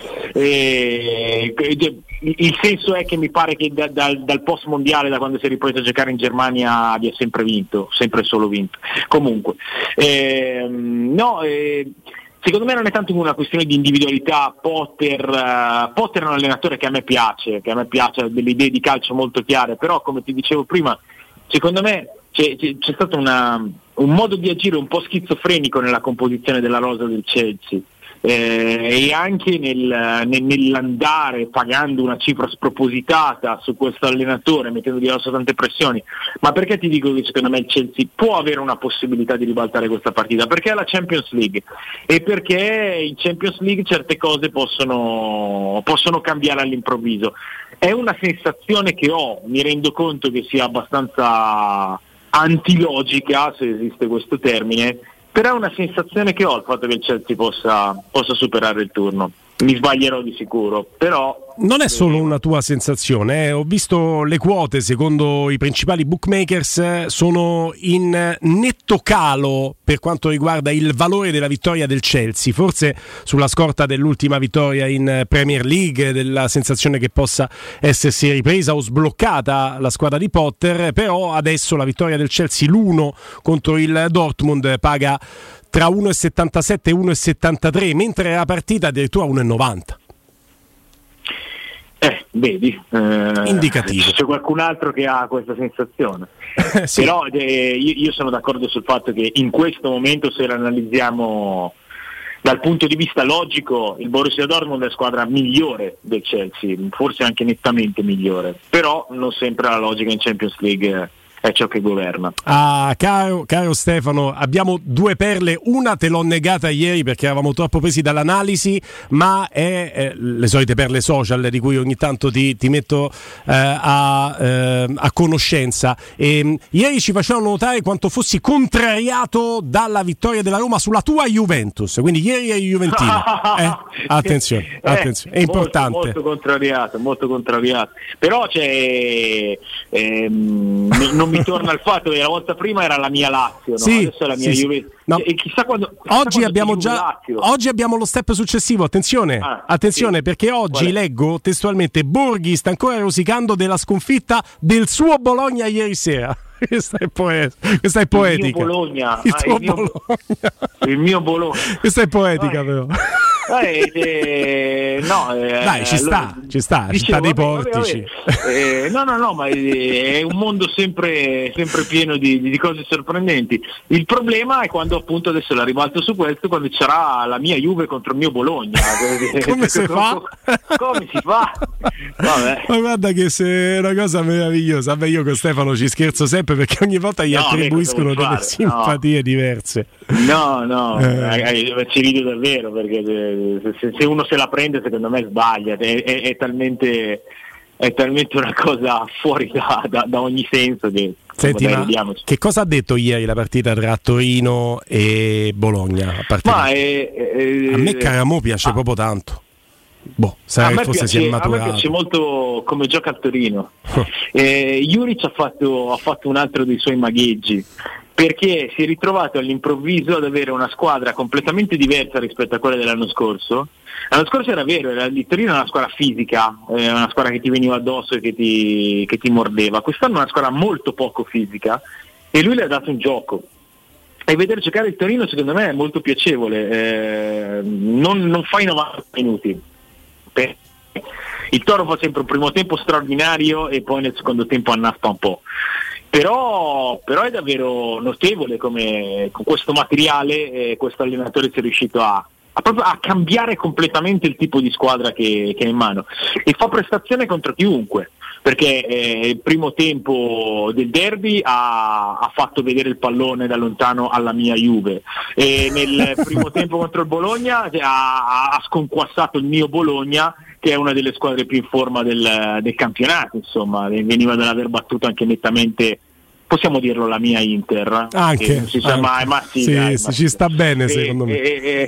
Il senso è che mi pare che dal post mondiale, da quando si è ripreso a giocare in Germania, abbia sempre vinto, sempre solo vinto. Comunque, secondo me non è tanto una questione di individualità. Potter è un allenatore che a me piace, ha delle idee di calcio molto chiare, però come ti dicevo prima, secondo me c'è stato un modo di agire un po' schizofrenico nella composizione della rosa del Chelsea, e anche nell'andare pagando una cifra spropositata su questo allenatore, mettendogli addosso tante pressioni. Ma perché ti dico che secondo me il Chelsea può avere una possibilità di ribaltare questa partita? Perché è la Champions League, e perché in Champions League certe cose possono cambiare all'improvviso. È una sensazione che ho, mi rendo conto che sia abbastanza antilogica, se esiste questo termine, però è una sensazione che ho, il fatto che il Chelsea possa superare il turno. Mi sbaglierò di sicuro, però non è solo una tua sensazione, Ho visto le quote, secondo i principali bookmakers sono in netto calo per quanto riguarda il valore della vittoria del Chelsea, forse sulla scorta dell'ultima vittoria in Premier League, della sensazione che possa essersi ripresa o sbloccata la squadra di Potter. Però adesso la vittoria del Chelsea, l'1 contro il Dortmund, paga tra 1,77 e 1,73, mentre la partita addirittura 1,90. Vedi, indicativo. C'è qualcun altro che ha questa sensazione. Sì. Però io sono d'accordo sul fatto che in questo momento, se l'analizziamo dal punto di vista logico il Borussia Dortmund è la squadra migliore del Chelsea, forse anche nettamente migliore, però non sempre la logica in Champions League è ciò che governa. Caro Stefano, abbiamo due perle, una te l'ho negata ieri perché eravamo troppo presi dall'analisi, ma è le solite perle social di cui ogni tanto ti metto a conoscenza. Ieri ci facevano notare quanto fossi contrariato dalla vittoria della Roma sulla tua Juventus, quindi ieri eri juventino. Attenzione, è importante. Molto contrariato, però non mi torna il fatto che la volta prima era la mia Lazio, no? Sì, adesso è la mia Juve. No. E chissà quando oggi abbiamo lo step successivo, attenzione, sì. Perché oggi leggo testualmente: Borghi sta ancora rosicando della sconfitta del suo Bologna ieri sera. Questa è poetica. Il mio Bologna. Il mio Bologna. Questa è poetica, però. Dai, ci sta dei portici. No, ma è un mondo sempre pieno di cose sorprendenti. Il problema è quando appunto adesso la ribalto su questo, quando ci sarà la mia Juve contro il mio Bologna. Come si fa? Come si fa? Vabbè. Ma guarda che è una cosa meravigliosa. Vabbè, io con Stefano ci scherzo sempre perché ogni volta gli attribuiscono delle simpatie diverse. No, ci rido davvero perché se uno se la prende secondo me sbaglia, è talmente una cosa fuori da ogni senso che senti, ma che cosa ha detto ieri la partita tra Torino e Bologna? A me Caramò piace proprio tanto. Sarà che forse si è maturato. A me piace molto come gioca a Torino. Juric ha fatto un altro dei suoi magheggi, perché si è ritrovato all'improvviso ad avere una squadra completamente diversa rispetto a quella dell'anno scorso. L'anno scorso era vero, il Torino era una squadra fisica, una squadra che ti veniva addosso e che ti mordeva. Quest'anno è una squadra molto poco fisica e lui le ha dato un gioco. E vedere giocare il Torino secondo me è molto piacevole, non fa i 90 minuti. Il Toro fa sempre un primo tempo straordinario e poi nel secondo tempo annaffa un po'. Però è davvero notevole come con questo materiale questo allenatore sia riuscito a cambiare completamente il tipo di squadra che è in mano, e fa prestazione contro chiunque, perché il primo tempo del derby ha fatto vedere il pallone da lontano alla mia Juve, e nel primo tempo contro il Bologna ha sconquassato il mio Bologna, che è una delle squadre più in forma del campionato, insomma, veniva dall'aver battuto anche nettamente, possiamo dirlo, la mia Inter, anche non si sa mai, ma sì, ci sta bene secondo me.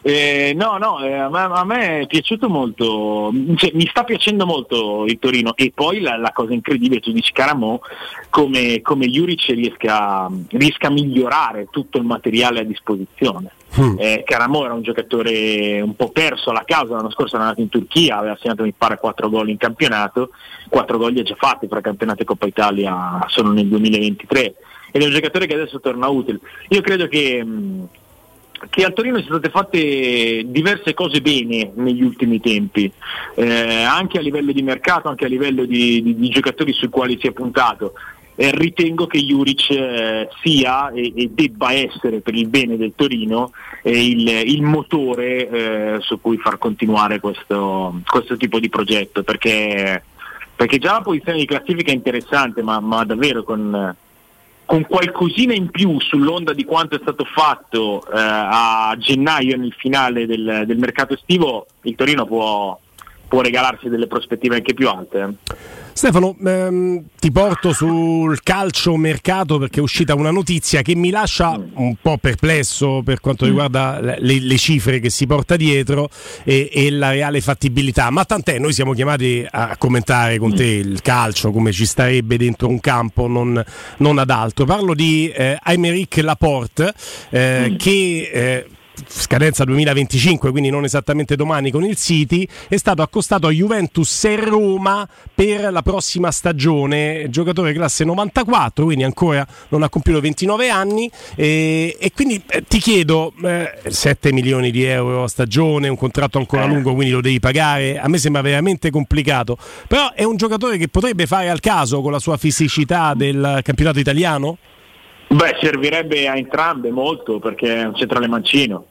A me è piaciuto molto, mi sta piacendo molto il Torino, e poi la cosa incredibile, tu dici Caramò, come Juric riesca a migliorare tutto il materiale a disposizione. Caramò era un giocatore un po' perso alla causa, l'anno scorso era andato in Turchia, aveva segnato mi pare 4 gol in campionato, 4 gol li ha già fatti fra campionato e Coppa Italia solo nel 2023, ed è un giocatore che adesso torna utile. Io credo che a Torino sono state fatte diverse cose bene negli ultimi tempi, anche a livello di mercato, anche a livello di giocatori sui quali si è puntato. Ritengo che Juric sia e debba essere, per il bene del Torino, il motore su cui far continuare questo tipo di progetto, perché già la posizione di classifica è interessante, ma davvero con qualcosina in più sull'onda di quanto è stato fatto a gennaio nel finale del mercato estivo, il Torino può regalarsi delle prospettive anche più alte. Stefano, ti porto sul calcio mercato, perché è uscita una notizia che mi lascia un po' perplesso per quanto riguarda le cifre che si porta dietro e la reale fattibilità, ma tant'è, noi siamo chiamati a commentare con te il calcio come ci starebbe dentro un campo, non ad altro. Parlo di Aymeric Laporte, che scadenza 2025, quindi non esattamente domani con il City, è stato accostato a Juventus e Roma per la prossima stagione, giocatore classe 94, quindi ancora non ha compiuto 29 anni, e quindi ti chiedo, 7 milioni di euro a stagione, un contratto ancora lungo, quindi lo devi pagare, a me sembra veramente complicato, però è un giocatore che potrebbe fare al caso con la sua fisicità del campionato italiano? Beh, servirebbe a entrambe molto, perché è un centrale mancino,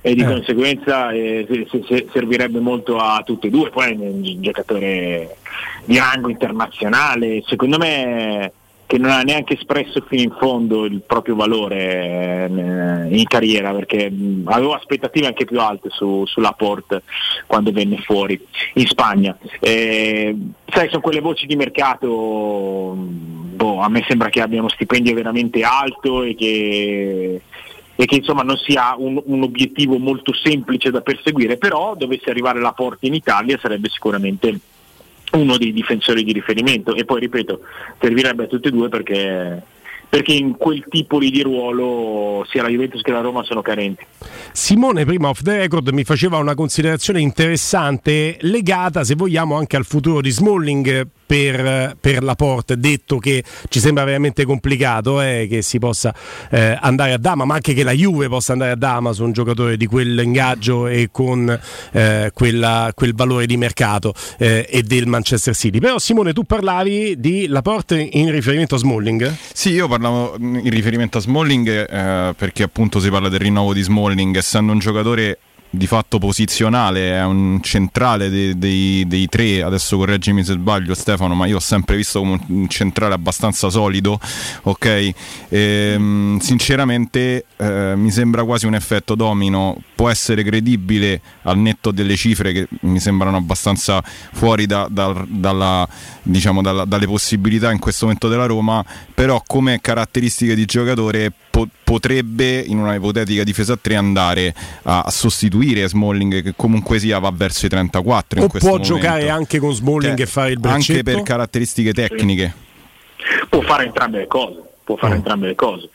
e di conseguenza servirebbe molto a tutti e due. Poi è un giocatore di rango internazionale, secondo me, che non ha neanche espresso fino in fondo il proprio valore in carriera, perché avevo aspettative anche più alte su Laporte quando venne fuori in Spagna. Sai, sono quelle voci di mercato, a me sembra che abbia uno stipendio veramente alto e che insomma non sia un obiettivo molto semplice da perseguire, però dovesse arrivare Laporte in Italia sarebbe sicuramente uno dei difensori di riferimento, e poi ripeto, servirebbe a tutti e due perché in quel tipo di ruolo sia la Juventus che la Roma sono carenti. Simone prima off the record mi faceva una considerazione interessante legata, se vogliamo, anche al futuro di Smalling per Laporte, detto che ci sembra veramente complicato che si possa andare a Dama, ma anche che la Juve possa andare a Dama su un giocatore di quell'ingaggio e con quel valore di mercato e del Manchester City. Però Simone, tu parlavi di Laporte in riferimento a Smalling? Sì, io parlavo in riferimento a Smalling perché appunto si parla del rinnovo di Smalling, essendo un giocatore di fatto posizionale, è un centrale dei tre, adesso correggimi se sbaglio Stefano, ma io ho sempre visto come un centrale abbastanza solido, ok? Sinceramente mi sembra quasi un effetto domino, può essere credibile al netto delle cifre che mi sembrano abbastanza fuori dalle possibilità in questo momento della Roma, però come caratteristiche di giocatore potrebbe in una ipotetica difesa a 3 andare a sostituire Smalling, che comunque sia va verso i 34 in questo momento. O può giocare anche con Smalling e fare il braccetto? Anche per caratteristiche tecniche. Può fare entrambe le cose.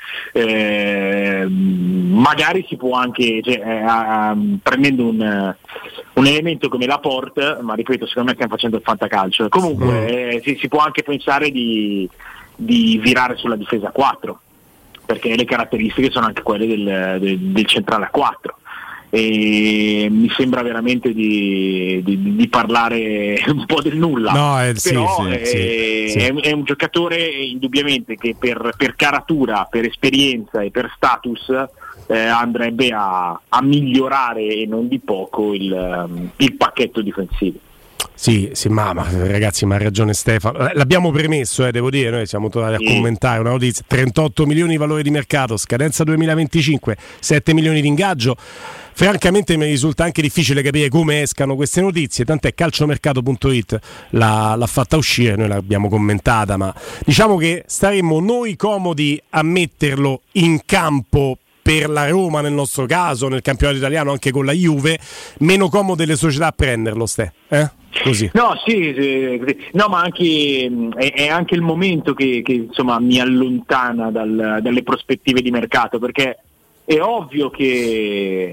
Magari si può anche, prendendo un elemento come Laporte, ma ripeto, secondo me stiamo facendo il fantacalcio, comunque si può anche pensare di virare sulla difesa 4, perché le caratteristiche sono anche quelle del centrale a 4, e mi sembra veramente di parlare un po' del nulla. Però è un giocatore indubbiamente che per caratura, per esperienza e per status andrebbe a migliorare, e non di poco, il pacchetto difensivo. Sì, ma ragazzi, ma ha ragione Stefano. L'abbiamo premesso, devo dire, noi siamo tornati a commentare una notizia: 38 milioni di valore di mercato, scadenza 2025, 7 milioni di ingaggio. Francamente mi risulta anche difficile capire come escano queste notizie, tant'è calciomercato.it l'ha fatta uscire, noi l'abbiamo commentata, ma diciamo che staremmo noi comodi a metterlo in campo per la Roma nel nostro caso, nel campionato italiano anche con la Juve, meno comode le società a prenderlo, così. No, no, ma anche è anche il momento che insomma mi allontana dalle prospettive di mercato, perché è ovvio che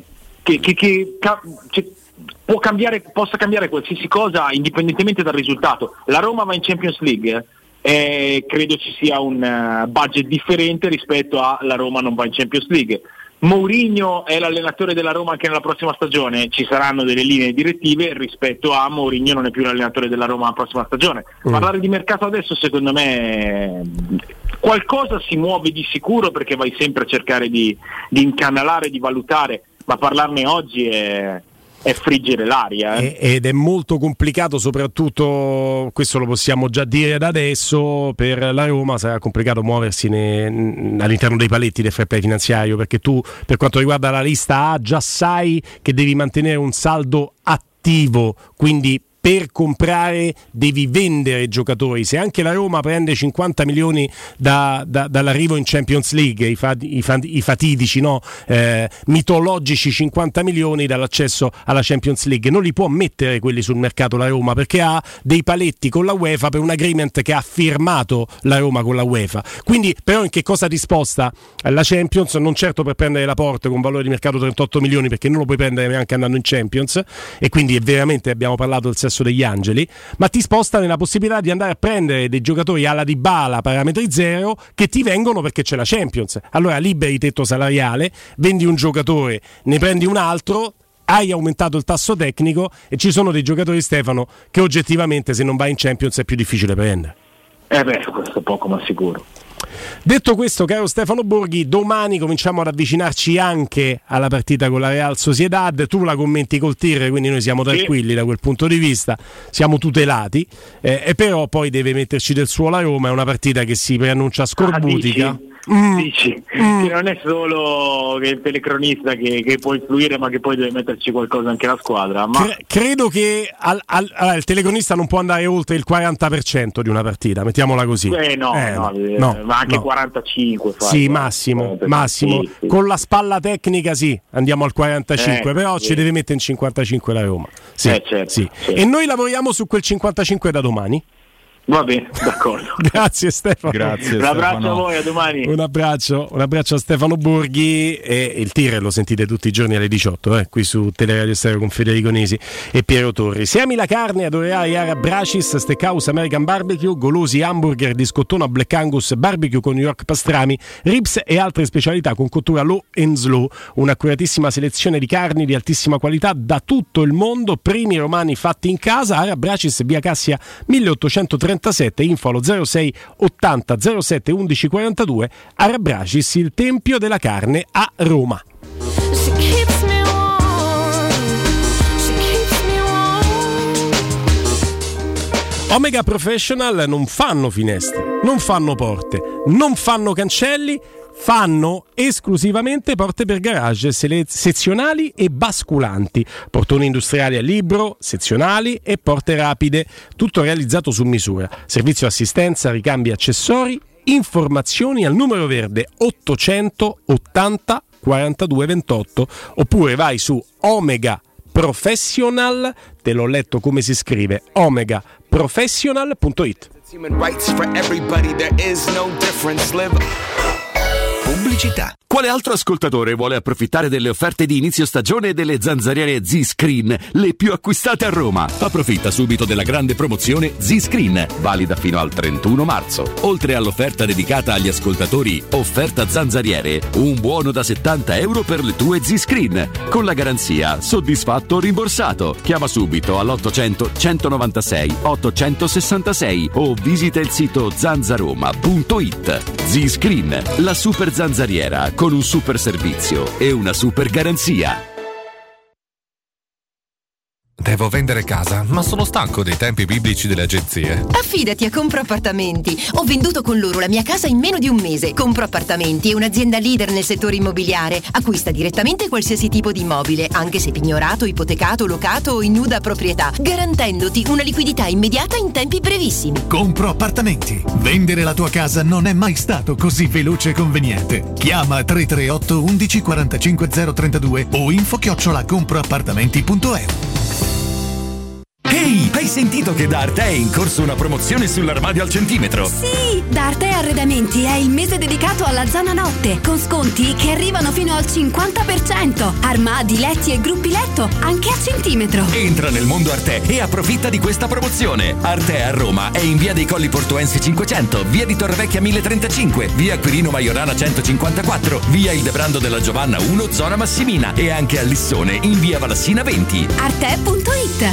possa cambiare qualsiasi cosa indipendentemente dal risultato. La Roma va in Champions League, credo ci sia un budget differente rispetto a la Roma non va in Champions League. Mourinho è l'allenatore della Roma anche nella prossima stagione, ci saranno delle linee direttive rispetto a Mourinho non è più l'allenatore della Roma la prossima stagione. Parlare di mercato adesso, secondo me qualcosa si muove di sicuro, perché vai sempre a cercare di incanalare, di valutare, ma parlarne oggi è friggere l'aria. Ed è molto complicato, soprattutto, questo lo possiamo già dire da adesso, per la Roma sarà complicato muoversi all'interno dei paletti del fair play finanziario, perché tu, per quanto riguarda la lista A, già sai che devi mantenere un saldo attivo, quindi per comprare devi vendere giocatori. Se anche la Roma prende 50 milioni dall'arrivo in Champions League, i fatidici, mitologici 50 milioni dall'accesso alla Champions League, non li può mettere quelli sul mercato la Roma, perché ha dei paletti con la UEFA per un agreement che ha firmato la Roma con la UEFA. Quindi però in che cosa ti sposta la Champions? Non certo per prendere Laporte con valore di mercato 38 milioni, perché non lo puoi prendere neanche andando in Champions, e quindi è veramente, abbiamo parlato del sesso degli angeli, ma ti sposta nella possibilità di andare a prendere dei giocatori alla Dybala parametri zero che ti vengono perché c'è la Champions. Allora liberi tetto salariale, vendi un giocatore, ne prendi un altro, hai aumentato il tasso tecnico, e ci sono dei giocatori, Stefano, che oggettivamente se non vai in Champions è più difficile prendere. Questo poco ma sicuro. Detto questo, caro Stefano Borghi, domani cominciamo ad avvicinarci anche alla partita con la Real Sociedad. Tu la commenti col tir, quindi noi siamo tranquilli da quel punto di vista, siamo tutelati, e però poi deve metterci del suo la Roma. È una partita che si preannuncia scorbutica. Dici che non è solo che il telecronista che può influire, ma che poi deve metterci qualcosa anche la squadra. Ma credo che il telecronista non può andare oltre il 40% di una partita, mettiamola così. No, ma anche 45. Sì, massimo. Sì. Con la spalla tecnica sì, andiamo al 45, però ci deve mettere in 55 la Roma. Sì, certo. E noi lavoriamo su quel 55 da domani. Va bene, d'accordo. Grazie Stefano. Grazie. Un abbraccio a voi, a domani. Un abbraccio a Stefano Borghi, e il tir lo sentite tutti i giorni alle 18 qui su Teleradio Stereo con Federico Nisi e Piero Torri. Se ami la carne adorerai Arab Bracis, Steakhouse American Barbecue, golosi hamburger di scottona Black Angus, barbecue con New York pastrami, ribs e altre specialità con cottura low and slow. Un'accuratissima selezione di carni di altissima qualità da tutto il mondo, primi romani fatti in casa. Arab Bracis, via Cassia 1830, info allo 06 80 07 11 42. Arab Bracis, il tempio della carne a Roma. Omega Professional non fanno finestre, non fanno porte, non fanno cancelli, fanno esclusivamente porte per garage sezionali e basculanti, portoni industriali a libro, sezionali e porte rapide, tutto realizzato su misura. Servizio assistenza, ricambi, accessori, informazioni al numero verde 880 42 28, oppure vai su Omega Professional, te l'ho letto come si scrive, omegaprofessional.it. Pubblicità. Quale altro ascoltatore vuole approfittare delle offerte di inizio stagione delle zanzariere Z-Screen, le più acquistate a Roma? Approfitta subito della grande promozione Z-Screen, valida fino al 31 marzo. Oltre all'offerta dedicata agli ascoltatori offerta zanzariere, un buono da €70 per le tue Z-Screen, con la garanzia soddisfatto o rimborsato. Chiama subito all'800 196 866 o visita il sito zanzaroma.it. Z-Screen, la super zanzariera con un super servizio e una super garanzia. Devo vendere casa, ma sono stanco dei tempi biblici delle agenzie. Affidati a Compro Appartamenti. Ho venduto con loro la mia casa in meno di un mese. Compro Appartamenti è un'azienda leader nel settore immobiliare. Acquista direttamente qualsiasi tipo di immobile, anche se pignorato, ipotecato, locato o in nuda proprietà, garantendoti una liquidità immediata in tempi brevissimi. Compro Appartamenti. Vendere la tua casa non è mai stato così veloce e conveniente. Chiama 338 11 45 032 o info@comproappartamenti.eu. Ehi, hai sentito che da Arte è in corso una promozione sull'armadio al centimetro? Sì, da Arte Arredamenti è il mese dedicato alla zona notte, con sconti che arrivano fino al 50%. Armadi, letti e gruppi letto, anche a centimetro. Entra nel mondo Arte e approfitta di questa promozione. Arte a Roma è in via dei Colli Portuensi 500, via di Torrevecchia 1035, via Quirino Maiorana 154, via Il Debrando della Giovanna 1, zona Massimina, e anche a Lissone in via Valassina 20. Arte.it.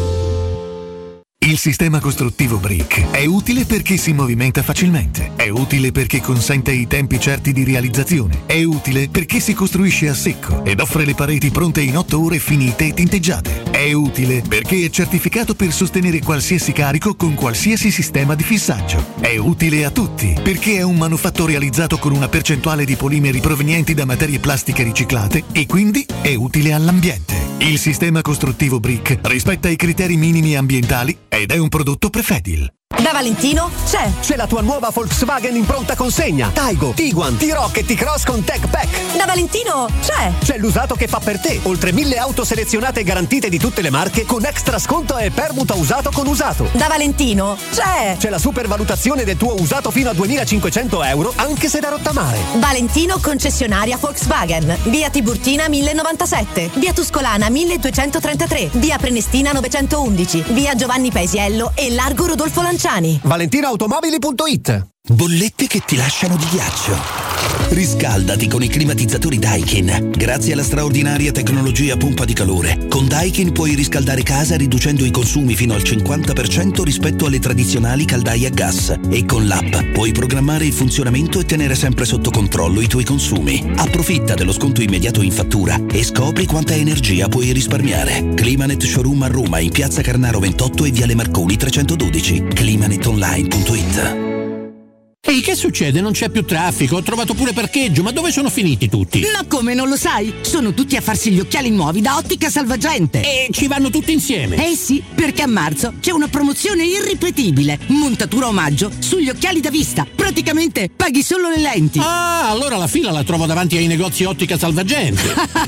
Il sistema costruttivo Brick è utile perché si movimenta facilmente, è utile perché consente i tempi certi di realizzazione, è utile perché si costruisce a secco ed offre le pareti pronte in 8 ore finite e tinteggiate, è utile perché è certificato per sostenere qualsiasi carico con qualsiasi sistema di fissaggio, è utile a tutti perché è un manufatto realizzato con una percentuale di polimeri provenienti da materie plastiche riciclate e quindi è utile all'ambiente. Il sistema costruttivo Brick rispetta i criteri minimi ambientali ed è un prodotto Prefedil. Da Valentino c'è la tua nuova Volkswagen in pronta consegna. Taigo, Tiguan, T-Roc e T-Cross con Tech Pack. Da Valentino c'è l'usato che fa per te. Oltre 1000 auto selezionate e garantite di tutte le marche con extra sconto e permuta usato con usato. Da Valentino c'è la supervalutazione del tuo usato fino a €2.500 anche se da rottamare. Valentino concessionaria Volkswagen. Via Tiburtina 1097, via Tuscolana 1233, via Prenestina 911, via Giovanni Paesiello e largo Rodolfo Lanciani. ValentinoAutomobili.it. Bollette che ti lasciano di ghiaccio. Riscaldati con i climatizzatori Daikin. Grazie alla straordinaria tecnologia pompa di calore, con Daikin puoi riscaldare casa riducendo i consumi fino al 50% rispetto alle tradizionali caldaie a gas. E con l'app puoi programmare il funzionamento e tenere sempre sotto controllo i tuoi consumi. Approfitta dello sconto immediato in fattura e scopri quanta energia puoi risparmiare. Climanet Showroom a Roma, in piazza Carnaro 28 e viale Marconi 312. climanetonline.it. Ehi, che succede? Non c'è più traffico, ho trovato pure parcheggio, ma dove sono finiti tutti? Ma come, non lo sai? Sono tutti a farsi gli occhiali nuovi da Ottica Salvagente. E ci vanno tutti insieme? Eh sì, perché a marzo c'è una promozione irripetibile. Montatura omaggio sugli occhiali da vista. Praticamente paghi solo le lenti. Ah, allora la fila la trovo davanti ai negozi Ottica Salvagente.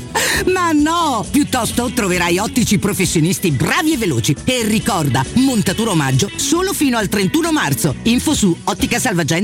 Ma no, piuttosto troverai ottici professionisti bravi e veloci. E ricorda, montatura omaggio solo fino al 31 marzo. Info su otticasalvagente.it.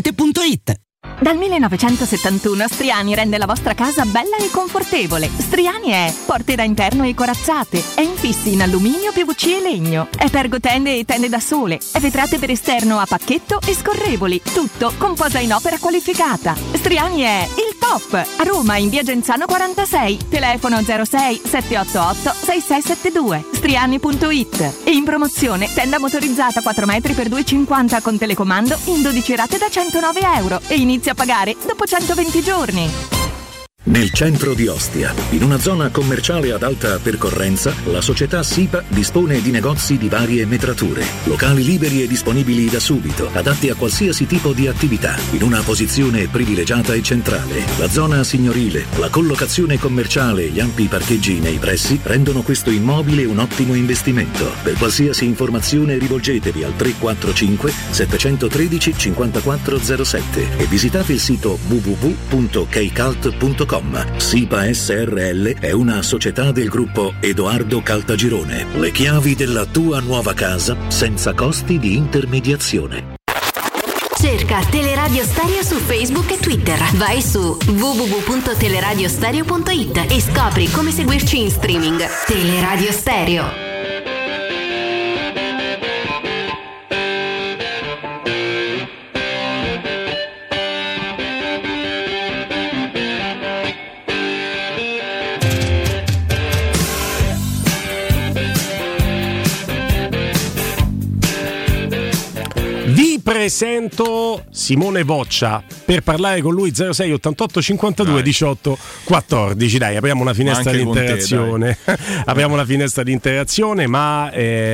Dal 1971 Striani rende la vostra casa bella e confortevole. Striani è porte da interno e corazzate, è infissi in alluminio, PVC e legno, è pergotende e tende da sole, è vetrate per esterno a pacchetto e scorrevoli, tutto con posa in opera qualificata. Striani è il top! A Roma in via Genzano 46, telefono 06 788 6672, striani.it. E in promozione tenda motorizzata 4 metri per 2,50 con telecomando in 12 rate da €109 e inizia a pagare dopo 120 giorni. Nel centro di Ostia, in una zona commerciale ad alta percorrenza, la società SIPA dispone di negozi di varie metrature, locali liberi e disponibili da subito, adatti a qualsiasi tipo di attività, in una posizione privilegiata e centrale. La zona signorile, la collocazione commerciale e gli ampi parcheggi nei pressi rendono questo immobile un ottimo investimento. Per qualsiasi informazione rivolgetevi al 345 713 5407 e visitate il sito www.keicalt.com. SIPA SRL è una società del gruppo Edoardo Caltagirone. Le chiavi della tua nuova casa senza costi di intermediazione. Cerca Teleradio Stereo su Facebook e Twitter. Vai su www.teleradiostereo.it e scopri come seguirci in streaming. Teleradio Stereo. Presento Simone Voccia per parlare con lui. 06 88 52 18 14. Dai, apriamo una finestra di interazione. Apriamo una finestra di interazione, ma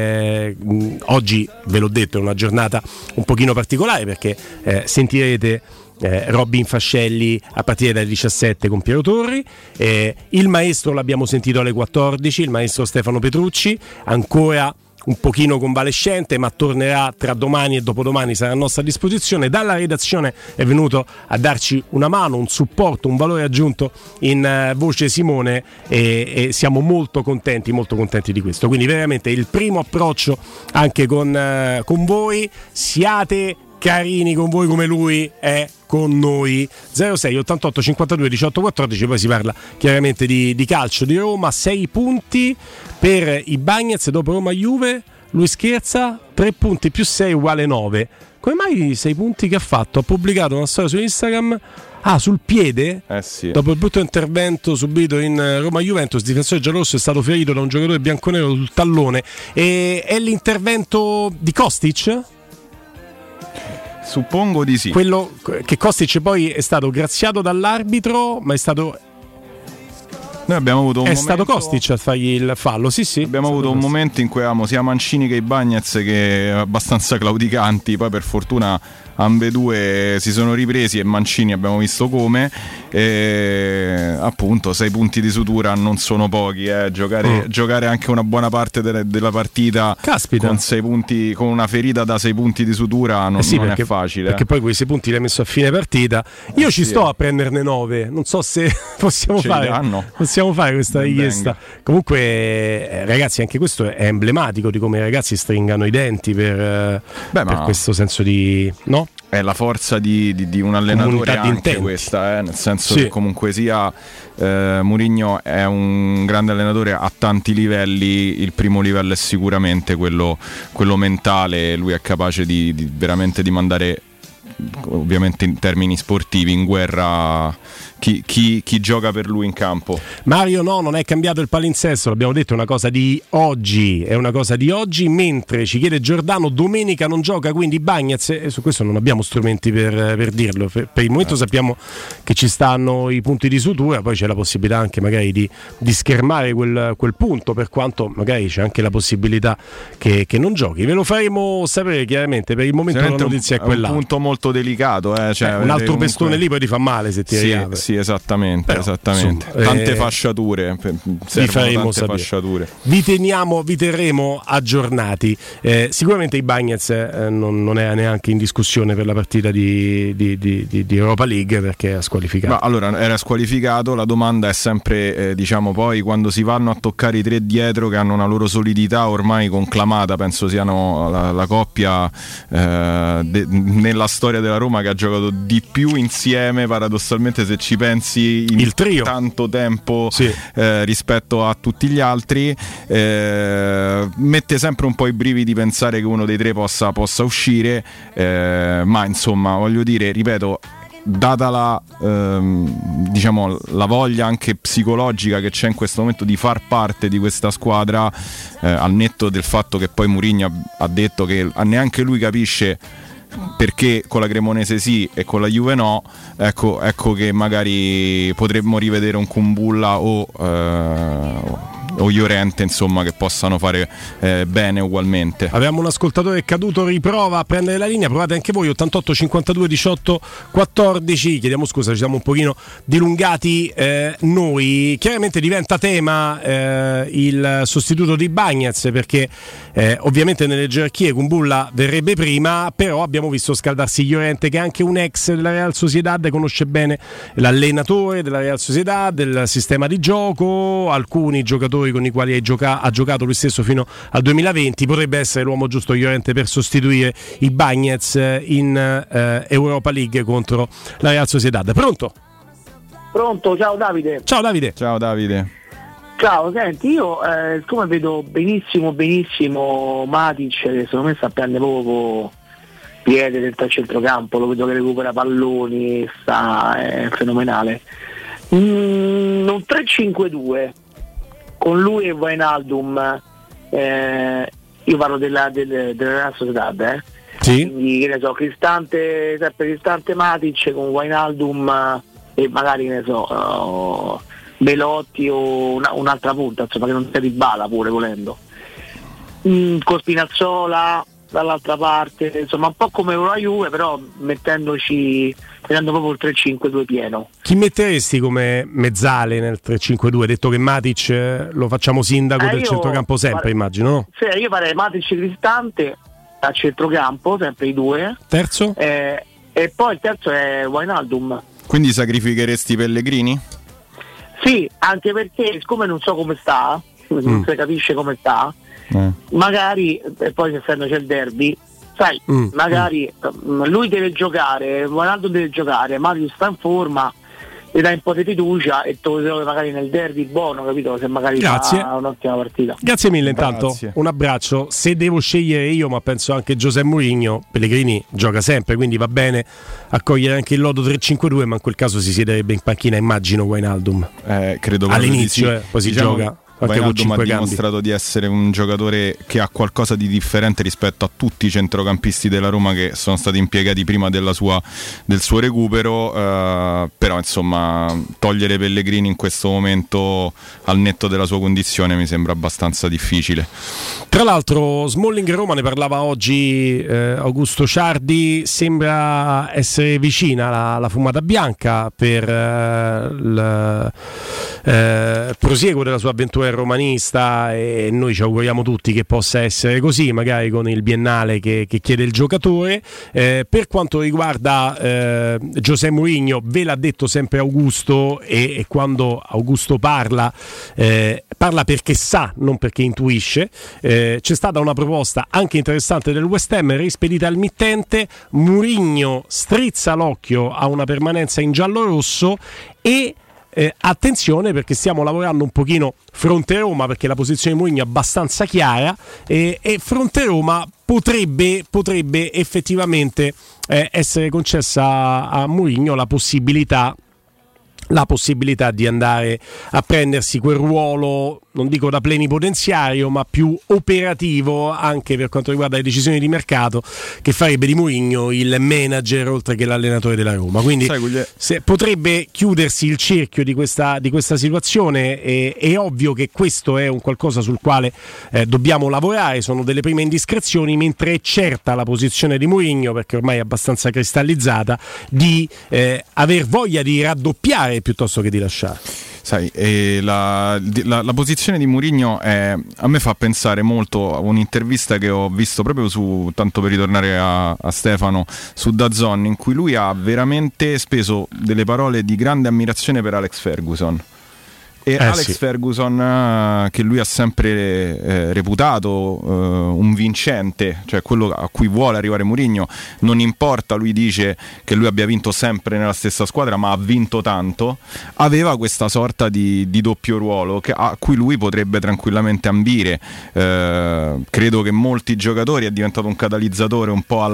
oggi ve l'ho detto, è una giornata un pochino particolare perché sentirete Robin Fascelli a partire dalle 17 con Piero Torri, il maestro l'abbiamo sentito alle 14, il maestro Stefano Petrucci, ancora un pochino convalescente, ma tornerà tra domani e dopodomani, sarà a nostra disposizione. Dalla redazione è venuto a darci una mano, un supporto, un valore aggiunto in voce Simone, e siamo molto contenti di questo. Quindi veramente il primo approccio anche con voi, siate carini con voi come lui è con noi. 06 88 52 18 14. Poi si parla chiaramente di calcio di Roma. 6 punti per i Bagnets dopo Roma-Juve. Lui scherza, 3 punti più 6 uguale 9. Come mai 6 punti che ha fatto? Ha pubblicato una storia su Instagram. Sul piede? Sì. Dopo il brutto intervento subito in Roma-Juventus, il difensore giallorosso è stato ferito da un giocatore bianconero sul tallone. E è l'intervento di Kostic? Suppongo di sì. Quello che Kostic poi è stato graziato dall'arbitro, ma è stato... Noi abbiamo avuto un momento... stato Kostic a fargli il fallo, sì. Abbiamo avuto un momento in cui avevamo sia Mancini che i Bagnets che abbastanza claudicanti, poi per fortuna ambedue si sono ripresi e Mancini abbiamo visto come, appunto 6 punti di sutura non sono pochi, giocare anche una buona parte della partita. Caspita. Con 6 punti, con una ferita da 6 punti di sutura non è facile, perché poi quei 6 punti li hai messo a fine partita. Io ci sto a prenderne 9, non so se possiamo fare questa richiesta. Comunque ragazzi, anche questo è emblematico di come i ragazzi stringano i denti per questo senso di, no? È la forza di un allenatore anche questa, nel senso che comunque sia Mourinho è un grande allenatore a tanti livelli. Il primo livello è sicuramente quello mentale. Lui è capace di veramente di mandare ovviamente in termini sportivi, in guerra chi gioca per lui in campo. Mario, no, non è cambiato il palinsesto, l'abbiamo detto, è una cosa di oggi, mentre ci chiede Giordano, domenica non gioca quindi Bagnez, e su questo non abbiamo strumenti per dirlo, per il momento sappiamo che ci stanno i punti di sutura, poi c'è la possibilità anche magari di schermare quel punto, per quanto magari c'è anche la possibilità che non giochi, ve lo faremo sapere chiaramente, per il momento la notizia è quella. È un punto molto delicato, cioè, un altro pestone lì poi ti fa male se ti riapre. Sì, esattamente. Tante fasciature, vi faremo tante fasciature. Vi terremo aggiornati. Sicuramente i Bagnez non è neanche in discussione per la partita di Europa League, perché è squalificato. Ma allora era squalificato, la domanda è sempre poi quando si vanno a toccare i tre dietro che hanno una loro solidità ormai conclamata, penso siano la coppia nella storia della Roma che ha giocato di più insieme, paradossalmente, se ci pensi, in il trio, tanto tempo, sì, rispetto a tutti gli altri. Mette sempre un po' i brividi pensare che uno dei tre possa uscire, ma insomma, voglio dire, ripeto, data la voglia anche psicologica che c'è in questo momento di far parte di questa squadra, al netto del fatto che poi Mourinho ha detto che neanche lui capisce perché con la Cremonese sì e con la Juve no, ecco che magari potremmo rivedere un Kumbulla o Llorente, insomma, che possano fare bene ugualmente. Abbiamo un ascoltatore caduto, riprova a prendere la linea, provate anche voi, 88 52 18 14. Chiediamo scusa, ci siamo un pochino dilungati noi. Chiaramente diventa tema il sostituto di Bagnez, perché ovviamente nelle gerarchie Kumbulla verrebbe prima, però abbiamo visto scaldarsi Llorente, che è anche un ex della Real Sociedad, conosce bene l'allenatore della Real Sociedad, del sistema di gioco, alcuni giocatori con i quali ha giocato lui stesso fino al 2020. Potrebbe essere l'uomo giusto Llorente per sostituire i Bagnez in Europa League contro la Real Sociedad. Pronto? Ciao Davide. Ciao Davide. Ciao, senti, io come vedo benissimo Matic, che secondo me sta a prendere poco piede dentro al centrocampo, lo vedo che recupera palloni, è fenomenale. Un 3-5-2 con lui e Wijnaldum, io parlo della Real Sociedad, sì. Quindi, che ne so, Cristante Matic con Wijnaldum e magari, che ne so, Belotti o un'altra punta, insomma, che non sia Dybala pure volendo, con Spinazzola dall'altra parte, insomma un po' come la Juve, però mettendo proprio il 3-5-2 pieno. Chi metteresti come mezzale nel 3-5-2? Detto che Matic lo facciamo sindaco del centrocampo sempre, immagino, no? Sì, io farei Matic e Cristante a centrocampo, sempre i due. Terzo? E poi il terzo è Wijnaldum. Quindi sacrificheresti Pellegrini? Sì, anche perché siccome non so come sta, non si capisce come sta, magari, e poi essendo c'è il derby, sai, magari lui deve giocare, Wijnaldum deve giocare, Mario sta in forma, gli dai un po' di fiducia e te lo trovi magari nel derby buono, capito? Se magari fa un'ottima partita. Grazie mille intanto, un abbraccio. Se devo scegliere io, ma penso anche José Mourinho, Pellegrini gioca sempre, quindi va bene accogliere anche il lodo 3-5-2, ma in quel caso si siederebbe in panchina, immagino, Wijnaldum. Credo all'inizio, di sì. Poi si gioca. Wijnaldum ha dimostrato di essere un giocatore che ha qualcosa di differente rispetto a tutti i centrocampisti della Roma che sono stati impiegati prima del suo recupero, però insomma togliere Pellegrini in questo momento al netto della sua condizione mi sembra abbastanza difficile. Tra l'altro Smalling Roma, ne parlava oggi Augusto Ciardi, sembra essere vicina la fumata bianca per il prosieguo della sua avventura romanista, e noi ci auguriamo tutti che possa essere così, magari con il biennale che chiede il giocatore. Per quanto riguarda José Mourinho, ve l'ha detto sempre Augusto, e quando Augusto parla perché sa, non perché intuisce. C'è stata una proposta anche interessante del West Ham, rispedita al mittente. Mourinho strizza l'occhio a una permanenza in giallo-rosso e attenzione, perché stiamo lavorando un pochino fronte Roma, perché la posizione di Mourinho è abbastanza chiara, e fronte Roma potrebbe effettivamente essere concessa a Mourinho la possibilità di andare a prendersi quel ruolo, non dico da plenipotenziario, ma più operativo anche per quanto riguarda le decisioni di mercato, che farebbe di Mourinho il manager oltre che l'allenatore della Roma. Quindi potrebbe chiudersi il cerchio di questa situazione. È ovvio che questo è un qualcosa sul quale dobbiamo lavorare, sono delle prime indiscrezioni, mentre è certa la posizione di Mourinho, perché ormai è abbastanza cristallizzata, di aver voglia di raddoppiare piuttosto che di lasciare. Sai, la posizione di Mourinho a me fa pensare molto a un'intervista che ho visto proprio tanto per ritornare a Stefano, su DAZN, in cui lui ha veramente speso delle parole di grande ammirazione per Alex Ferguson. E Alex Ferguson, che lui ha sempre reputato un vincente, cioè quello a cui vuole arrivare Mourinho, non importa, lui dice che lui abbia vinto sempre nella stessa squadra, ma ha vinto tanto, aveva questa sorta di doppio ruolo a cui lui potrebbe tranquillamente ambire. Credo che molti giocatori, è diventato un catalizzatore un po'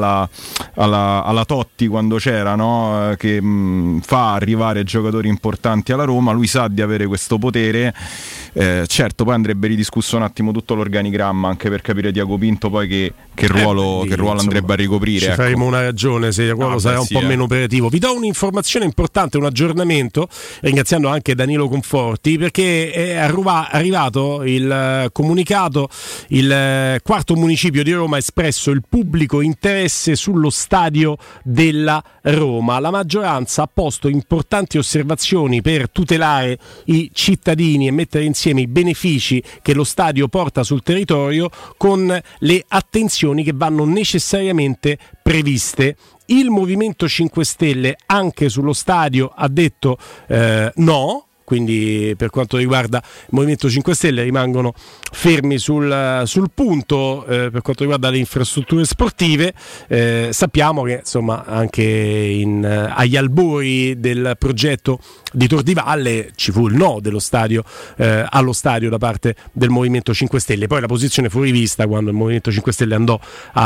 alla Totti quando c'era, no? Che fa arrivare giocatori importanti alla Roma. Lui sa di avere questo potere. Certo, poi andrebbe ridiscusso un attimo tutto l'organigramma, anche per capire Tiago Pinto poi che ruolo andrebbe a ricoprire. Ci faremo una ragione se Tiago sarà un po' meno operativo. Vi do un'informazione importante, un aggiornamento, ringraziando anche Danilo Conforti, perché è arrivato il comunicato: il quarto municipio di Roma ha espresso il pubblico interesse sullo stadio della Roma. La maggioranza ha posto importanti osservazioni per tutelare i cittadini e mettere insieme i benefici che lo stadio porta sul territorio con le attenzioni che vanno necessariamente previste. Il Movimento 5 Stelle anche sullo stadio ha detto no. Quindi per quanto riguarda il Movimento 5 Stelle rimangono fermi sul punto. Per quanto riguarda le infrastrutture sportive, sappiamo che insomma anche agli albori del progetto di Tor di Valle ci fu il no dello stadio allo stadio da parte del Movimento 5 Stelle. Poi la posizione fu rivista quando il Movimento 5 Stelle andò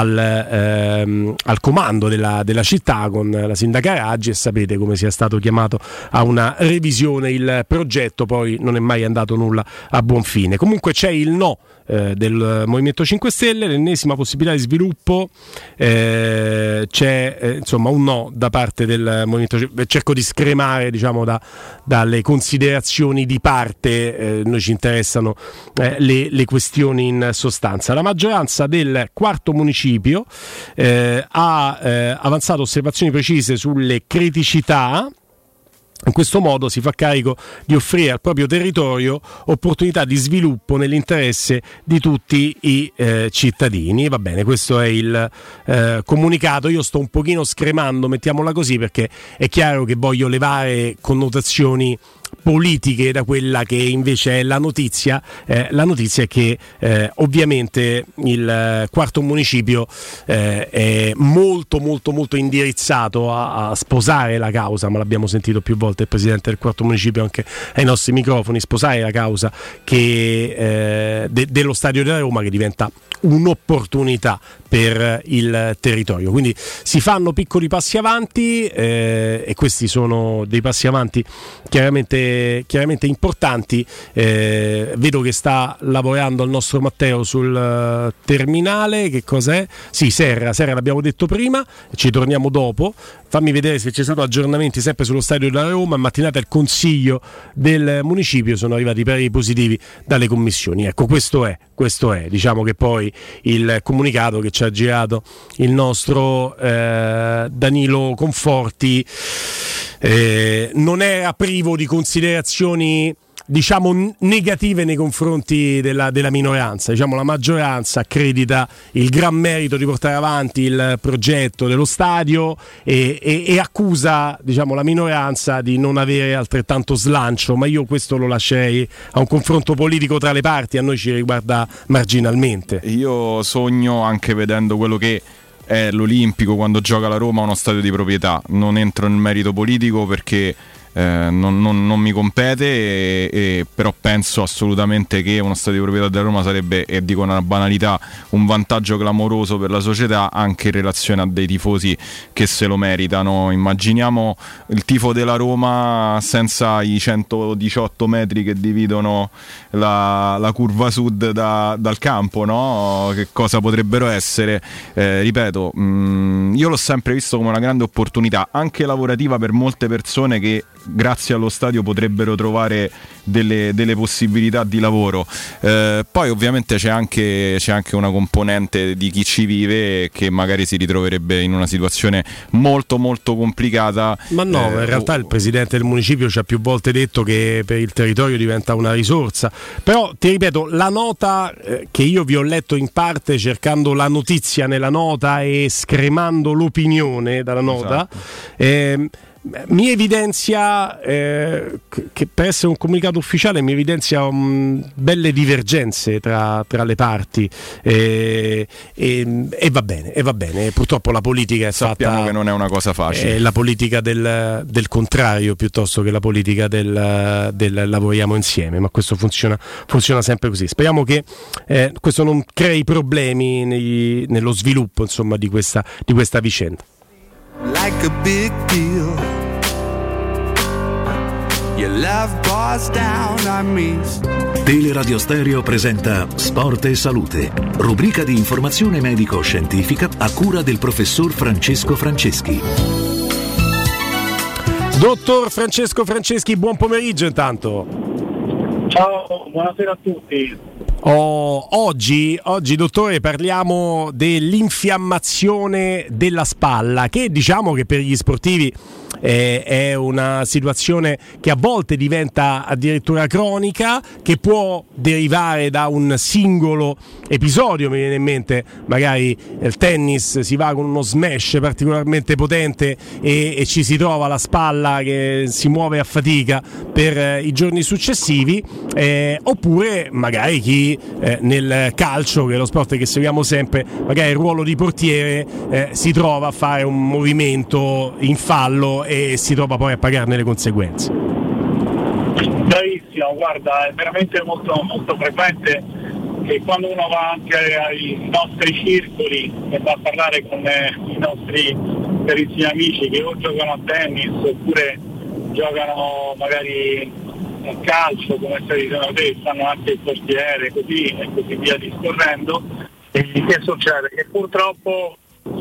al comando della città con la sindaca Raggi, e sapete come sia stato chiamato a una revisione il progetto, poi non è mai andato nulla a buon fine. Comunque c'è il no del Movimento 5 Stelle, l'ennesima possibilità di sviluppo, c'è insomma un no da parte del Movimento 5. Cerco di scremare, diciamo, dalle considerazioni di parte, noi ci interessano le questioni in sostanza. La maggioranza del quarto municipio ha avanzato osservazioni precise sulle criticità. In questo modo si fa carico di offrire al proprio territorio opportunità di sviluppo nell'interesse di tutti i cittadini. Va bene, questo è il comunicato. Io sto un pochino scremando, mettiamola così, perché è chiaro che voglio levare connotazioni politiche da quella che invece è la notizia. La notizia è che ovviamente il quarto municipio è molto molto molto indirizzato a sposare la causa, ma l'abbiamo sentito più volte il presidente del quarto municipio anche ai nostri microfoni, sposare la causa che dello stadio della Roma, che diventa un'opportunità per il territorio. Quindi si fanno piccoli passi avanti, e questi sono dei passi avanti chiaramente importanti. Vedo che sta lavorando il nostro Matteo sul terminale. Che cos'è? Sì, Serra l'abbiamo detto prima, ci torniamo dopo. Fammi vedere se ci sono aggiornamenti sempre sullo stadio della Roma. In mattinata il consiglio del municipio, sono arrivati pareri positivi dalle commissioni. Ecco, questo è. Diciamo che poi il comunicato che ci ha girato il nostro Danilo Conforti non era privo di considerazioni, diciamo, negative nei confronti della minoranza. Diciamo, la maggioranza accredita il gran merito di portare avanti il progetto dello stadio e accusa, diciamo, la minoranza di non avere altrettanto slancio, ma io questo lo lascerei a un confronto politico tra le parti, a noi ci riguarda marginalmente. Io sogno, anche vedendo quello che è l'Olimpico quando gioca la Roma, uno stadio di proprietà. Non entro nel merito politico perché non mi compete, però penso assolutamente che uno stadio di proprietà della Roma sarebbe, e dico una banalità, un vantaggio clamoroso per la società, anche in relazione a dei tifosi che se lo meritano. Immaginiamo il tifo della Roma senza i 118 metri che dividono la curva sud dal campo, no? Che cosa potrebbero essere? Ripeto, io l'ho sempre visto come una grande opportunità anche lavorativa per molte persone che grazie allo stadio potrebbero trovare delle possibilità di lavoro. Poi ovviamente c'è anche una componente di chi ci vive che magari si ritroverebbe in una situazione molto molto complicata. Ma no, in realtà il presidente del municipio ci ha più volte detto che per il territorio diventa una risorsa, però ti ripeto, la nota che io vi ho letto in parte cercando la notizia nella nota e scremando l'opinione dalla nota, mi evidenzia che per essere un comunicato ufficiale mi evidenzia belle divergenze tra le parti, e va bene. Purtroppo la politica è sappiamo che non è una cosa facile, è la politica del contrario piuttosto che la politica del lavoriamo insieme, ma questo funziona sempre così. Speriamo che questo non crei problemi nello sviluppo, insomma, di questa vicenda. Like a big deal, your love pours down on me. Teleradio Stereo presenta Sport e Salute, rubrica di informazione medico-scientifica a cura del professor Francesco Franceschi. Dottor Francesco Franceschi, buon pomeriggio intanto. Ciao, buonasera a tutti. Oggi, dottore, parliamo dell'infiammazione della spalla, che diciamo che per gli sportivi è una situazione che a volte diventa addirittura cronica, che può derivare da un singolo episodio. Mi viene in mente magari il tennis, si va con uno smash particolarmente potente e ci si trova la spalla che si muove a fatica per i giorni successivi, oppure magari chi nel calcio, che è lo sport che seguiamo sempre, magari il ruolo di portiere si trova a fare un movimento in fallo e si trova poi a pagarne le conseguenze. Bravissimo, guarda, è veramente molto, molto frequente che quando uno va anche ai nostri circoli e va a parlare con i nostri carissimi amici che o giocano a tennis oppure giocano magari a calcio, come stai dicendo te, fanno anche il portiere, così e così via discorrendo, e che succede? Che purtroppo,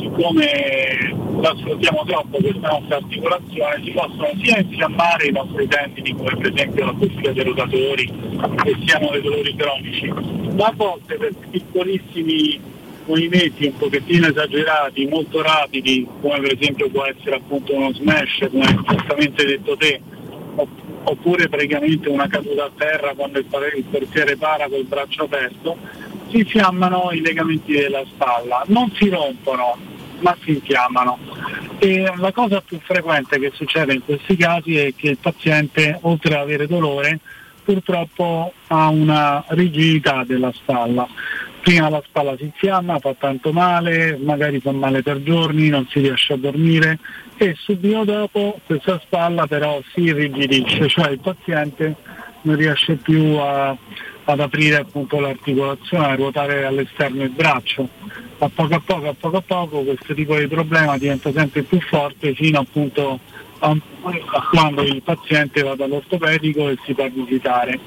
siccome la sfruttiamo troppo questa nostra articolazione, si possono sia infiammare i nostri tendini, come per esempio la cuffia dei rotatori, che siano dei dolori cronici, ma a volte per piccolissimi movimenti un pochettino esagerati, molto rapidi, come per esempio può essere appunto uno smash, come hai giustamente detto te, oppure praticamente una caduta a terra quando il portiere para col braccio aperto, si infiammano i legamenti della spalla, non si rompono ma si infiammano, e la cosa più frequente che succede in questi casi è che il paziente, oltre ad avere dolore, purtroppo ha una rigidità della spalla. Prima la spalla si infiamma, fa tanto male, magari fa male per giorni, non si riesce a dormire, e subito dopo questa spalla però si irrigidisce, cioè il paziente non riesce più ad aprire appunto l'articolazione, a ruotare all'esterno il braccio. A poco a poco questo tipo di problema diventa sempre più forte, fino appunto a quando il paziente va dall'ortopedico e si fa visitare.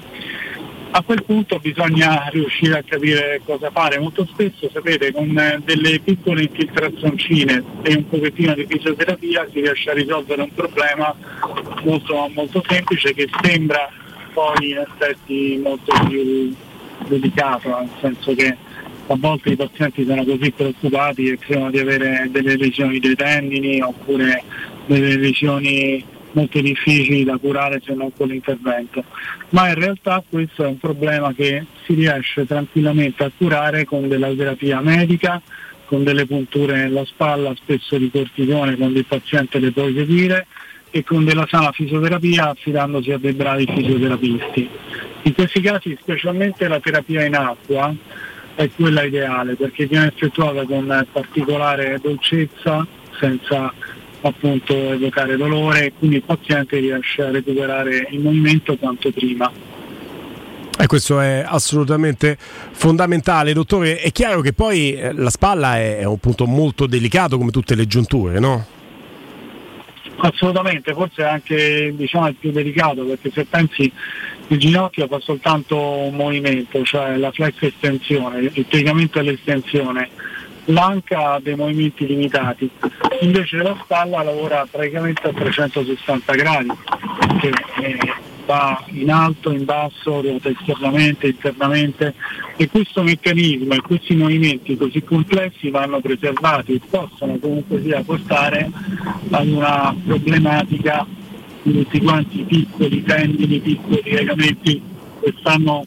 A quel punto bisogna riuscire a capire cosa fare. Molto spesso, sapete, con delle piccole infiltrazioncine e un pochettino di fisioterapia si riesce a risolvere un problema molto, molto semplice, che sembra poi in effetti molto più delicato, nel senso che a volte i pazienti sono così preoccupati che credono di avere delle lesioni dei tendini oppure delle lesioni molto difficili da curare se non con l'intervento, ma in realtà questo è un problema che si riesce tranquillamente a curare con della terapia medica, con delle punture nella spalla, spesso di cortisone, quando il paziente le può eseguire, e con della sana fisioterapia, affidandosi a dei bravi fisioterapisti. In questi casi specialmente la terapia in acqua è quella ideale, perché viene effettuata con particolare dolcezza, senza appunto evocare dolore, e quindi il paziente riesce a recuperare il movimento quanto prima. E questo è assolutamente fondamentale, dottore. È chiaro che poi la spalla è un punto molto delicato come tutte le giunture, no? Assolutamente, forse anche il più delicato, perché se pensi il ginocchio fa soltanto un movimento, cioè la flex estensione, il piegamento e l'estensione. L'anca ha dei movimenti limitati, invece la spalla lavora praticamente a 360 gradi, perché va in alto, in basso, ruota esternamente, internamente, e questo meccanismo e questi movimenti così complessi vanno preservati e possono comunque sia portare ad una problematica di tutti quanti piccoli tendini, piccoli legamenti che stanno.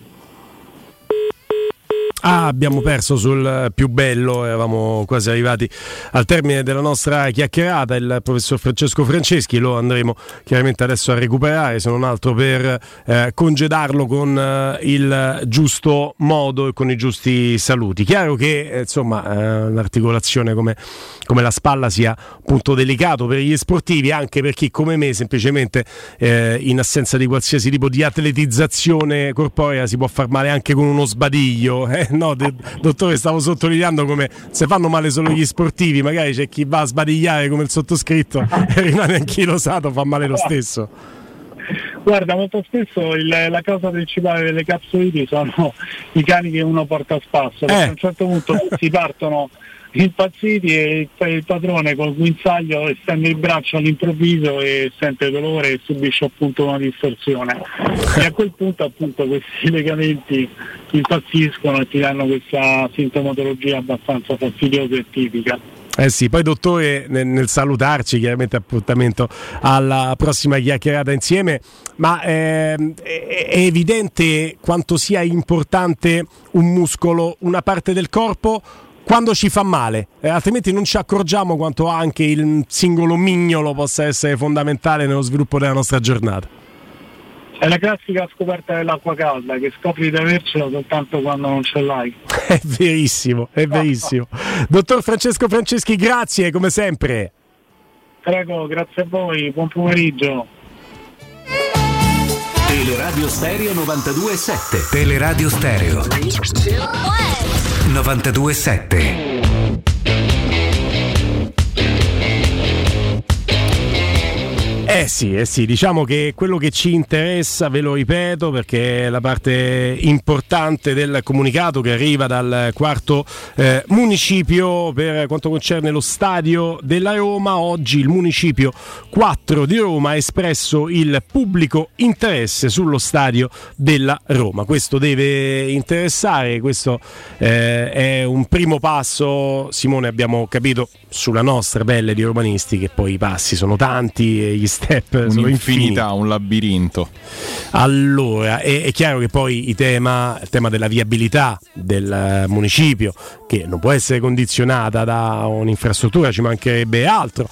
Abbiamo perso sul più bello, eravamo quasi arrivati al termine della nostra chiacchierata. Il professor Francesco Franceschi lo andremo chiaramente adesso a recuperare, se non altro per congedarlo con il giusto modo e con i giusti saluti. Chiaro che l'articolazione come la spalla sia un punto delicato per gli sportivi, anche per chi come me semplicemente in assenza di qualsiasi tipo di atletizzazione corporea si può far male anche con uno sbadiglio. No, dottore, stavo sottolineando come se fanno male solo gli sportivi, magari c'è chi va a sbadigliare come il sottoscritto e rimane anchilosato, fa male lo stesso. Guarda, molto spesso la causa principale delle capsuliti sono i cani che uno porta a spasso, perché a un certo punto si partono impazziti e il padrone col guinzaglio estende il braccio all'improvviso e sente dolore e subisce appunto una distorsione, e a quel punto appunto questi legamenti impazziscono e ti danno questa sintomatologia abbastanza fastidiosa e tipica. Sì, poi dottore, nel salutarci, chiaramente appuntamento alla prossima chiacchierata insieme, ma è evidente quanto sia importante un muscolo, una parte del corpo, quando ci fa male, altrimenti non ci accorgiamo quanto anche il singolo mignolo possa essere fondamentale nello sviluppo della nostra giornata. È la classica scoperta dell'acqua calda, che scopri di avercela soltanto quando non ce l'hai. È verissimo, è verissimo. Dottor Francesco Franceschi, grazie come sempre. Prego, grazie a voi, buon pomeriggio. Teleradio Stereo 92.7. Teleradio Stereo 92.7. Sì, diciamo che quello che ci interessa, ve lo ripeto perché è la parte importante del comunicato che arriva dal quarto municipio per quanto concerne lo stadio della Roma. Oggi il municipio 4 di Roma ha espresso il pubblico interesse sullo stadio della Roma. Questo deve interessare, questo è un primo passo, Simone, abbiamo capito sulla nostra pelle di romanisti che poi i passi sono tanti e gli step sono un'infinità, un labirinto. Allora, è chiaro che poi il tema della viabilità del municipio, che non può essere condizionata da un'infrastruttura, ci mancherebbe altro,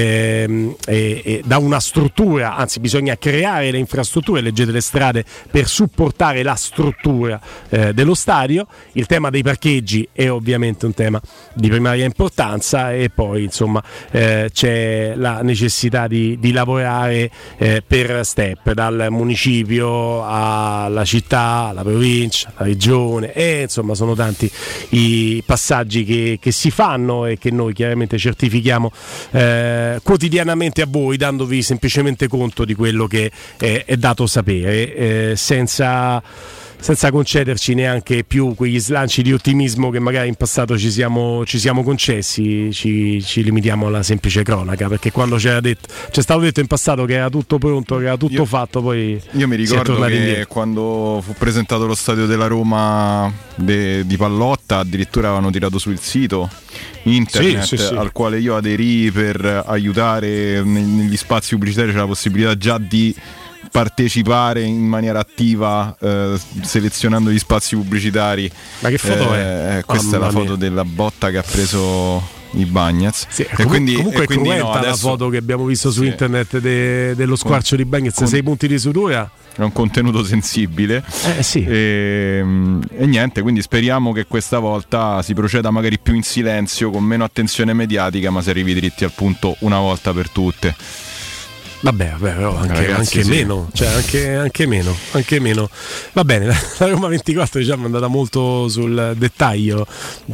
e da una struttura, anzi bisogna creare le infrastrutture, leggete le strade per supportare la struttura dello stadio. Il tema dei parcheggi è ovviamente un tema di primaria importanza, e poi insomma c'è la necessità di lavorare per step, dal municipio alla città, alla provincia, alla regione, e insomma sono tanti i passaggi che si fanno e che noi chiaramente certifichiamo quotidianamente a voi, dandovi semplicemente conto di quello che è dato sapere, senza concederci neanche più quegli slanci di ottimismo che magari in passato ci siamo concessi. Ci limitiamo alla semplice cronaca, perché quando c'è stato detto in passato che era tutto pronto, che era tutto fatto, poi io mi ricordo che indietro. Quando fu presentato lo stadio della Roma di Pallotta, addirittura avevano tirato sul sito internet sì. al quale io aderì per aiutare negli spazi pubblicitari. C'è la possibilità già di partecipare in maniera attiva selezionando gli spazi pubblicitari. Ma che foto è? Questa è la foto della botta che ha preso i Bagnets. Sì, comunque è cruenta la foto che abbiamo visto su internet dello squarcio di Bagnets, 6 punti di sutura. È un contenuto sensibile. Sì. E niente, quindi speriamo che questa volta si proceda magari più in silenzio, con meno attenzione mediatica, ma si arrivi dritti al punto una volta per tutte. Vabbè, però Ragazzi, anche meno, cioè anche meno. Va bene, la Roma 24 diciamo è andata molto sul dettaglio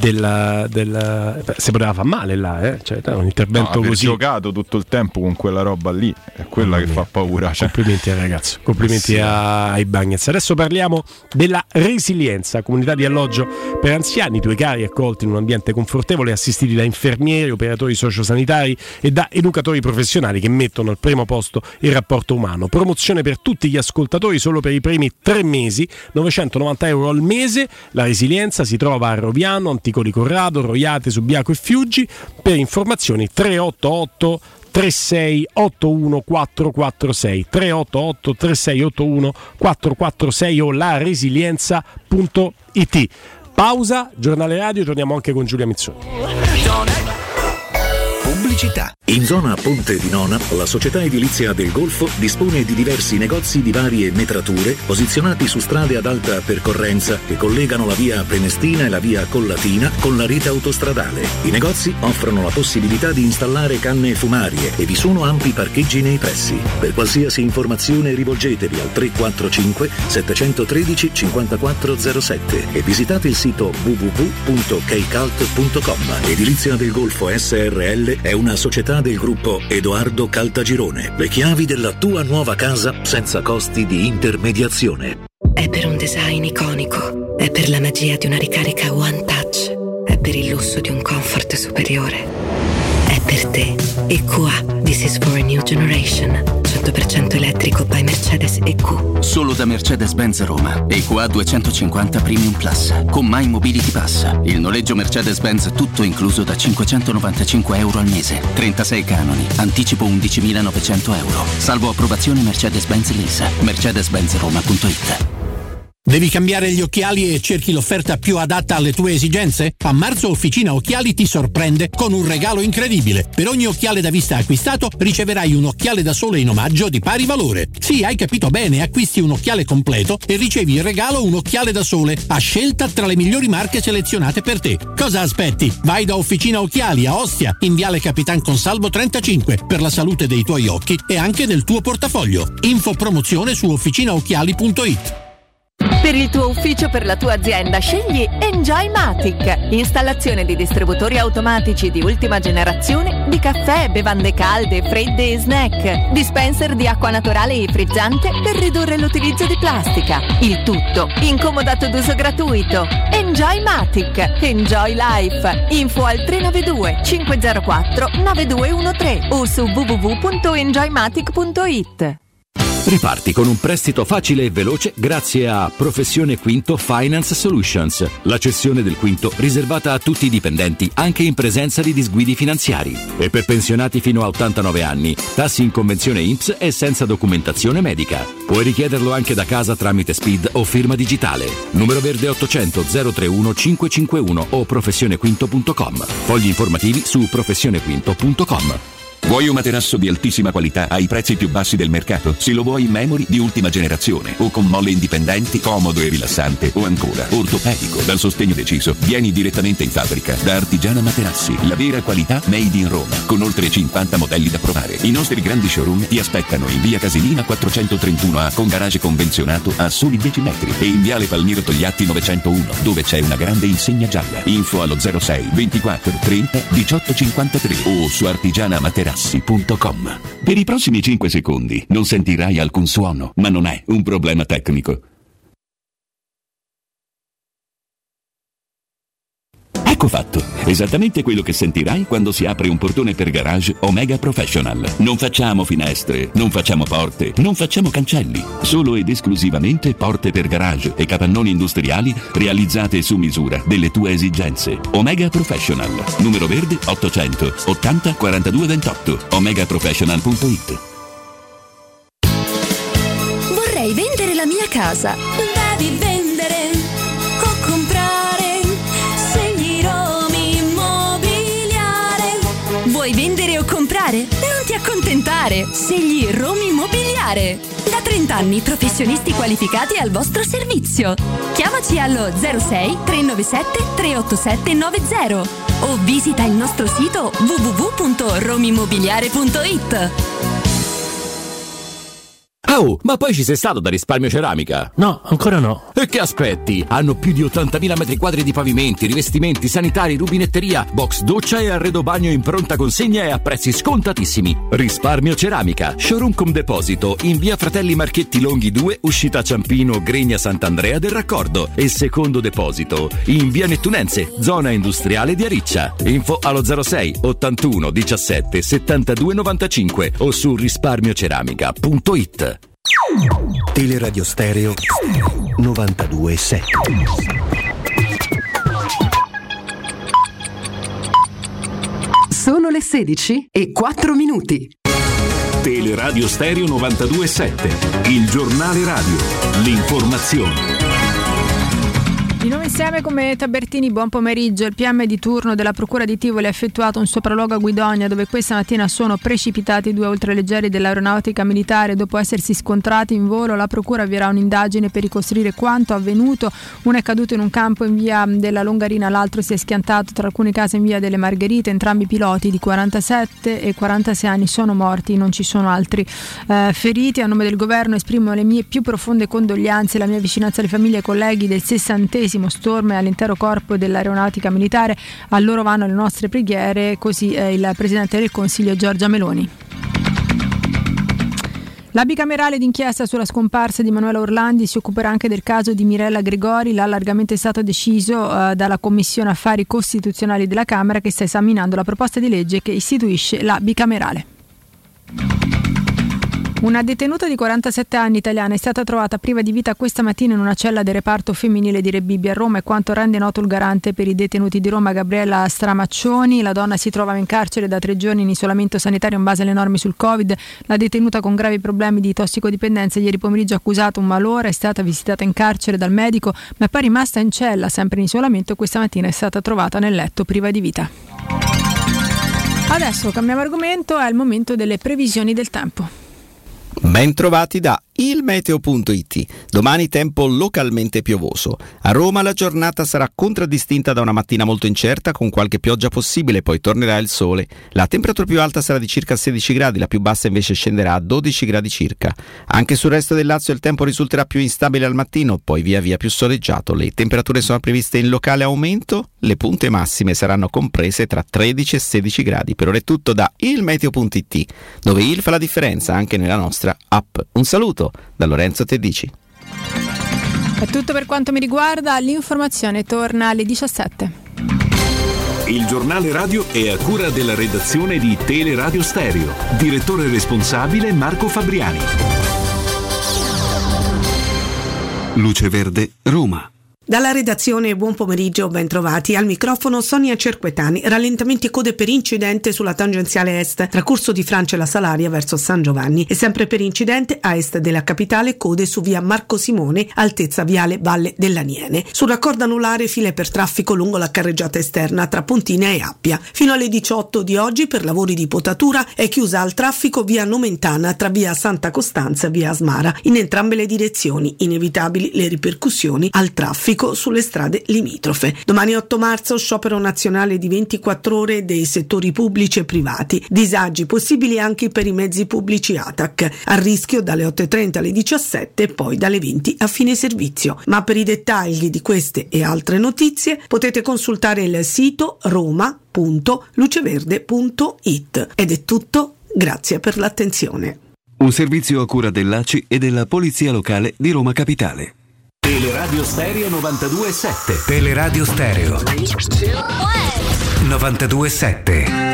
si poteva fare male là, cioè un intervento aver così. giocato tutto il tempo con quella roba lì, è quella che fa paura. Cioè. Complimenti al ragazzo, complimenti ai Bagnets. Adesso parliamo della Resilienza, comunità di alloggio per anziani, tuoi cari accolti in un ambiente confortevole, assistiti da infermieri, operatori sociosanitari e da educatori professionali che mettono al primo posto il rapporto umano. Promozione per tutti gli ascoltatori solo per i primi 3 mesi, 990 euro al mese. La Resilienza si trova a Roviano, Anticoli Corrado, Roiate, Subiaco e Fiuggi. Per informazioni 388 3681 446 388 3681 446 o laresilienza.it. Pausa, giornale radio, torniamo anche con Giulia Mizzoni. Pubblicità. In zona Ponte di Nona, la società edilizia del Golfo dispone di diversi negozi di varie metrature posizionati su strade ad alta percorrenza che collegano la via Prenestina e la via Collatina con la rete autostradale. I negozi offrono la possibilità di installare canne fumarie e vi sono ampi parcheggi nei pressi. Per qualsiasi informazione rivolgetevi al 345 713 5407 e visitate il sito www.keicalt.com. Edilizia del Golfo SRL è una società del gruppo Edoardo Caltagirone. Le chiavi della tua nuova casa senza costi di intermediazione. È per un design iconico, è per la magia di una ricarica One Touch, è per il lusso di un comfort superiore. È per te. EQA, This is for a new generation. 100% elettrico by Mercedes EQ. Solo da Mercedes-Benz Roma. EQA 250 Premium Plus con My Mobility Pass. Il noleggio Mercedes-Benz tutto incluso da 595 euro al mese. 36 canoni. Anticipo 11.900 euro. Salvo approvazione Mercedes-Benz Lease. Mercedes-Benz-Roma.it. Devi cambiare gli occhiali e cerchi l'offerta più adatta alle tue esigenze? A marzo Officina Occhiali ti sorprende con un regalo incredibile. Per ogni occhiale da vista acquistato riceverai un occhiale da sole in omaggio di pari valore. Sì, hai capito bene, acquisti un occhiale completo e ricevi in regalo un occhiale da sole a scelta tra le migliori marche selezionate per te. Cosa aspetti? Vai da Officina Occhiali a Ostia, in Viale Capitan Consalvo 35, per la salute dei tuoi occhi e anche del tuo portafoglio. Info promozione su officinaocchiali.it. Per il tuo ufficio, per la tua azienda, scegli Enjoymatic. Installazione di distributori automatici di ultima generazione di caffè, bevande calde, fredde e snack. Dispenser di acqua naturale e frizzante per ridurre l'utilizzo di plastica. Il tutto incomodato d'uso gratuito. Enjoymatic. Enjoy Life. Info al 392 504 9213 o su www.enjoymatic.it. Riparti con un prestito facile e veloce grazie a Professione Quinto Finance Solutions. La cessione del quinto riservata a tutti i dipendenti, anche in presenza di disguidi finanziari. E per pensionati fino a 89 anni, tassi in convenzione INPS e senza documentazione medica. Puoi richiederlo anche da casa tramite SPID o firma digitale. Numero verde 800 031 551 o professionequinto.com. Fogli informativi su professionequinto.com. Vuoi un materasso di altissima qualità ai prezzi più bassi del mercato? Se lo vuoi in memory di ultima generazione o con molle indipendenti, comodo e rilassante o ancora ortopedico dal sostegno deciso, vieni direttamente in fabbrica da Artigiana Materassi, la vera qualità made in Roma, con oltre 50 modelli da provare. I nostri grandi showroom ti aspettano in via Casilina 431A con garage convenzionato a soli 10 metri e in viale Palmiro Togliatti 901 dove c'è una grande insegna gialla. Info allo 06 24 30 18 53 o su artigianamaterassi.com. Per i prossimi 5 secondi non sentirai alcun suono, ma non è un problema tecnico. Ecco fatto, esattamente quello che sentirai quando si apre un portone per garage Omega Professional. Non facciamo finestre, non facciamo porte, non facciamo cancelli, solo ed esclusivamente porte per garage e capannoni industriali realizzate su misura delle tue esigenze. Omega Professional, numero verde 800 80 42 28, omegaprofessional.it. Vorrei vendere la mia casa. Devi vendere o comprare. Scegli Roma Immobiliare. Immobiliare? Non ti accontentare! Scegli Romi Immobiliare! Da 30 anni professionisti qualificati al vostro servizio. Chiamaci allo 06 397 387 90 o visita il nostro sito www.romimmobiliare.it. Oh, ma poi ci sei stato da Risparmio Ceramica? No, ancora no. E che aspetti? Hanno più di 80.000 metri quadri di pavimenti, rivestimenti, sanitari, rubinetteria, box doccia e arredo bagno in pronta consegna e a prezzi scontatissimi. Risparmio Ceramica, showroom con deposito in via Fratelli Marchetti Longhi 2, uscita Ciampino, Gregna Sant'Andrea del Raccordo, e secondo deposito in via Nettunense, zona industriale di Ariccia. Info allo 06 81 17 72 95 o su risparmioceramica.it. Teleradio Stereo 92.7. Sono le 16:04. Teleradio Stereo 92.7, il giornale radio, l'informazione. Di nuovo insieme come Tabertini, buon pomeriggio. Il PM di turno della Procura di Tivoli ha effettuato un sopralluogo a Guidonia, dove questa mattina sono precipitati 2 ultraleggeri dell'aeronautica militare. Dopo essersi scontrati in volo, la Procura avvierà un'indagine per ricostruire quanto avvenuto. Uno è caduto in un campo in via della Longarina, l'altro si è schiantato tra alcune case in via delle Margherite. Entrambi i piloti di 47 e 46 anni sono morti, non ci sono altri feriti. A nome del governo esprimo le mie più profonde condoglianze e la mia vicinanza alle famiglie e ai colleghi del 60° stormo e all'intero corpo dell'aeronautica militare. A loro vanno le nostre preghiere, così il Presidente del Consiglio Giorgia Meloni. La bicamerale d'inchiesta sulla scomparsa di Manuela Orlandi si occuperà anche del caso di Mirella Gregori. L'allargamento è stato deciso dalla Commissione Affari Costituzionali della Camera, che sta esaminando la proposta di legge che istituisce la bicamerale. Una detenuta di 47 anni italiana è stata trovata priva di vita questa mattina in una cella del reparto femminile di Rebibbia a Roma, e quanto rende noto il garante per i detenuti di Roma Gabriella Stramaccioni. La donna si trovava in carcere da 3 giorni in isolamento sanitario in base alle norme sul Covid. La detenuta con gravi problemi di tossicodipendenza ieri pomeriggio ha accusato un malore, è stata visitata in carcere dal medico, ma è poi rimasta in cella sempre in isolamento, e questa mattina è stata trovata nel letto priva di vita. Adesso cambiamo argomento, è il momento delle previsioni del tempo. Ben trovati da ilmeteo.it. Domani tempo localmente piovoso. A Roma la giornata sarà contraddistinta da una mattina molto incerta con qualche pioggia possibile, poi tornerà il sole. La temperatura più alta sarà di circa 16 gradi, la più bassa invece scenderà a 12 gradi circa. Anche sul resto del Lazio il tempo risulterà più instabile al mattino, poi via via più soleggiato. Le temperature sono previste in locale aumento, le punte massime saranno comprese tra 13 e 16 gradi. Per ora è tutto da ilmeteo.it, dove il fa la differenza anche nella nostra app. Un saluto da Lorenzo Tedici. È tutto per quanto mi riguarda, l'informazione torna alle 17. Il giornale radio è a cura della redazione di Teleradio Stereo. Direttore responsabile Marco Fabriani. Luce Verde, Roma. Dalla redazione buon pomeriggio, ben trovati. Al microfono Sonia Cerquetani. Rallentamenti e code per incidente sulla tangenziale est tra Corso di Francia e la Salaria verso San Giovanni, e sempre per incidente a est della capitale code su via Marco Simone, altezza viale Valle dell'Aniene. Sul raccordo anulare file per traffico lungo la carreggiata esterna tra Pontina e Appia. Fino alle 18 di oggi per lavori di potatura è chiusa al traffico via Nomentana tra via Santa Costanza e via Asmara in entrambe le direzioni. Inevitabili le ripercussioni al traffico sulle strade limitrofe. Domani 8 marzo sciopero nazionale di 24 ore dei settori pubblici e privati. Disagi possibili anche per i mezzi pubblici ATAC, a rischio dalle 8:30 alle 17 e poi dalle 20 a fine servizio. Ma per i dettagli di queste e altre notizie potete consultare il sito roma.luceverde.it. Ed è tutto, grazie per l'attenzione. Un servizio a cura dell'ACI e della Polizia Locale di Roma Capitale. Teleradio Stereo 92.7. Teleradio Stereo 92.7.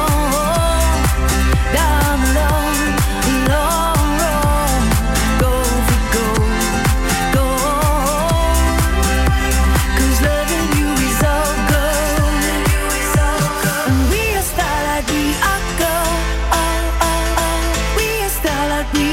Go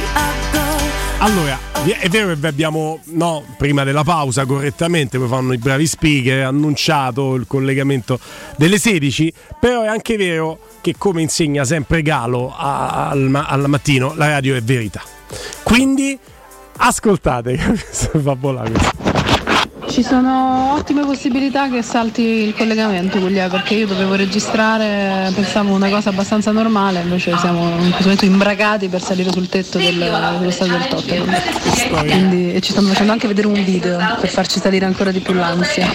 Allora, è vero che vi abbiamo, prima della pausa correttamente, poi fanno i bravi speaker, annunciato il collegamento delle 16, però è anche vero che, come insegna sempre Galo al mattino, la radio è verità. Quindi ascoltate, fa volare questo. Ci sono ottime possibilità che salti il collegamento, Giulia, perché io dovevo registrare, pensavo una cosa abbastanza normale, invece siamo in questo momento imbracati per salire sul tetto dello stadio del Tottenham. E ci stanno facendo anche vedere un video per farci salire ancora di più l'ansia.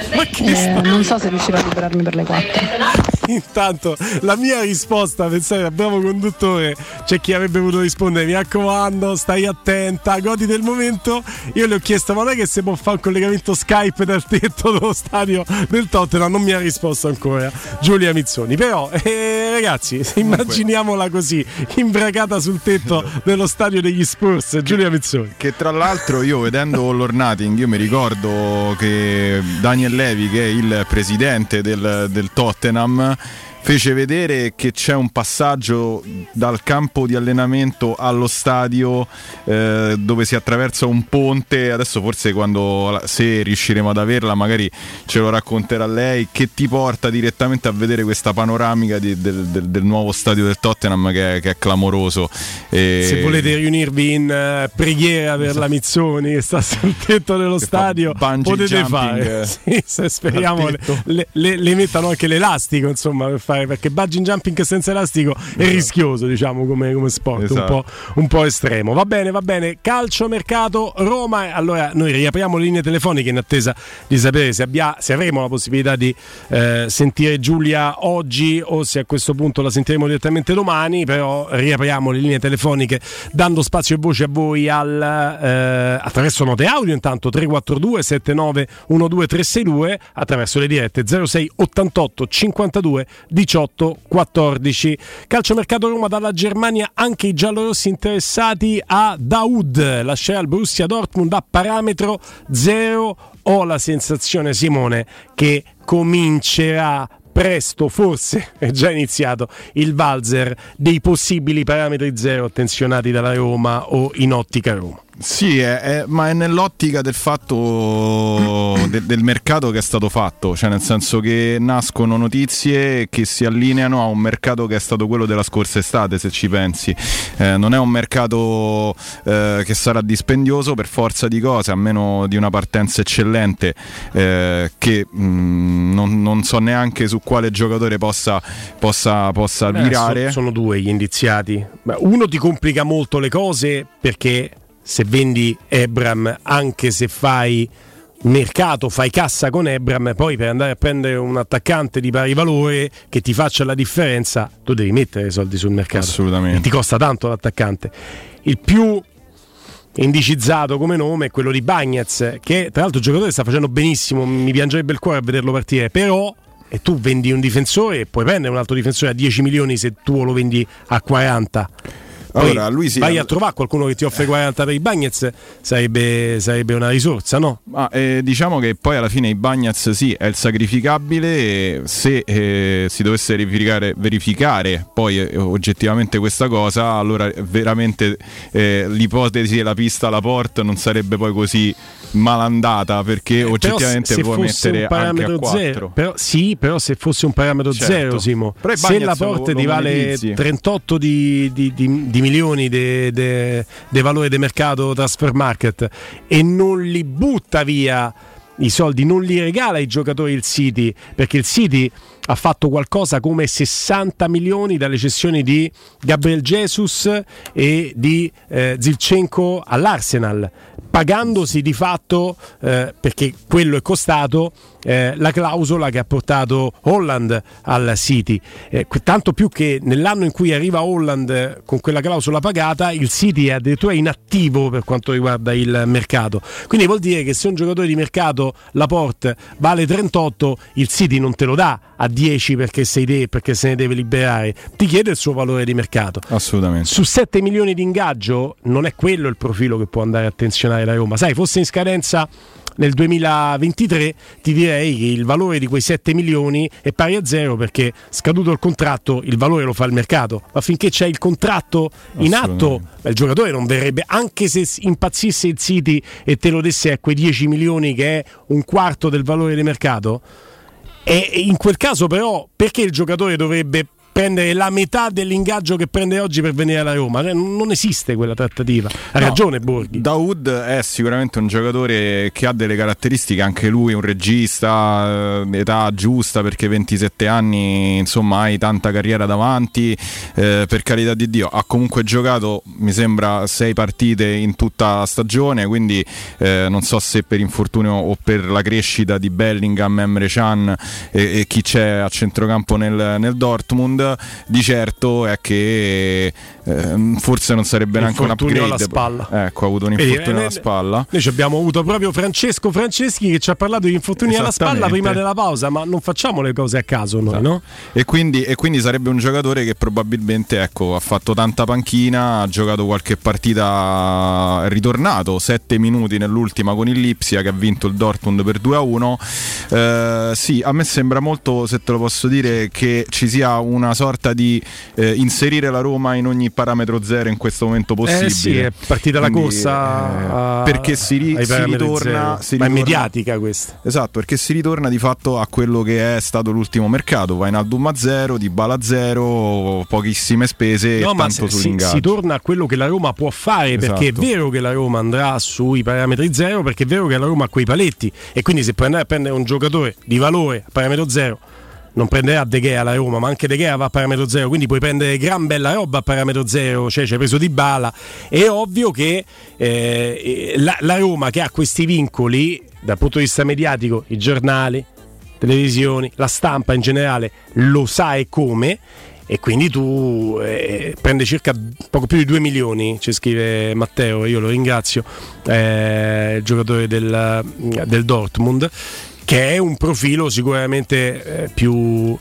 Non so se riuscirò a liberarmi per le 4. Intanto la mia risposta, pensate, da bravo conduttore, c'è chi avrebbe voluto rispondere: mi raccomando, stai attenta, godi del momento. Io le ho chiesto: ma non è che si può fare un collegamento Skype dal tetto dello stadio del Tottenham? Non mi ha risposto ancora Giulia Mizzoni. Però ragazzi, immaginiamola così, imbracata sul tetto dello stadio degli Spurs, Giulia Mizzoni. Che tra l'altro, io vedendo l'Ornating, io mi ricordo che Daniel Levy, che è il presidente del Tottenham, fece vedere che c'è un passaggio dal campo di allenamento allo stadio dove si attraversa un ponte. Adesso forse, se riusciremo ad averla, magari ce lo racconterà lei, che ti porta direttamente a vedere questa panoramica del nuovo stadio del Tottenham, che è clamoroso. Se volete riunirvi in preghiera per la Mizzoni che sta sul tetto dello stadio, potete fare. Sì, se speriamo le mettano anche l'elastico, insomma, per fare, perché bungee jumping senza elastico è rischioso, diciamo, come sport. Esatto. un po' estremo. Va bene. Calcio mercato Roma. Allora noi riapriamo le linee telefoniche in attesa di sapere se avremo la possibilità di sentire Giulia oggi o se a questo punto la sentiremo direttamente domani. Però riapriamo le linee telefoniche dando spazio e voce a voi attraverso note audio, intanto 342 79 12362, attraverso le dirette 06 88 52 18 14. Calciomercato Roma, dalla Germania anche i giallorossi interessati a Daoud. Lascerà il Borussia Dortmund a parametro zero. Ho la sensazione, Simone, che comincerà presto, forse è già iniziato, il valzer dei possibili parametri zero attenzionati dalla Roma o in ottica Roma. Sì, ma è nell'ottica del fatto del mercato che è stato fatto, cioè nel senso che nascono notizie che si allineano a un mercato che è stato quello della scorsa estate, se ci pensi. Non è un mercato che sarà dispendioso per forza di cose, a meno di una partenza eccellente che non so neanche su quale giocatore possa virare. Sono due gli indiziati. Uno ti complica molto le cose, perché se vendi Ebram, anche se fai mercato, fai cassa con Ebram, poi per andare a prendere un attaccante di pari valore che ti faccia la differenza, tu devi mettere i soldi sul mercato. Assolutamente. E ti costa tanto l'attaccante. Il più indicizzato come nome è quello di Bagnez, che tra l'altro il giocatore sta facendo benissimo, mi piangerebbe il cuore a vederlo partire, però e tu vendi un difensore e puoi prendere un altro difensore a 10 milioni se tu lo vendi a 40. Poi allora, vai a trovare qualcuno che ti offre 40 per i Bagnez, sarebbe una risorsa, no? Ma diciamo che poi alla fine i Bagnez sì, è il sacrificabile. Se si dovesse verificare poi oggettivamente questa cosa, allora veramente l'ipotesi e la pista alla Porta non sarebbe poi così malandata, perché oggettivamente può mettere anche a 4. Però se fosse un parametro zero, Simo, se la Porta ti vale 38 di milioni di valore di mercato transfer market e non li butta via i soldi, non li regala ai giocatori il City, perché il City ha fatto qualcosa come 60 milioni dalle cessioni di Gabriel Jesus e di Zinchenko all'Arsenal, pagandosi di fatto, perché quello è costato, la clausola che ha portato Holland al City, tanto più che nell'anno in cui arriva Holland con quella clausola pagata, il City è addirittura inattivo per quanto riguarda il mercato. Quindi vuol dire che se un giocatore di mercato, Laporte, vale 38, il City non te lo dà a 10 perché sei te, perché se ne deve liberare, ti chiede il suo valore di mercato. Assolutamente. Su 7 milioni di ingaggio non è quello il profilo che può andare a attenzionare la Roma. Sai, fosse in scadenza nel 2023 ti direi che il valore di quei 7 milioni è pari a zero, perché scaduto il contratto il valore lo fa il mercato, ma finché c'è il contratto in atto il giocatore non verrebbe, anche se impazzisse il City e te lo desse a quei 10 milioni che è un quarto del valore di mercato. E in quel caso però perché il giocatore dovrebbe prendere la metà dell'ingaggio che prende oggi per venire alla Roma? Non esiste quella trattativa. Ha ragione Borghi. Daoud è sicuramente un giocatore che ha delle caratteristiche, anche lui un regista, età giusta, perché 27 anni, insomma, hai tanta carriera davanti, per carità di Dio. Ha comunque giocato, mi sembra, 6 partite in tutta la stagione, quindi non so se per infortunio o per la crescita di Bellingham, Emre Can e chi c'è a centrocampo nel Dortmund. Di certo è che forse non sarebbe neanche un upgrade alla spalla. Ecco, ha avuto un infortunio alla spalla. Noi abbiamo avuto proprio Francesco Franceschi che ci ha parlato di infortuni alla spalla prima della pausa, ma non facciamo le cose a caso noi, no? E quindi sarebbe un giocatore che probabilmente, ecco, ha fatto tanta panchina, ha giocato qualche partita, è ritornato 7 minuti nell'ultima con il Lipsia che ha vinto il Dortmund per 2-1. Sì, a me sembra molto, se te lo posso dire, che ci sia una sorta di inserire la Roma in ogni parametro zero in questo momento possibile. Sì, è partita la corsa perché si ritorna, ma è mediatica questa. Esatto, perché si ritorna di fatto a quello che è stato l'ultimo mercato. Wijnaldum a 0, Dybala a 0, pochissime spese e tanto sull'ingaggio. Si torna a quello che la Roma può fare, perché Esatto. è vero che la Roma andrà sui parametri zero, perché è vero che la Roma ha quei paletti, e quindi se puoi andare a prendere un giocatore di valore a parametro zero non prenderà De Gea la Roma, ma anche De Gea va a parametro zero, quindi puoi prendere gran bella roba a parametro zero, cioè ci hai preso Dybala. È ovvio che la Roma, che ha questi vincoli dal punto di vista mediatico, i giornali, televisioni, la stampa in generale lo sa e come, e quindi tu prende circa poco più di 2 milioni, ci scrive Matteo, io lo ringrazio, il giocatore del Dortmund, che è un profilo sicuramente più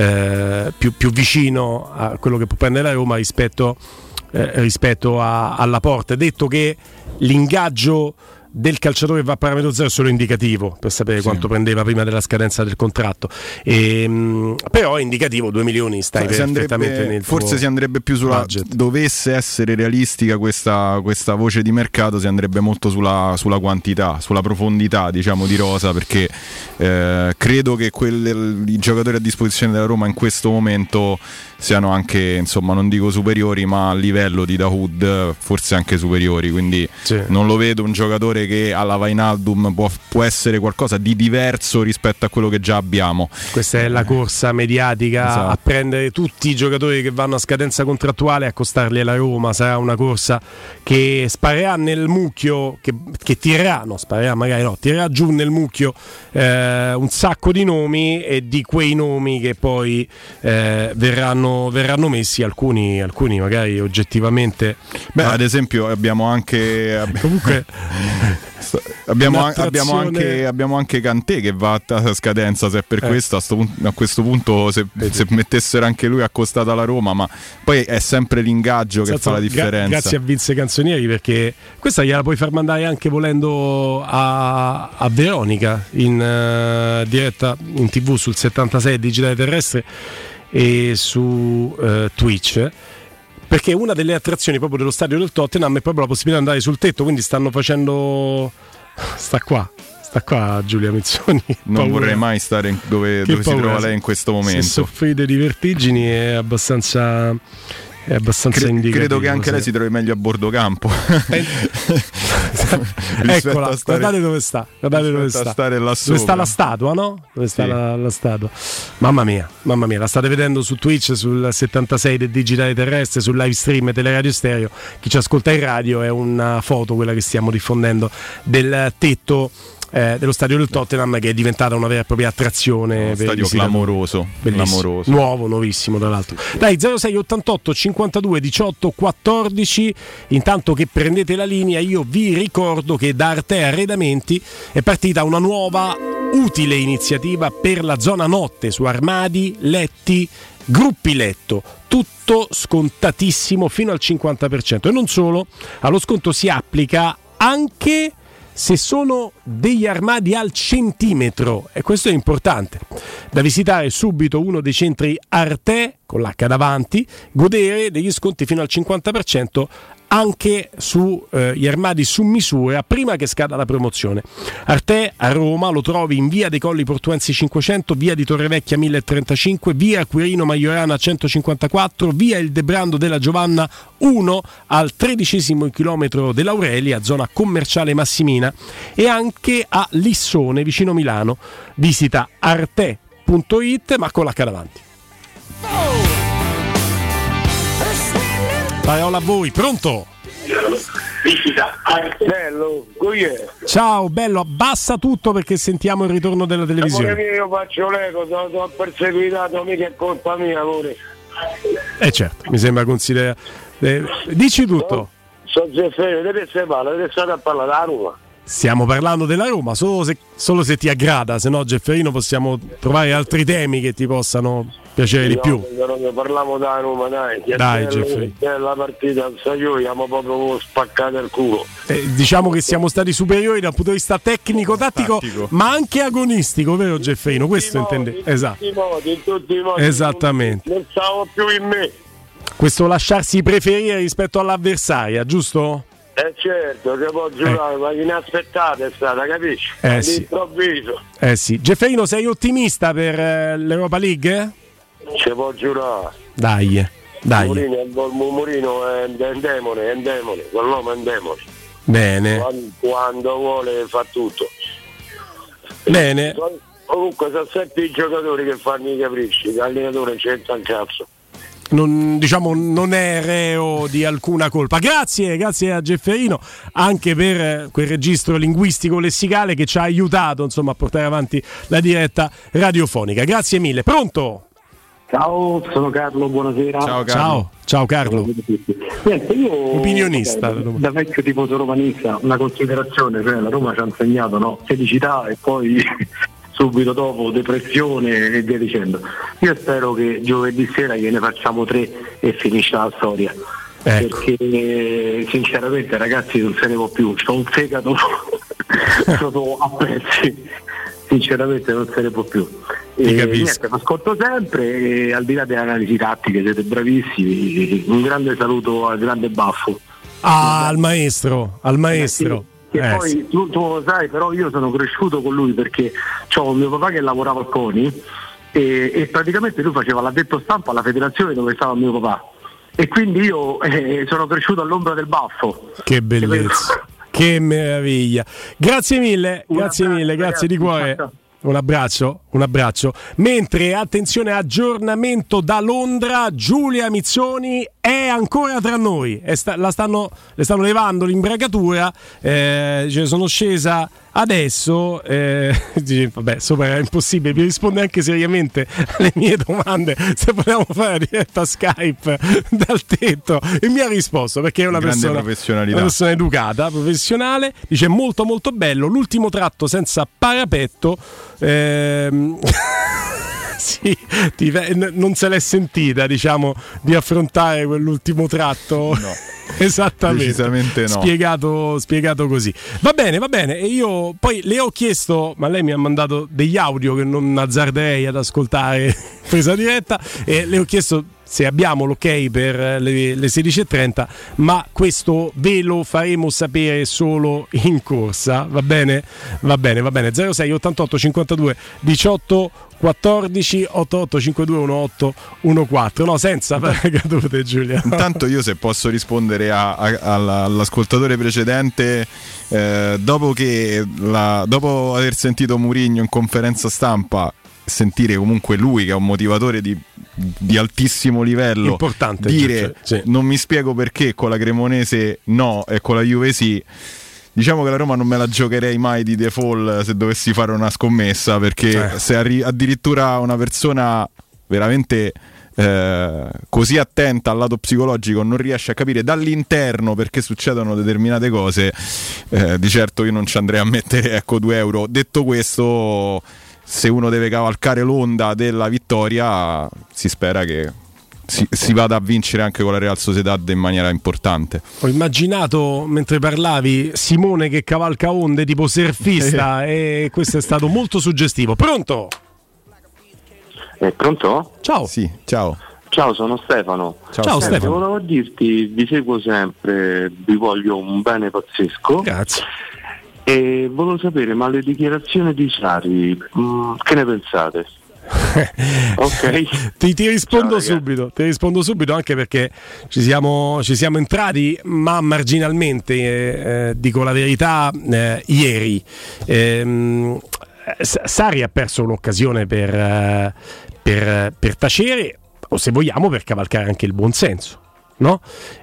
vicino a quello che può prendere la Roma rispetto alla Porta. Detto che l'ingaggio del calciatore va a parametro zero solo indicativo per sapere quanto prendeva prima della scadenza del contratto, però è indicativo, 2 milioni stai perfettamente nel forse si andrebbe più sulla budget. Dovesse essere realistica questa voce di mercato, si andrebbe molto sulla quantità, sulla profondità, diciamo, di rosa, perché credo che i giocatori a disposizione della Roma in questo momento siano anche, insomma, non dico superiori, ma a livello di Dahoud forse anche superiori, quindi non lo vedo un giocatore che alla Wijnaldum può essere qualcosa di diverso rispetto a quello che già abbiamo. Questa è la corsa mediatica, esatto, a prendere tutti i giocatori che vanno a scadenza contrattuale e accostarli alla Roma. Sarà una corsa che sparerà nel mucchio, che tirerà giù nel mucchio un sacco di nomi, e di quei nomi che poi verranno messi alcuni magari oggettivamente. Ad esempio abbiamo anche comunque abbiamo anche Kanté che va a scadenza, se è per questo a questo punto se mettessero anche lui accostato alla Roma, ma poi è sempre l'ingaggio che fa la differenza. Grazie a Vince Canzonieri, perché questa gliela puoi far mandare anche volendo a Veronica in diretta in TV sul 76 Digitale Terrestre e su Twitch, perché una delle attrazioni proprio dello stadio del Tottenham è proprio la possibilità di andare sul tetto, quindi stanno facendo sta qua Giulia Mizzoni. Non vorrei mai stare dove si trova lei in questo momento. Se soffrite di vertigini è abbastanza indicativo. Credo che anche lei si trovi meglio a bordo campo. Eccola, guardate dove sta. Stare là dove sta la statua, no? Dove sta la statua. Mamma mia, la state vedendo su Twitch, sul 76 del Digitale Terrestre, sul live stream Teleradio Stereo. Chi ci ascolta in radio, è una foto quella che stiamo diffondendo del tetto dello stadio del Tottenham, che è diventata una vera e propria attrazione. Un stadio clamoroso, nuovo, nuovissimo tra l'altro. Dai, 06 88 52 18 14. Intanto che prendete la linea, io vi ricordo che da Arte Arredamenti è partita una nuova utile iniziativa per la zona notte, su armadi, letti, gruppi letto, tutto scontatissimo fino al 50%, e non solo, allo sconto si applica anche se sono degli armadi al centimetro, e questo è importante. Da visitare subito uno dei centri Arte, con l'H davanti, godere degli sconti fino al 50% anche su gli armadi su misura prima che scada la promozione. Arte a Roma lo trovi in via dei Colli Portuensi 500, via di Torrevecchia 1035, via Quirino Majorana 154, via il Debrando della Giovanna 1 al 13° chilometro dell'Aurelia, zona commerciale Massimina, e anche a Lissone vicino Milano. Visita arte.it ma con l'H davanti. Parola a voi, pronto? Bello, ciao, bello, abbassa tutto perché sentiamo il ritorno della televisione. Io faccio l'eco, sono perseguitato, mica è colpa mia, amore. Certo, mi sembra considerare. Dici tutto. Sono Zeffirino, deve essere male, deve stare a parlare da Roma. Stiamo parlando della Roma, solo se ti aggrada, se no Gefferino possiamo trovare altri temi che ti possano piacere di più. Parliamo da Roma, dai Gefferino. La partita, io abbiamo proprio spaccato il culo. Diciamo che siamo stati superiori dal punto di vista tecnico-tattico, ma anche agonistico, vero Gefferino? Questo intende? Esatto. In tutti i modi. Esattamente. Non stavo più in me. Questo lasciarsi preferire rispetto all'avversaria, giusto? Certo, che può giurare, ma inaspettata è stata, capisci? All'improvviso. Sì. Gefferino, sei ottimista per l'Europa League? Ci può giurare. Dai. Murino è un demone, quell'uomo è un demone. Bene. Quando vuole fa tutto. Bene. Comunque sono 7 i giocatori che fanno i capricci, l'allenatore c'entra un cazzo. Non è reo di alcuna colpa. Grazie a Gefferino anche per quel registro linguistico lessicale che ci ha aiutato insomma a portare avanti la diretta radiofonica. Grazie mille. Pronto? Ciao, sono Carlo, buonasera. Ciao Carlo. Niente, io opinionista da vecchio tifoso romanista una considerazione, cioè la Roma ci ha insegnato, no? Felicità e poi subito dopo depressione e via dicendo. Io spero che giovedì sera gliene facciamo 3 e finisce la storia. Perché sinceramente ragazzi non se ne può più, c'ho un fegato proprio a pezzi, sinceramente non se ne può più. Niente, ascolto sempre e al di là delle analisi tattiche siete bravissimi, un grande saluto al grande Baffo. Al maestro. Che poi tu lo sai, però io sono cresciuto con lui perché c'ho mio papà che lavorava al CONI e praticamente lui faceva l'addetto stampa alla federazione dove stava mio papà e quindi io sono cresciuto all'ombra del Baffo. Che bellezza, che meraviglia. Grazie mille, grazie di cuore. Un abbraccio. Mentre, attenzione, aggiornamento da Londra, Giulia Mizzoni è ancora tra noi. Le stanno levando l'imbragatura, sono scesa adesso, vabbè, sopra è impossibile, mi risponde anche seriamente alle mie domande se vogliamo fare la diretta Skype dal tetto, e mi ha risposto perché è una persona educata, professionale, dice molto molto bello, l'ultimo tratto senza parapetto, sì, non se l'è sentita, diciamo, di affrontare quell'ultimo tratto. No, esattamente, decisamente no. Spiegato così. Va bene. E io poi le ho chiesto, ma lei mi ha mandato degli audio che non azzarderei ad ascoltare presa diretta, e le ho chiesto se abbiamo l'ok per le 16.30, ma questo ve lo faremo sapere solo in corsa. Va bene. 06 88 52 18 14 88 52 18 14. No, senza paracadute, Giulia. Intanto io, se posso rispondere all'ascoltatore precedente, dopo aver sentito Mourinho in conferenza stampa, sentire comunque lui, che è un motivatore di altissimo livello, importante, dire non mi spiego perché con la Cremonese no e con la Juve sì. Diciamo che la Roma non me la giocherei mai di default se dovessi fare una scommessa, perché se addirittura una persona veramente così attenta al lato psicologico non riesce a capire dall'interno perché succedono determinate cose, di certo io non ci andrei a mettere 2 euro. Detto questo, se uno deve cavalcare l'onda della vittoria, si spera che si vada a vincere anche con la Real Sociedad in maniera importante. Ho immaginato mentre parlavi Simone che cavalca onde tipo surfista e questo è stato molto suggestivo. Pronto? Pronto? Ciao. Sì, ciao. Ciao, sono Stefano. Ciao Stefano. Volevo dirti, vi seguo sempre, vi voglio un bene pazzesco. Grazie. E volevo sapere, ma le dichiarazioni di Sarri, che ne pensate? Ok, ti rispondo subito. Ti rispondo subito anche perché ci siamo entrati, ma marginalmente. Dico la verità, ieri Sarri ha perso un'occasione per tacere, o se vogliamo per cavalcare anche il buonsenso. No?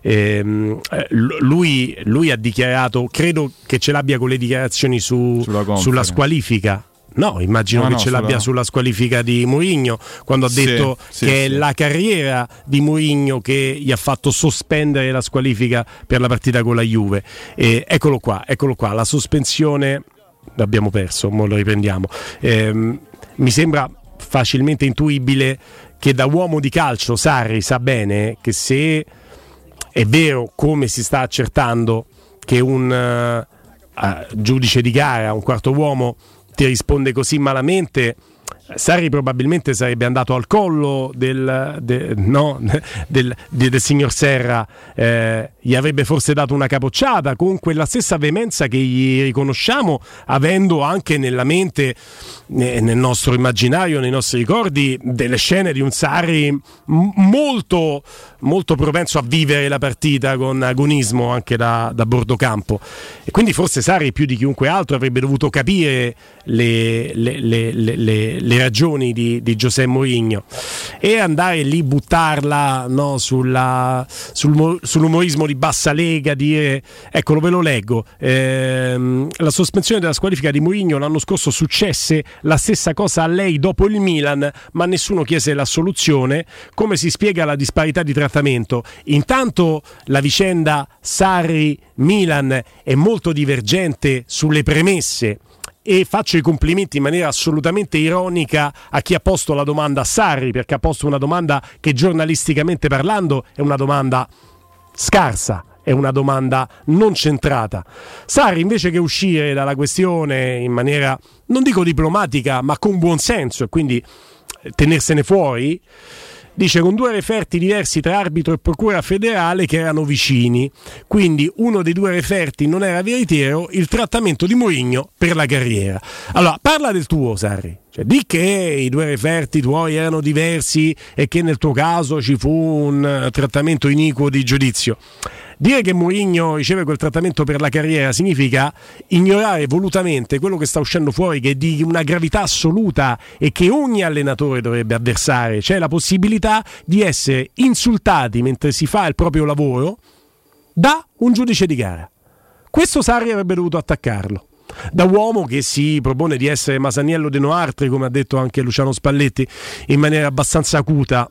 Lui ha dichiarato, credo che ce l'abbia con le dichiarazioni sulla squalifica. No, immagino che ce l'abbia sulla squalifica di Mourinho, quando ha detto che è la carriera di Mourinho che gli ha fatto sospendere la squalifica per la partita con la Juve. Eccolo qua, la sospensione l'abbiamo perso, mo lo riprendiamo. Mi sembra facilmente intuibile che da uomo di calcio Sarri sa bene che se è vero, come si sta accertando, che un giudice di gara, un quarto uomo ti risponde così malamente, Sarri probabilmente sarebbe andato al collo del signor Serra, gli avrebbe forse dato una capocciata con quella stessa veemenza che gli riconosciamo, avendo anche nella mente, nel nostro immaginario, nei nostri ricordi, delle scene di un Sarri molto, molto propenso a vivere la partita con agonismo anche da bordo campo, e quindi forse Sarri più di chiunque altro avrebbe dovuto capire le ragioni di José Mourinho e andare lì, buttarla, no, sull'umorismo di bassa lega, dire eccolo, ve lo leggo, la sospensione della squalifica di Mourinho l'anno scorso successe la stessa cosa a lei dopo il Milan, ma nessuno chiese l'assoluzione. Come si spiega la disparità di trattamento? Intanto la vicenda Sarri-Milan è molto divergente sulle premesse, e faccio i complimenti in maniera assolutamente ironica a chi ha posto la domanda a Sarri, perché ha posto una domanda che giornalisticamente parlando è una domanda scarsa, è una domanda non centrata. Sarri, invece che uscire dalla questione in maniera, non dico diplomatica, ma con buon senso, e quindi tenersene fuori, dice con due referti diversi tra arbitro e procura federale che erano vicini, quindi uno dei due referti non era veritiero, il trattamento di Mourinho per la carriera. Allora, parla del tuo, Sarri, cioè di che i due referti tuoi erano diversi e che nel tuo caso ci fu un trattamento iniquo di giudizio. Dire che Mourinho riceve quel trattamento per la carriera significa ignorare volutamente quello che sta uscendo fuori, che è di una gravità assoluta e che ogni allenatore dovrebbe avversare, cioè la possibilità di essere insultati mentre si fa il proprio lavoro da un giudice di gara. Questo Sarri avrebbe dovuto attaccarlo. Da uomo che si propone di essere Masaniello De Noartri, come ha detto anche Luciano Spalletti in maniera abbastanza acuta,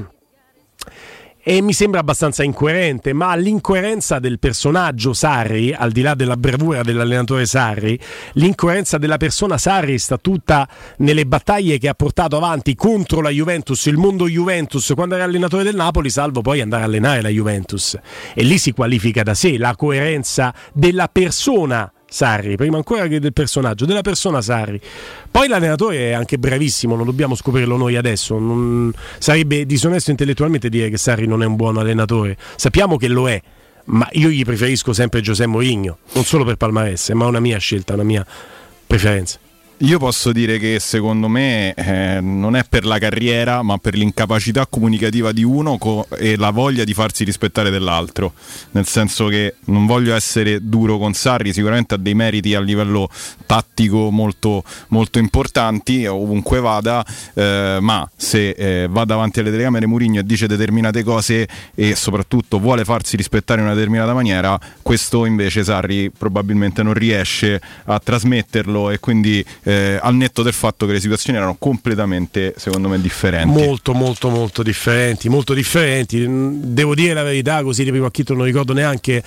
e mi sembra abbastanza incoerente, ma l'incoerenza del personaggio Sarri, al di là della bravura dell'allenatore Sarri, l'incoerenza della persona Sarri sta tutta nelle battaglie che ha portato avanti contro la Juventus, il mondo Juventus, quando era allenatore del Napoli, salvo poi andare a allenare la Juventus, e lì si qualifica da sé la coerenza della persona Sarri, prima ancora che del personaggio, della persona Sarri. Poi l'allenatore è anche bravissimo, non dobbiamo scoprirlo noi adesso, sarebbe disonesto intellettualmente dire che Sarri non è un buon allenatore, sappiamo che lo è, ma io gli preferisco sempre José Mourinho, non solo per palmarès, ma è una mia scelta, una mia preferenza. Io posso dire che secondo me non è per la carriera, ma per l'incapacità comunicativa di uno e la voglia di farsi rispettare dell'altro, nel senso che non voglio essere duro con Sarri, sicuramente ha dei meriti a livello tattico molto, molto importanti ovunque vada, ma se va davanti alle telecamere Mourinho e dice determinate cose e soprattutto vuole farsi rispettare in una determinata maniera, questo invece Sarri probabilmente non riesce a trasmetterlo, e quindi al netto del fatto che le situazioni erano completamente, secondo me, differenti. Molto differenti. Devo dire la verità, così di primo acchito non ricordo neanche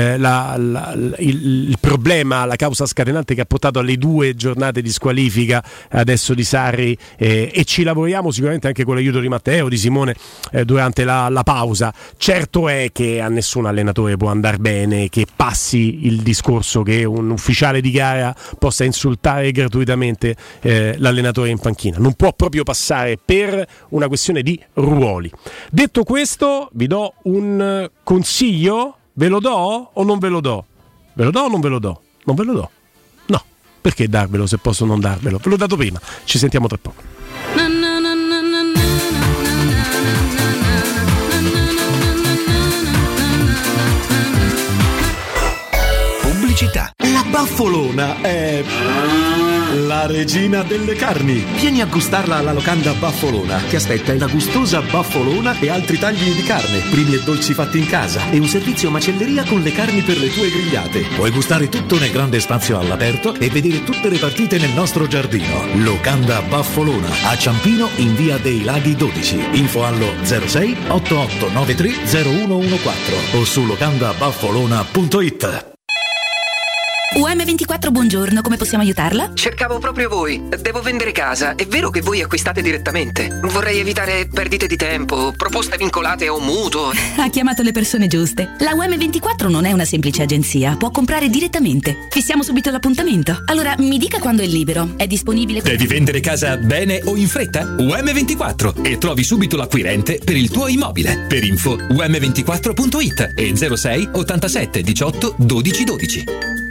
il problema, la causa scatenante che ha portato alle 2 giornate di squalifica adesso di Sarri, e ci lavoriamo sicuramente anche con l'aiuto di Matteo, di Simone durante la pausa. Certo è che a nessun allenatore può andare bene che passi il discorso che un ufficiale di gara possa insultare gratuitamente l'allenatore in panchina. Non può proprio passare per una questione di ruoli. Detto questo, vi do un consiglio. Ve lo do o non ve lo do? Ve lo do o non ve lo do? Non ve lo do. No, perché darvelo se posso non darvelo? Ve l'ho dato prima. Ci sentiamo tra poco. Pubblicità. La Baffolona è la regina delle carni. Vieni a gustarla alla locanda Baffolona. Ti aspetta una gustosa baffolona e altri tagli di carne, primi e dolci fatti in casa e un servizio macelleria con le carni per le tue grigliate. Puoi gustare tutto nel grande spazio all'aperto e vedere tutte le partite nel nostro giardino. Locanda Baffolona a Ciampino in via dei Laghi 12. Info allo 06 8893 0114 o su locandabaffolona.it. UM24, buongiorno, come possiamo aiutarla? Cercavo proprio voi. Devo vendere casa. È vero che voi acquistate direttamente? Vorrei evitare perdite di tempo, proposte vincolate o mutuo. Ha chiamato le persone giuste. La UM24 non è una semplice agenzia, può comprare direttamente. Fissiamo subito l'appuntamento. Allora, mi dica quando è libero. È disponibile? Devi vendere casa bene o in fretta? UM24 e trovi subito l'acquirente per il tuo immobile. Per info um24.it e 06 87 18 12 12.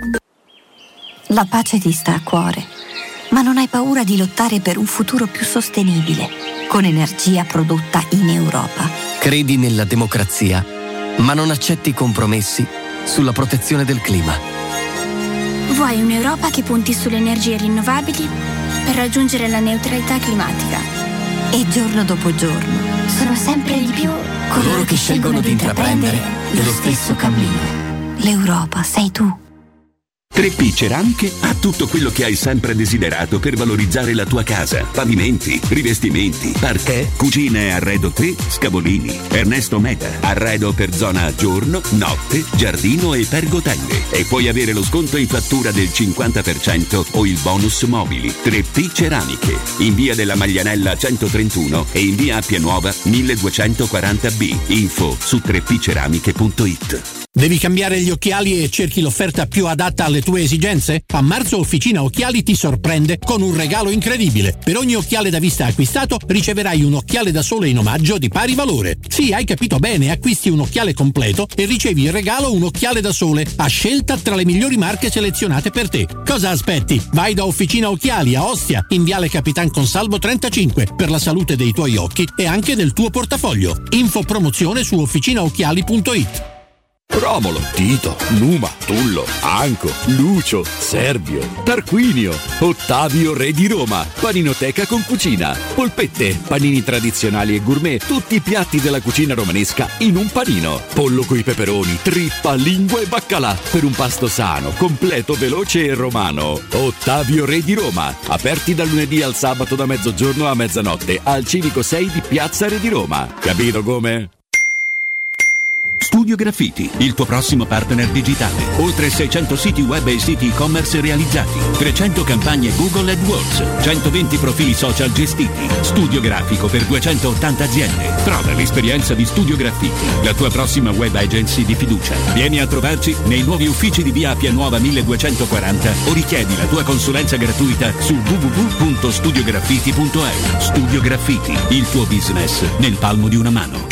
La pace ti sta a cuore, ma non hai paura di lottare per un futuro più sostenibile, con energia prodotta in Europa. Credi nella democrazia, ma non accetti compromessi sulla protezione del clima. Vuoi un'Europa che punti sulle energie rinnovabili per raggiungere la neutralità climatica. E giorno dopo giorno sono sempre di più coloro che scelgono di intraprendere lo stesso cammino. L'Europa sei tu. 3P Ceramiche ha tutto quello che hai sempre desiderato per valorizzare la tua casa. Pavimenti, rivestimenti, parquet, cucina e arredo 3, Scavolini, Ernesto Meda. Arredo per zona giorno, notte, giardino e pergotelle. E puoi avere lo sconto in fattura del 50% o il bonus mobili. 3P Ceramiche, in via della Maglianella 131 e in via Appia Nuova 1240B. Info su 3pceramiche.it. Devi cambiare gli occhiali e cerchi l'offerta più adatta alle tue esigenze? A marzo Officina Occhiali ti sorprende con un regalo incredibile. Per ogni occhiale da vista acquistato riceverai un occhiale da sole in omaggio di pari valore. Sì, hai capito bene, acquisti un occhiale completo e ricevi in regalo un occhiale da sole a scelta tra le migliori marche selezionate per te. Cosa aspetti? Vai da Officina Occhiali a Ostia, in viale Capitan Consalvo 35, per la salute dei tuoi occhi e anche del tuo portafoglio. Info promozione su officinaocchiali.it. Romolo, Tito, Numa, Tullo, Anco, Lucio, Servio, Tarquinio, Ottavio Re di Roma, Paninoteca con cucina, polpette, panini tradizionali e gourmet, tutti i piatti della cucina romanesca in un panino, pollo coi peperoni, trippa, lingua e baccalà, per un pasto sano, completo, veloce e romano. Ottavio Re di Roma, aperti dal lunedì al sabato da mezzogiorno a mezzanotte, al Civico 6 di Piazza Re di Roma. Capito come? Studio Graffiti, il tuo prossimo partner digitale. Oltre 600 siti web e siti e-commerce realizzati, 300 campagne Google AdWords, 120 profili social gestiti, studio grafico per 280 aziende. Prova l'esperienza di Studio Graffiti, la tua prossima web agency di fiducia. Vieni a trovarci nei nuovi uffici di via Appia Nuova 1240 o richiedi la tua consulenza gratuita su www.studiograffiti.eu. Studio Graffiti, il tuo business nel palmo di una mano.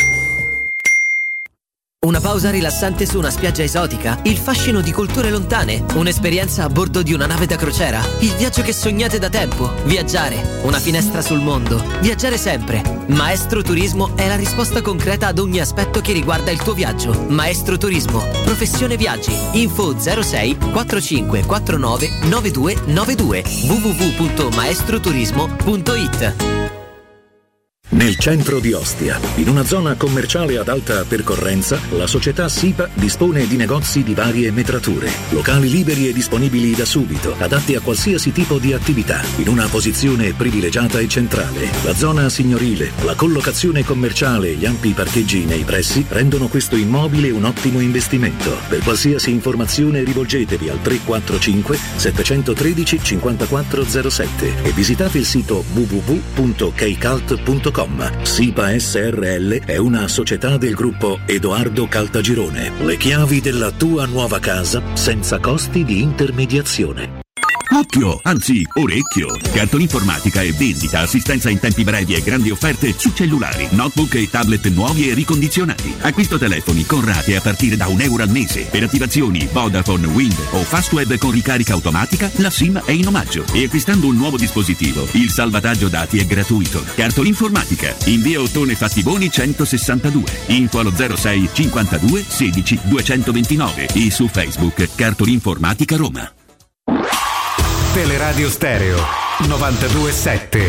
Una pausa rilassante su una spiaggia esotica? Il fascino di culture lontane? Un'esperienza a bordo di una nave da crociera? Il viaggio che sognate da tempo? Viaggiare, una finestra sul mondo. Viaggiare sempre. Maestro Turismo è la risposta concreta ad ogni aspetto che riguarda il tuo viaggio. Maestro Turismo, professione viaggi. Info 06 45 49 9292 www.maestroturismo.it. Nel centro di Ostia, in una zona commerciale ad alta percorrenza, la società SIPA dispone di negozi di varie metrature, locali liberi e disponibili da subito, adatti a qualsiasi tipo di attività, in una posizione privilegiata e centrale. La zona signorile, la collocazione commerciale e gli ampi parcheggi nei pressi rendono questo immobile un ottimo investimento. Per qualsiasi informazione rivolgetevi al 345 713 5407 e visitate il sito www.kcalt.com. SIPA SRL è una società del gruppo Edoardo Caltagirone. Le chiavi della tua nuova casa senza costi di intermediazione. Occhio, anzi orecchio. Cartolinformatica e vendita, assistenza in tempi brevi e grandi offerte su cellulari, notebook e tablet nuovi e ricondizionati. Acquisto telefoni con rate a partire da €1 al mese. Per attivazioni Vodafone, Wind o Fastweb con ricarica automatica, la SIM è in omaggio. E acquistando un nuovo dispositivo, il salvataggio dati è gratuito. Cartolinformatica, in via Ottone Fattiboni 162. Info allo 06 52 16 229 e su Facebook Cartolinformatica Roma. Teleradio Stereo 92.7.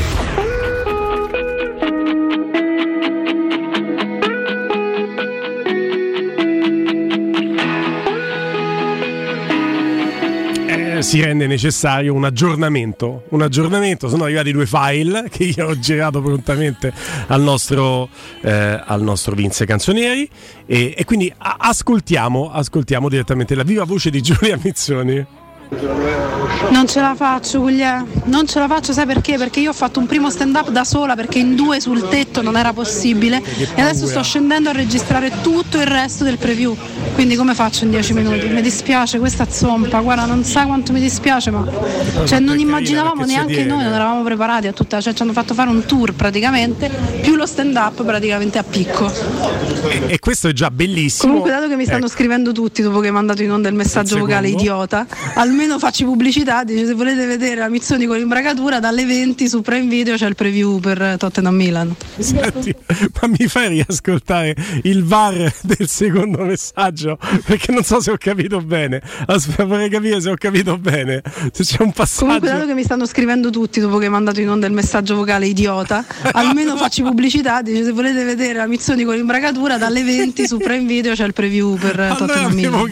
Si rende necessario un aggiornamento. Sono arrivati 2 file che io ho girato prontamente al nostro Vince Canzonieri e quindi ascoltiamo direttamente la viva voce di Giulia Mizzoni. Non ce la faccio, Guglielmo, non ce la faccio, sai perché? Perché io ho fatto un primo stand up da sola perché in 2 sul tetto non era possibile e adesso sto scendendo a registrare tutto il resto del preview, quindi come faccio in 10 minuti? Mi dispiace questa zompa, guarda, non sai quanto mi dispiace, ma cioè non immaginavamo neanche noi, non eravamo preparati a tutta, cioè ci hanno fatto fare un tour praticamente più lo stand up praticamente a picco e questo è già bellissimo. Comunque, dato che mi stanno scrivendo tutti dopo che hai mandato in onda il messaggio vocale idiota, almeno facci pubblicità, dice se volete vedere la Mizzoni con l'imbragatura dalle 20 su Prime Video c'è il preview per Tottenham Milan. Senti, ma mi fai riascoltare il VAR del secondo messaggio perché non so se ho capito bene. Aspetta, vorrei capire se ho capito bene, se c'è un passaggio. Comunque, dato che mi stanno scrivendo tutti dopo che hai mandato in onda il messaggio vocale idiota, almeno facci pubblicità, dice se volete vedere la Mizzoni con l'imbragatura dalle 20 su Prime Video c'è il preview per Tottenham Milan. Allora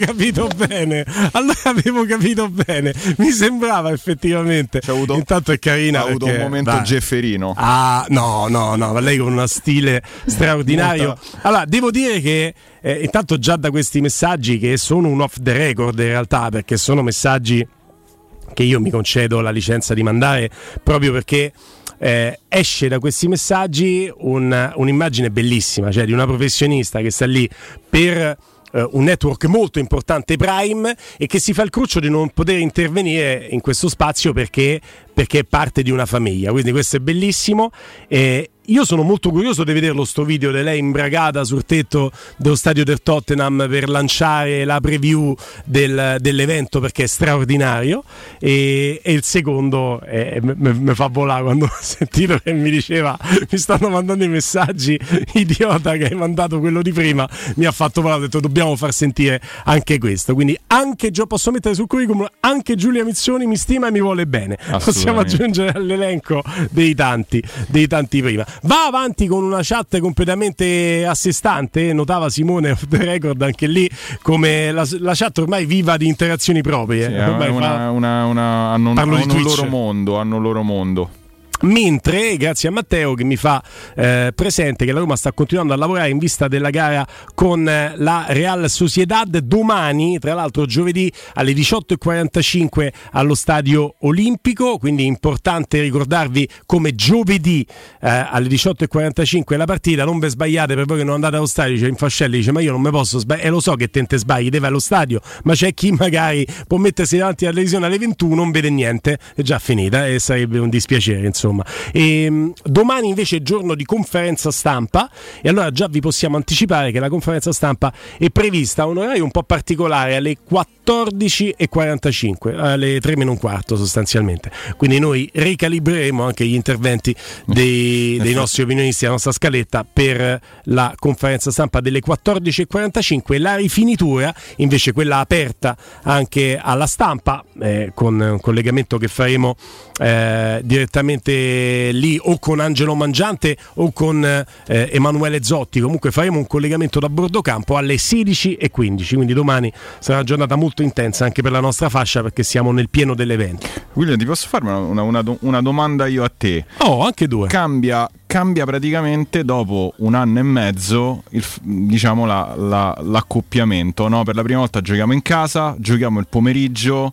avevo capito bene, mi sembrava effettivamente. Intanto è carina, ha avuto un momento Gefferino. No, ma lei con uno stile straordinario. Allora, devo dire che intanto già da questi messaggi, che sono un off the record in realtà, perché sono messaggi che io mi concedo la licenza di mandare proprio perché esce da questi messaggi un'immagine bellissima, cioè di una professionista che sta lì per un network molto importante, Prime, e che si fa il cruccio di non poter intervenire in questo spazio perché è parte di una famiglia, quindi questo è bellissimo. Io sono molto curioso di vederlo sto video di lei imbragata sul tetto dello stadio del Tottenham per lanciare la preview dell'evento, perché è straordinario, e il secondo mi fa volare quando ho sentito che mi diceva mi stanno mandando i messaggi, idiota che hai mandato quello di prima, mi ha fatto volare, ho detto dobbiamo far sentire anche questo, quindi anche posso mettere sul curriculum anche Giulia Mizzoni mi stima e mi vuole bene, possiamo aggiungere all'elenco dei tanti prima. Va avanti con una chat completamente a sé stante, notava Simone off the record anche lì come la chat ormai viva di interazioni proprie. Sì, hanno un loro mondo. Mentre, grazie a Matteo che mi fa presente che la Roma sta continuando a lavorare in vista della gara con la Real Sociedad domani, tra l'altro giovedì alle 18:45 allo Stadio Olimpico, quindi è importante ricordarvi come giovedì alle 18:45 la partita, non ve sbagliate, per voi che non andate allo stadio, dice Infascelli, dice ma io non mi posso sbagliare, lo so che te sbagli, deve allo stadio, ma c'è chi magari può mettersi davanti alla televisione alle 21, non vede niente, è già finita e sarebbe un dispiacere, insomma. E domani invece è giorno di conferenza stampa, e allora già vi possiamo anticipare che la conferenza stampa è prevista a un orario un po' particolare, alle 14:45, alle 3:15 sostanzialmente. Quindi noi ricalibreremo anche gli interventi dei nostri opinionisti, la nostra scaletta per la conferenza stampa delle 14:45, la rifinitura invece quella aperta anche alla stampa, con un collegamento che faremo direttamente lì o con Angelo Mangiante o con Emanuele Zotti. Comunque faremo un collegamento da bordo campo alle 16:15, quindi domani sarà una giornata molto intensa anche per la nostra fascia, perché siamo nel pieno dell'evento. William, ti posso farmi una domanda io a te? Anche due. Cambia praticamente dopo un anno e mezzo l'accoppiamento, no? Per la prima volta giochiamo in casa, giochiamo il pomeriggio,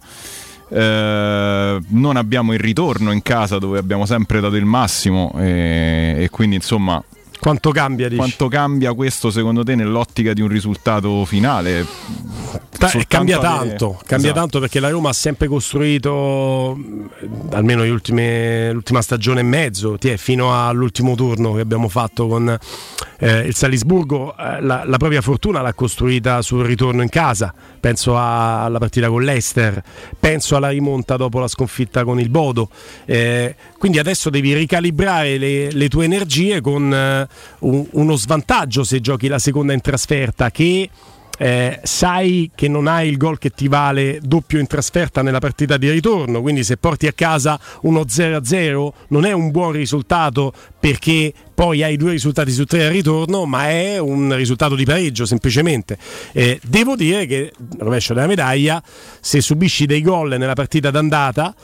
non abbiamo il ritorno in casa dove abbiamo sempre dato il massimo, e quindi insomma quanto cambia, dici? Quanto cambia questo secondo te nell'ottica di un risultato finale? Cambia tanto, tanto, perché la Roma ha sempre costruito, almeno l'ultima stagione e mezzo, fino all'ultimo turno che abbiamo fatto con il Salisburgo, la propria fortuna l'ha costruita sul ritorno in casa. Penso alla partita con l'Ester, penso alla rimonta dopo la sconfitta con il Bodo, quindi adesso devi ricalibrare le tue energie con uno svantaggio se giochi la seconda in trasferta, che sai che non hai il gol che ti vale doppio in trasferta nella partita di ritorno, quindi se porti a casa uno 0-0 non è un buon risultato, perché poi hai 2 risultati su 3 al ritorno, ma è un risultato di pareggio semplicemente. Devo dire che, rovescio della medaglia, se subisci dei gol nella partita d'andata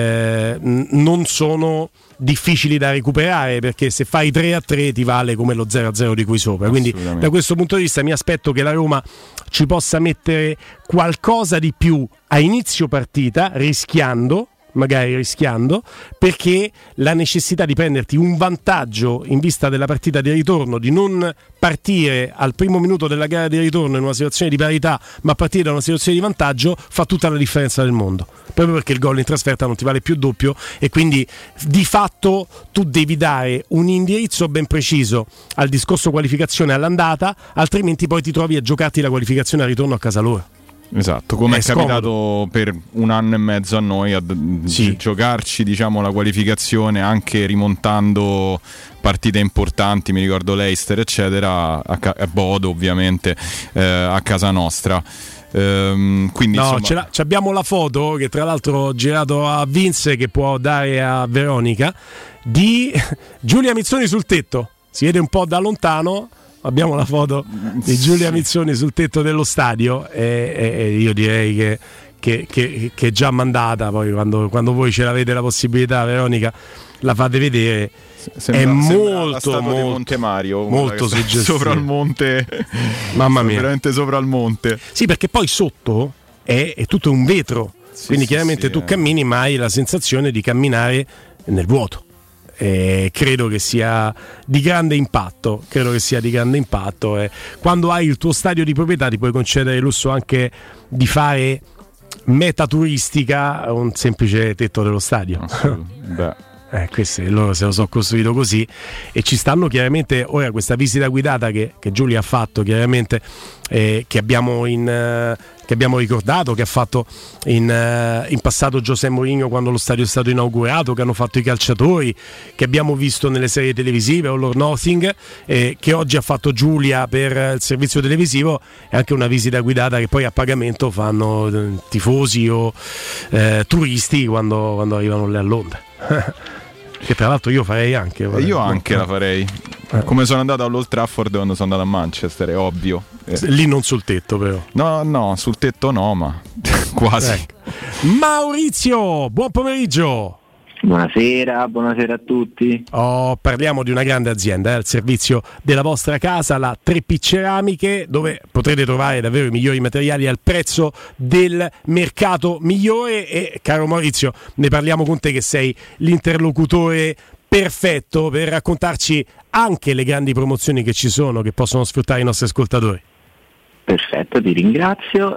non sono difficili da recuperare, perché se fai 3-3 ti vale come lo 0-0 di qui sopra. Quindi da questo punto di vista mi aspetto che la Roma ci possa mettere qualcosa di più a inizio partita, magari rischiando, perché la necessità di prenderti un vantaggio in vista della partita di ritorno, di non partire al primo minuto della gara di ritorno in una situazione di parità, ma partire da una situazione di vantaggio, fa tutta la differenza del mondo, proprio perché il gol in trasferta non ti vale più doppio, e quindi di fatto tu devi dare un indirizzo ben preciso al discorso qualificazione all'andata, altrimenti poi ti trovi a giocarti la qualificazione al ritorno a casa loro. Esatto, come è capitato per un anno e mezzo a noi giocarci, diciamo, la qualificazione anche rimontando partite importanti, mi ricordo l'Eister eccetera, a Bodo ovviamente, a casa nostra. Quindi abbiamo la foto che tra l'altro ho girato a Vince, che può dare a Veronica, di Giulia Mizzoni sul tetto, si vede un po' da lontano. Abbiamo la foto di Giulia Mizzoni sul tetto dello stadio, e io direi che è già mandata. Poi quando voi ce l'avete la possibilità, Veronica, la fate vedere. È molto di Monte Mario, molto suggestivo, sopra il monte. Mamma mia, veramente sopra il monte. Sì, perché poi sotto è tutto un vetro, quindi chiaramente tu cammini, ma hai la sensazione di camminare nel vuoto. Credo che sia di grande impatto. Quando hai il tuo stadio di proprietà ti puoi concedere il lusso anche di fare meta turistica un semplice tetto dello stadio. Questo loro se lo sono costruito così, e ci stanno chiaramente ora questa visita guidata che Giulia ha fatto, chiaramente, che abbiamo ricordato, che ha fatto in passato José Mourinho quando lo stadio è stato inaugurato, che hanno fatto i calciatori, che abbiamo visto nelle serie televisive All or Nothing, che oggi ha fatto Giulia per il servizio televisivo. È anche una visita guidata che poi a pagamento fanno tifosi o turisti quando arrivano lì a Londra. Che tra l'altro io farei anche. Io anche la farei. Come sono andato all'Old Trafford quando sono andato a Manchester, è ovvio. Lì non sul tetto, però. No, sul tetto no, ma quasi. Maurizio, buon pomeriggio. Buonasera a tutti. Parliamo di una grande azienda al servizio della vostra casa, la 3P Ceramiche, dove potrete trovare davvero i migliori materiali al prezzo del mercato migliore. E caro Maurizio, ne parliamo con te, che sei l'interlocutore perfetto per raccontarci anche le grandi promozioni che ci sono, che possono sfruttare i nostri ascoltatori. Perfetto, ti ringrazio.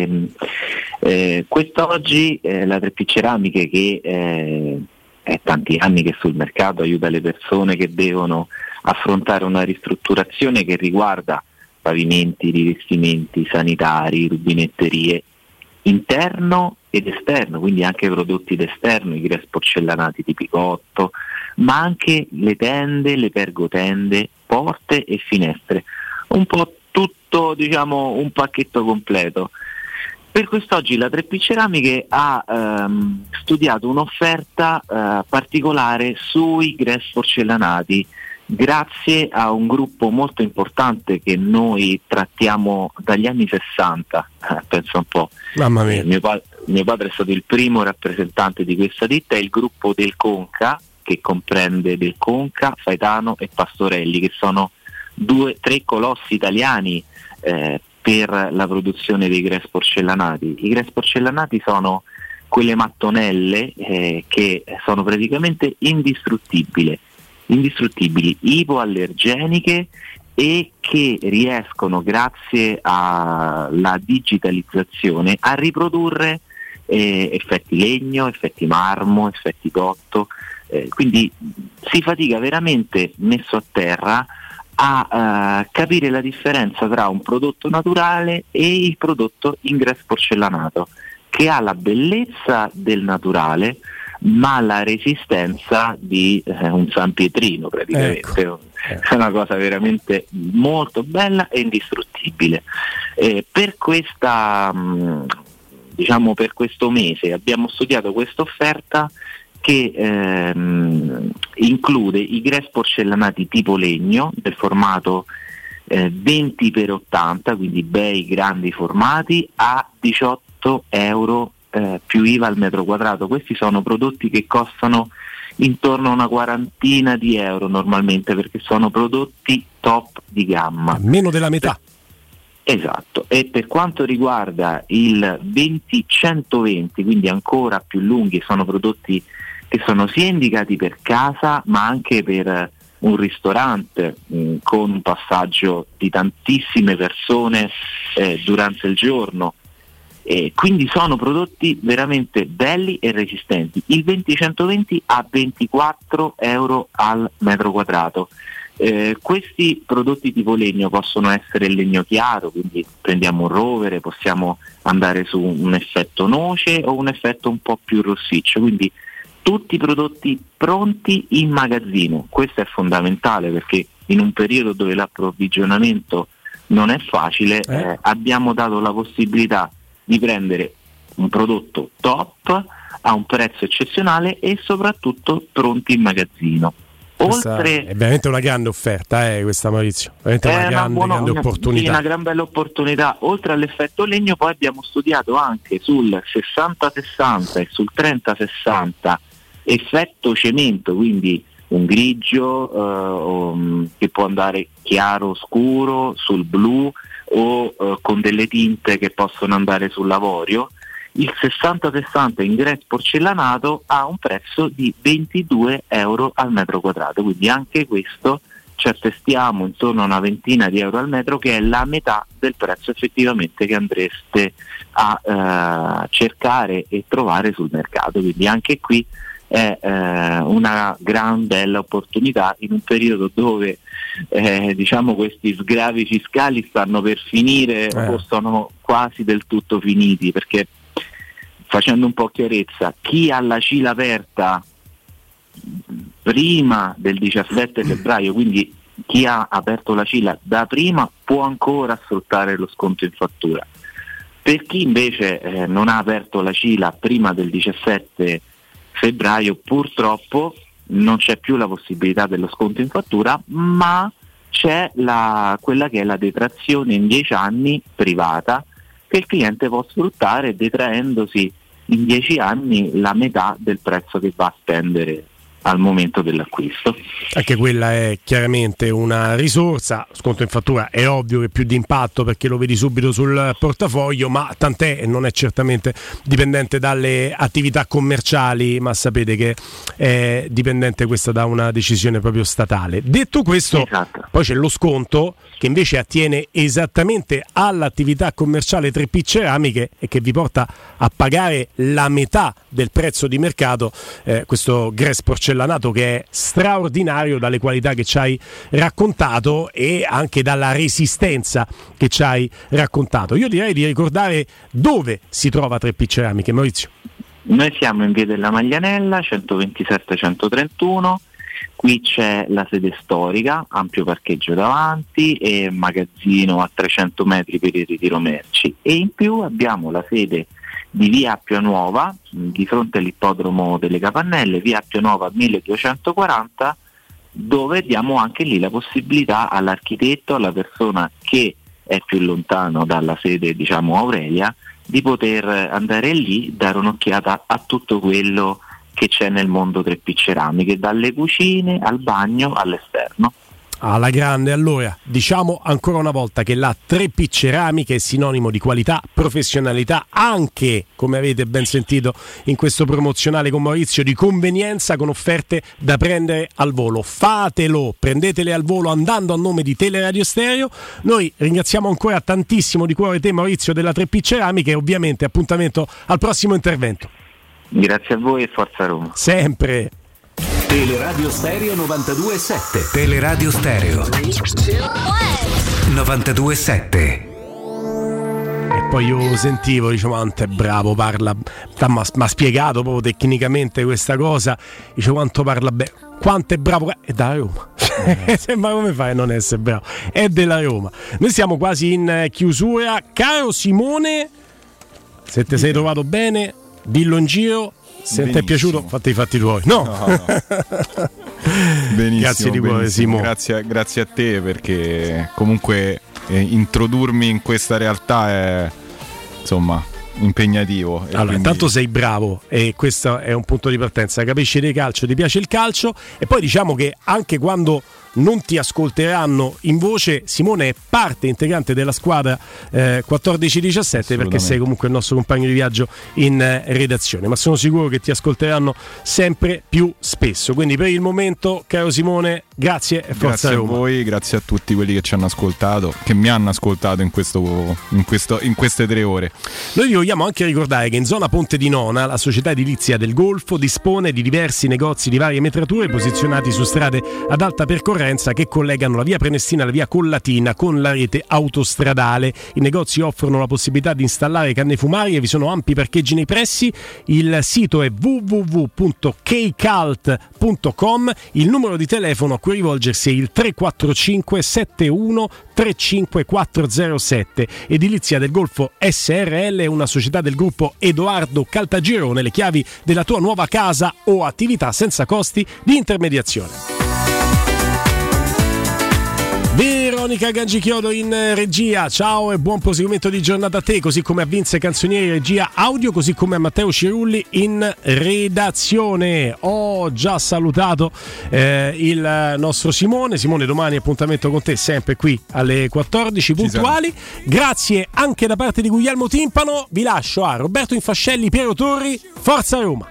Quest'oggi la 3P Ceramiche, che è tanti anni che sul mercato aiuta le persone che devono affrontare una ristrutturazione che riguarda pavimenti, rivestimenti sanitari, rubinetterie, interno ed esterno, quindi anche prodotti d'esterno, i gres porcellanati di Picotto, ma anche le tende, le pergotende, porte e finestre, un po' tutto, diciamo, un pacchetto completo. Per quest'oggi la 3P Ceramiche ha studiato un'offerta particolare sui gres porcellanati, grazie a un gruppo molto importante che noi trattiamo dagli anni 60, penso un po'. Mamma mia. Mio padre è stato il primo rappresentante di questa ditta, è il gruppo del Conca, che comprende del Conca, Faetano e Pastorelli, che sono 3 colossi italiani per la produzione dei gres porcellanati. I gres porcellanati sono quelle mattonelle che sono praticamente indistruttibili, ipoallergeniche, e che riescono, grazie alla digitalizzazione, a riprodurre effetti legno, effetti marmo, effetti cotto, quindi si fatica veramente, messo a terra, a capire la differenza tra un prodotto naturale e il prodotto in gres porcellanato, che ha la bellezza del naturale ma la resistenza di un San Pietrino praticamente. Ecco. È una cosa veramente molto bella e indistruttibile. Per questa per questo mese abbiamo studiato questa offerta che include i gres porcellanati tipo legno del formato 20x80, quindi bei grandi formati, a 18 euro più IVA al metro quadrato. Questi sono prodotti che costano intorno a una quarantina di euro normalmente, perché sono prodotti top di gamma. Meno della metà. Esatto. E per quanto riguarda il 20-120, quindi ancora più lunghi, sono prodotti che sono sia indicati per casa ma anche per un ristorante, con un passaggio di tantissime persone durante il giorno. Quindi sono prodotti veramente belli e resistenti. Il 20-120 a 24 euro al metro quadrato. Questi prodotti tipo legno possono essere il legno chiaro, quindi prendiamo un rovere, possiamo andare su un effetto noce o un effetto un po' più rossiccio, quindi tutti prodotti pronti in magazzino. Questo è fondamentale, perché in un periodo dove l'approvvigionamento non è facile, abbiamo dato la possibilità di prendere un prodotto top a un prezzo eccezionale e soprattutto pronti in magazzino. Oltre, è veramente una grande offerta, questa, Maurizio, veramente una grande opportunità. Sì, una gran bella opportunità. Oltre all'effetto legno, poi abbiamo studiato anche sul 60-60 e sul 30-60 effetto cemento, quindi un grigio che può andare chiaro scuro sul blu o con delle tinte che possono andare sull'avorio. Il 60-60 in gres porcellanato ha un prezzo di 22 euro al metro quadrato, quindi anche questo ci attestiamo intorno a una ventina di euro al metro, che è la metà del prezzo effettivamente che andreste a cercare e trovare sul mercato. Quindi anche qui è una gran bella opportunità in un periodo dove questi sgravi fiscali stanno per finire o sono quasi del tutto finiti, perché, facendo un po' chiarezza, chi ha la CILA aperta prima del 17 febbraio, quindi chi ha aperto la CILA da prima, può ancora sfruttare lo sconto in fattura. Per chi invece non ha aperto la CILA prima del 17 febbraio, purtroppo non c'è più la possibilità dello sconto in fattura, ma c'è quella che è la detrazione in 10 anni privata, che il cliente può sfruttare detraendosi in 10 anni la metà del prezzo che va a spendere al momento dell'acquisto. Anche quella è chiaramente una risorsa. Sconto in fattura è ovvio che è più di impatto, perché lo vedi subito sul portafoglio, ma tant'è, non è certamente dipendente dalle attività commerciali, ma sapete che è dipendente questa da una decisione proprio statale. Detto questo, esatto, poi c'è lo sconto che invece attiene esattamente all'attività commerciale 3P Ceramiche e che vi porta a pagare la metà del prezzo di mercato, questo gres porcellanato porcellanato che è straordinario dalle qualità che ci hai raccontato e anche dalla resistenza che ci hai raccontato. Io direi di ricordare dove si trova 3P Ceramiche, Maurizio. Noi siamo in via della Maglianella 127-131, qui c'è la sede storica, ampio parcheggio davanti e magazzino a 300 metri per il ritiro merci, e in più abbiamo la sede di via Appia Nuova, di fronte all'ippodromo delle Capannelle, via Appia Nuova 1240, dove diamo anche lì la possibilità all'architetto, alla persona che è più lontano dalla sede, diciamo Aurelia, di poter andare lì, dare un'occhiata a tutto quello che c'è nel mondo 3P Ceramiche, dalle cucine al bagno all'esterno. Alla grande. Allora, diciamo ancora una volta che la 3P Ceramiche è sinonimo di qualità, professionalità, anche, come avete ben sentito in questo promozionale con Maurizio, di convenienza, con offerte da prendere al volo. Fatelo, prendetele al volo andando a nome di Teleradio Stereo. Noi ringraziamo ancora tantissimo di cuore te, Maurizio, della 3P Ceramiche, e ovviamente appuntamento al prossimo intervento. Grazie a voi e forza Roma. Sempre. Teleradio Stereo 92.7. Teleradio Stereo 92.7. E poi io sentivo, dicevo, quanto è bravo, parla, m'ha spiegato proprio tecnicamente questa cosa, dicevo quanto parla bene, quanto è bravo, è da Roma. Ma come fai a non essere bravo? È della Roma. Noi siamo quasi in chiusura. Caro Simone, se ti sei trovato bene, dillo in giro. Se ti è piaciuto, fatti i fatti tuoi. No. Benissimo, grazie di cuore, Simo. Grazie a te, perché comunque introdurmi in questa realtà è, insomma, impegnativo. Allora, quindi... intanto sei bravo e questo è un punto di partenza. Capisci di calcio, ti piace il calcio, e poi diciamo che anche quando non ti ascolteranno in voce, Simone è parte integrante della squadra 14-17, perché sei comunque il nostro compagno di viaggio in redazione, ma sono sicuro che ti ascolteranno sempre più spesso. Quindi per il momento, caro Simone, grazie e forza Roma. Grazie a voi, grazie a tutti quelli che ci hanno ascoltato, che mi hanno ascoltato in queste 3 ore. Noi vi vogliamo anche ricordare che in zona Ponte di Nona la società edilizia del Golfo dispone di diversi negozi di varie metrature posizionati su strade ad alta percorrenza che collegano la via Prenestina alla via Collatina con la rete autostradale. I negozi offrono la possibilità di installare canne fumarie, vi sono ampi parcheggi nei pressi. Il sito è www.kcalt.com. Il numero di telefono a cui rivolgersi è il 345 71 35407. Edilizia del Golfo SRL è una società del gruppo Edoardo Caltagirone. Le chiavi della tua nuova casa o attività senza costi di intermediazione. Veronica Gangichiodo in regia, ciao e buon proseguimento di giornata a te, così come a Vince Canzonieri regia audio, così come a Matteo Cirulli in redazione. Ho già salutato il nostro Simone, domani appuntamento con te sempre qui alle 14 puntuali. Grazie anche da parte di Guglielmo Timpano, vi lascio a Roberto Infascelli, Piero Torri, forza Roma.